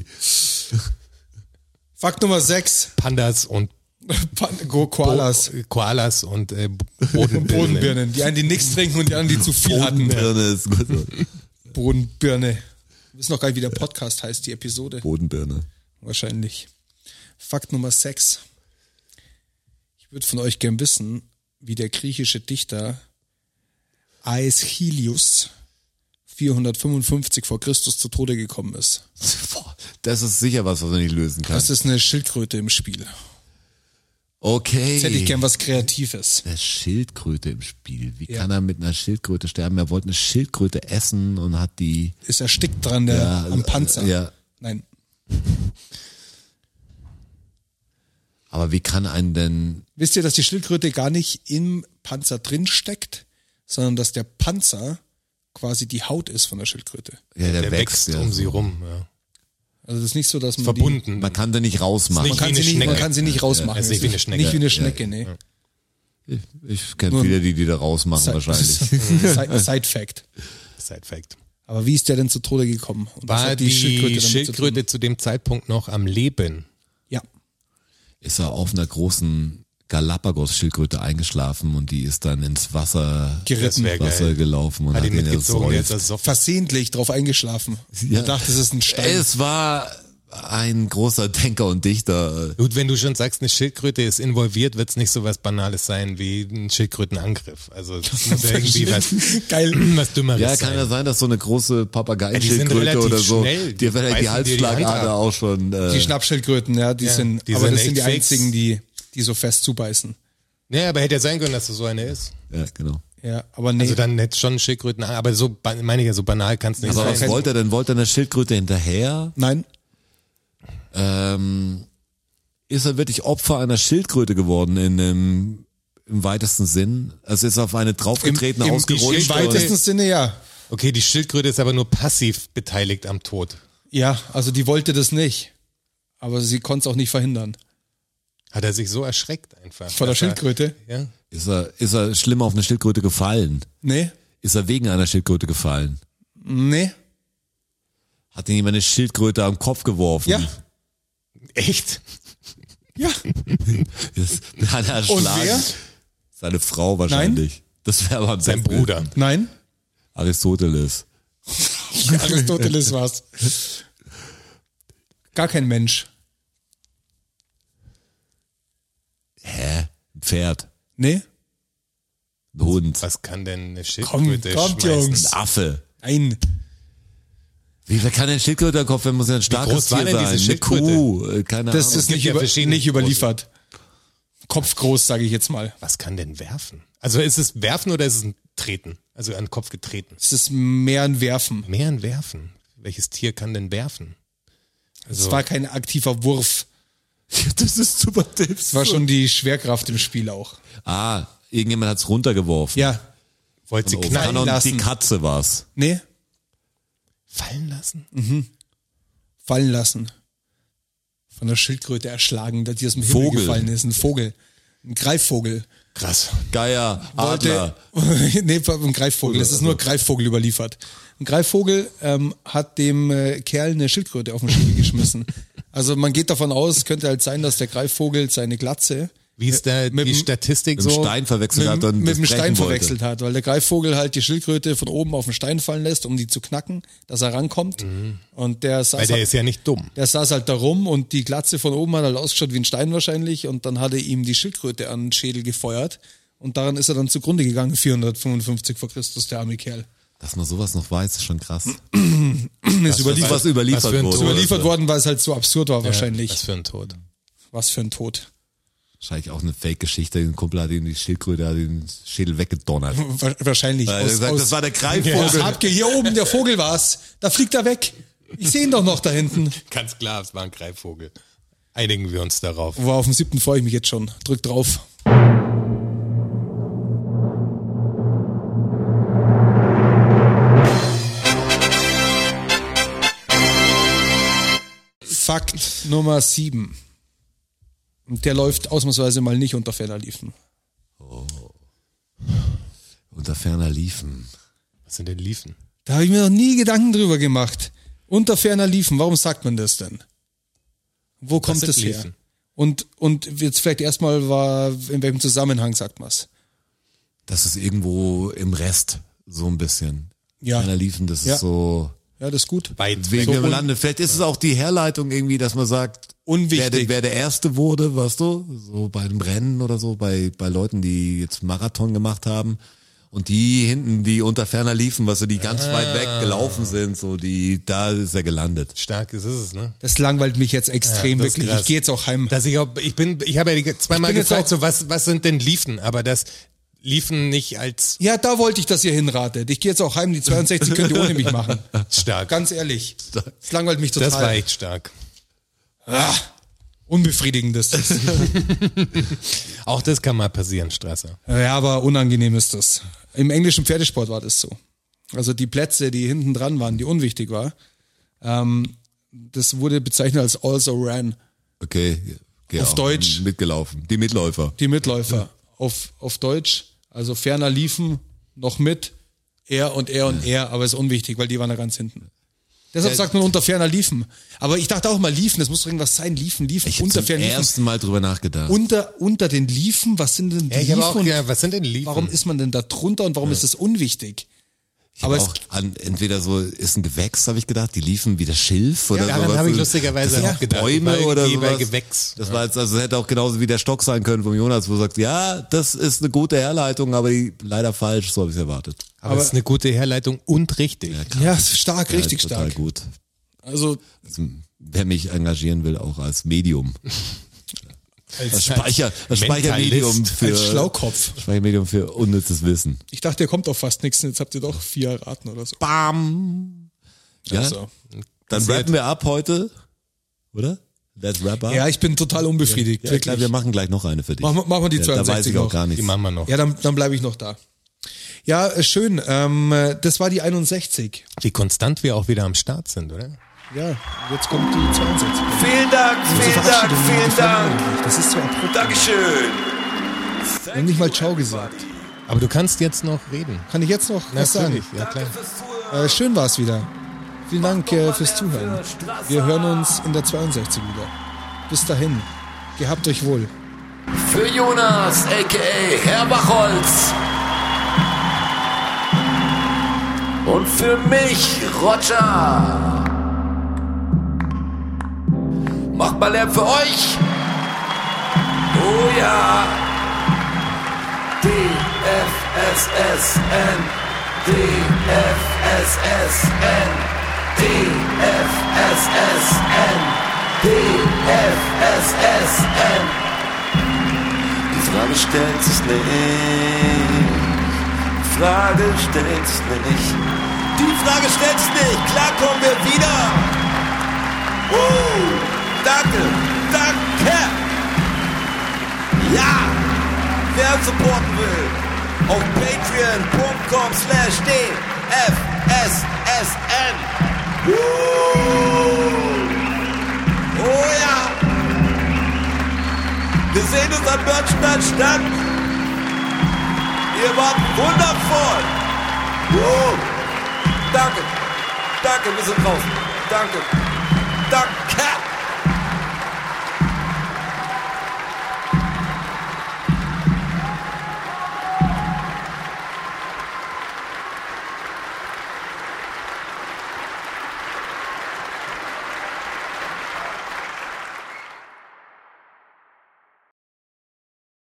Fakt Nummer sechs. Pandas und Pan- Go- Koalas. Bo- Koalas und äh, Bodenbirnen. Bodenbirnen. Die einen, die nichts trinken und die anderen, die zu viel hatten. Bodenbirne ist gut. Bodenbirne. Wir wissen noch gar nicht, wie der Podcast heißt, die Episode. Bodenbirne. Wahrscheinlich. Fakt Nummer sechs. Ich würde von euch gern wissen, wie der griechische Dichter Aeschylus vierhundertfünfundfünfzig vor Christus zu Tode gekommen ist. Boah, das ist sicher was, was man nicht lösen kann. Das ist eine Schildkröte im Spiel. Okay. Jetzt hätte ich gern was Kreatives. Eine Schildkröte im Spiel. Wie Ja. kann er mit einer Schildkröte sterben? Er wollte eine Schildkröte essen und hat die. Ist erstickt dran, der Ja, am Panzer. ja. Nein. Aber wie kann ein denn. Wisst ihr, dass die Schildkröte gar nicht im Panzer drin steckt, sondern dass der Panzer quasi die Haut ist von der Schildkröte. Ja, der, Der wächst ja, um so. sie rum. Ja. Also das ist nicht so, dass man Verbunden. Man kann den nicht rausmachen. Die, man, kann Wie sie eine nicht, man Schnecke. kann sie nicht rausmachen. ist nicht wie eine Schnecke. Nicht wie eine Ja, Schnecke, nee. Ich, ich kenne Nur- viele, die die da rausmachen Side- wahrscheinlich. Side, Side Fact. Side Fact. Aber wie ist der denn zu Tode gekommen? Und was War hat die Schildkröte Schildkröte, damit zu, dem Zeitpunkt noch am Leben? zu tun? Ja. Ist er auf einer großen Galapagos-Schildkröte eingeschlafen und die ist dann ins Wasser, Geritten. wär Wasser geil. gelaufen und Hat hat, ihn ihn mitgezogen, der ist ersäuft. ersoffen. Versehentlich drauf eingeschlafen. Ja. Ich dachte, es ist ein Stein. Es war ein großer Denker und Dichter. Gut, wenn du schon sagst, eine Schildkröte ist involviert, wird es nicht so was Banales sein wie ein Schildkrötenangriff. Also das muss ja irgendwie was, Geil. was Dümmeres Ja, sein. kann ja sein, dass so eine große Ja, die sind Papageienschildkröte relativ oder so, schnell. dir vielleicht Beißen die dir die Hand Halsschlagader ab. auch schon. Äh, Die Schnappschildkröten, ja, die Ja, sind, die aber sind das sind die echt fix. einzigen, die, die so fest zubeißen. Ja, aber hätte ja sein können, dass das so eine ist. ja, genau. Ja, aber nee. Also dann hätte schon Schildkröten, aber so ba- meine ich ja, so banal kann es nicht Aber sein. was kein- wollte er denn? Wollte er eine Schildkröte hinterher? Nein, Ähm, ist er wirklich Opfer einer Schildkröte geworden in dem, im weitesten Sinn? Also ist er auf eine draufgetreten, Im- im- ausgerutscht? im weitesten und- Sinne ja. Okay, die Schildkröte ist aber nur passiv beteiligt am Tod. Ja, also die wollte das nicht. Aber sie konnte es auch nicht verhindern. Hat er sich so erschreckt einfach. Von der dass er- Schildkröte? Ja. Ist er, ist er schlimm auf eine Schildkröte gefallen? Nee, Ist er wegen einer Schildkröte gefallen? nee, Hat ihn jemand eine Schildkröte am Kopf geworfen? ja, Echt? ja. Ist, hat er Und erschlagen? wer? Seine Frau wahrscheinlich. Das wäre aber am Sein besten. Bruder. Nein, Aristoteles. Aristoteles war's. Gar kein Mensch. Hä? Ein Pferd. Nee, Ein Hund. Was kann denn eine Komm, Schildkröte kommt, schmeißen? Jungs. Ein Affe. nein. Wie wer kann denn Schildkröte am Kopf? Wenn muss ja ein starkes groß war Tier denn sein. diese Eine Schildkröte? Kuh. äh, Keine Das Ahnung. ist gibt nicht, ja über, verschiedene nicht überliefert. Kopf groß, sage ich jetzt mal. Was kann denn werfen? Also ist es werfen oder ist es ein Treten? Also an den Kopf getreten. Es ist mehr ein Werfen. Mehr ein Werfen. Welches Tier kann denn werfen? Es Also, war kein aktiver Wurf. Das ist super Tipps. Es war schon die Schwerkraft im Spiel auch. Ah, irgendjemand hat's runtergeworfen. Ja. wollte sie Oh, knallen Kanon, lassen. die Katze war's. Nee, fallen lassen? fallen lassen. Von der Schildkröte erschlagen, dass die aus dem Himmel Vogel. gefallen ist. Ein Vogel. Ein Greifvogel. Krass. Geier, Wollte, Adler. nee, ein Greifvogel. Das ist nur Greifvogel überliefert. Ein Greifvogel ähm, hat dem äh, Kerl eine Schildkröte auf den Schädel geschmissen. Also man geht davon aus, es könnte halt sein, dass der Greifvogel seine Glatze Wie ist da Mit die dem- Statistik Mit dem so? Stein verwechselt mit, hat und mit das dem Stein brechen wollte. verwechselt hat, weil der Greifvogel halt die Schildkröte von oben auf den Stein fallen lässt, um die zu knacken, dass er rankommt. Und der saß, Weil der halt, ist ja nicht dumm. der saß halt da rum und die Glatze von oben hat halt ausgeschaut wie ein Stein wahrscheinlich und dann hat er ihm die Schildkröte an den Schädel gefeuert und daran ist er dann zugrunde gegangen, vierhundertfünfundfünfzig vor Christus, der arme Kerl. Dass man sowas noch weiß, ist schon krass. Ist überliefert, Was überliefert was für ein wurde. Tod. überliefert worden, weil es halt so absurd war wahrscheinlich. Was für ein Tod. Was für ein Tod. Wahrscheinlich auch eine Fake-Geschichte. Ein Kumpel hat ihm die Schildkröte, hat den Schädel weggedonnert. Wa- Wahrscheinlich. Weil er gesagt, das war der Greifvogel. Habt ihr hier oben, der Vogel war's. Da fliegt er weg. Ich sehe ihn doch noch da hinten. Ganz klar, es war ein Greifvogel. Einigen wir uns darauf. Wow, auf den siebten freue ich mich jetzt schon. Drück drauf. Fakt Nummer sieben. Und der läuft ausnahmsweise mal nicht unter ferner Liefen. Unter ferner Liefen. Was sind denn Liefen? Da habe ich mir noch nie Gedanken drüber gemacht. Unter ferner Liefen, warum sagt man das denn? Wo kommt sind das her? Liefen? Und, und jetzt vielleicht erstmal war, in welchem Zusammenhang sagt man's? Das ist irgendwo im Rest, so ein bisschen. Ja. Ferner Liefen, das ist Ja. so Ja, das ist gut. Weit wegen weg. dem Lande. Vielleicht ist es auch die Herleitung irgendwie, dass man sagt, Unwichtig. wer, der- wer der Erste wurde, weißt du, so bei einem Rennen oder so, bei, bei Leuten, die jetzt Marathon gemacht haben. Und die hinten, die unter ferner liefen, was so die ganz weit weg gelaufen sind, so die, da ist er gelandet. Stark ist es, ne? Das langweilt mich jetzt extrem, Ja, das ist wirklich. krass. Ich gehe jetzt auch heim. Dass ich auch, ich bin, ich habe ja die, zweimal Ich bin jetzt gefragt, auch- so was, was sind denn Liefen? Aber das Liefen nicht als Ja, da wollte ich, dass ihr hinratet. Ich gehe jetzt auch heim, die zweiundsechzig könnt ihr ohne mich machen. stark. Ganz ehrlich. Das langweilt mich total. Das war echt stark. Ah, unbefriedigend ist das. Auch das kann mal passieren, Strasser. Ja, aber unangenehm ist das. Im englischen Pferdesport war das so. Also die Plätze, die hinten dran waren, die unwichtig war, ähm, das wurde bezeichnet als also ran. Okay. geh Auf auch Deutsch. Mitgelaufen. Die Mitläufer. Die Mitläufer. Auf, auf Deutsch, also ferner liefen, noch mit, er und er und er, aber ist unwichtig, weil die waren da ganz hinten. Deshalb Ja. sagt man unter ferner liefen. Aber ich dachte auch mal liefen, das muss doch irgendwas sein, liefen, liefen, Ich habe unter zum ferner liefen. ersten Mal drüber nachgedacht. Unter, unter den Liefen, was sind denn die Ja, ich habe Liefen? auch, und ja, was sind denn Liefen? warum ist man denn da drunter und warum ist das unwichtig? Ich aber aber auch an, entweder so ist ein Gewächs, habe ich gedacht, die liefen wie das Schilf oder daran sowas. habe ich lustigerweise Das auch sind gedacht. Bäume Bei- oder wie so. bei Gewächs. Das war jetzt, also hätte auch genauso wie der Stock sein können vom Jonas, wo du sagst, ja, das ist eine gute Herleitung, aber die leider falsch, so habe ich es erwartet. Aber es ist eine gute Herleitung und richtig. Ja, ist stark, richtig ja, total stark. gut. Also Also, wer mich engagieren will, auch als Medium. Als, Als, Speicher, als Speichermedium Mentalist, für, als Schlaukopf. Speichermedium für unnützes Wissen. Ich dachte, ihr kommt auf fast nichts, jetzt habt ihr doch vier erraten oder so. Bam! Ja, Also. dann rappen wir ab heute, oder? Let's wrap up. Ja, ich bin total unbefriedigt. Ja, ich glaube, wir machen gleich noch eine für dich. Machen wir- machen wir die ja, Da weiß zweiundsechzig ich auch noch. gar Die nichts. machen wir noch. Ja, dann, dann bleibe ich noch da. Ja, äh, schön. Ähm, äh, das war die einundsechzig. Wie konstant wir auch wieder am Start sind, oder? Ja, jetzt kommt die zweiundsechzig. Vielen Dank, Diese vielen Dank, Verabschiedung, die vielen gefällt mir Dank. eigentlich. Das ist so abrupt. Dankeschön. Wir haben nicht mal Ciao gesagt. Aber du kannst jetzt noch reden. Kann ich jetzt noch was sagen? Natürlich, ja klar. Äh, schön war es wieder. Vielen Dank äh, fürs Zuhören. Wir hören uns in der zweiundsechzig wieder. Bis dahin. Gehabt euch wohl. Für Jonas, aka Herr Bachholz. Und für mich, Roger. Macht mal Lärm für euch. Oh ja. D F S S N. D F S S N. D F S S N. D F S S N. Die Frage stellt sich nicht, Frage stellst nicht. Die Frage stellst nicht. Klar kommen wir wieder. Uh, danke, danke. Ja, wer uns supporten will, auf patreon.com slash dfssn. Uh, oh ja. Wir sehen uns am Börnstein statt. Ihr wart wundervoll. Uh, danke, danke, wir sind draußen. Danke, danke.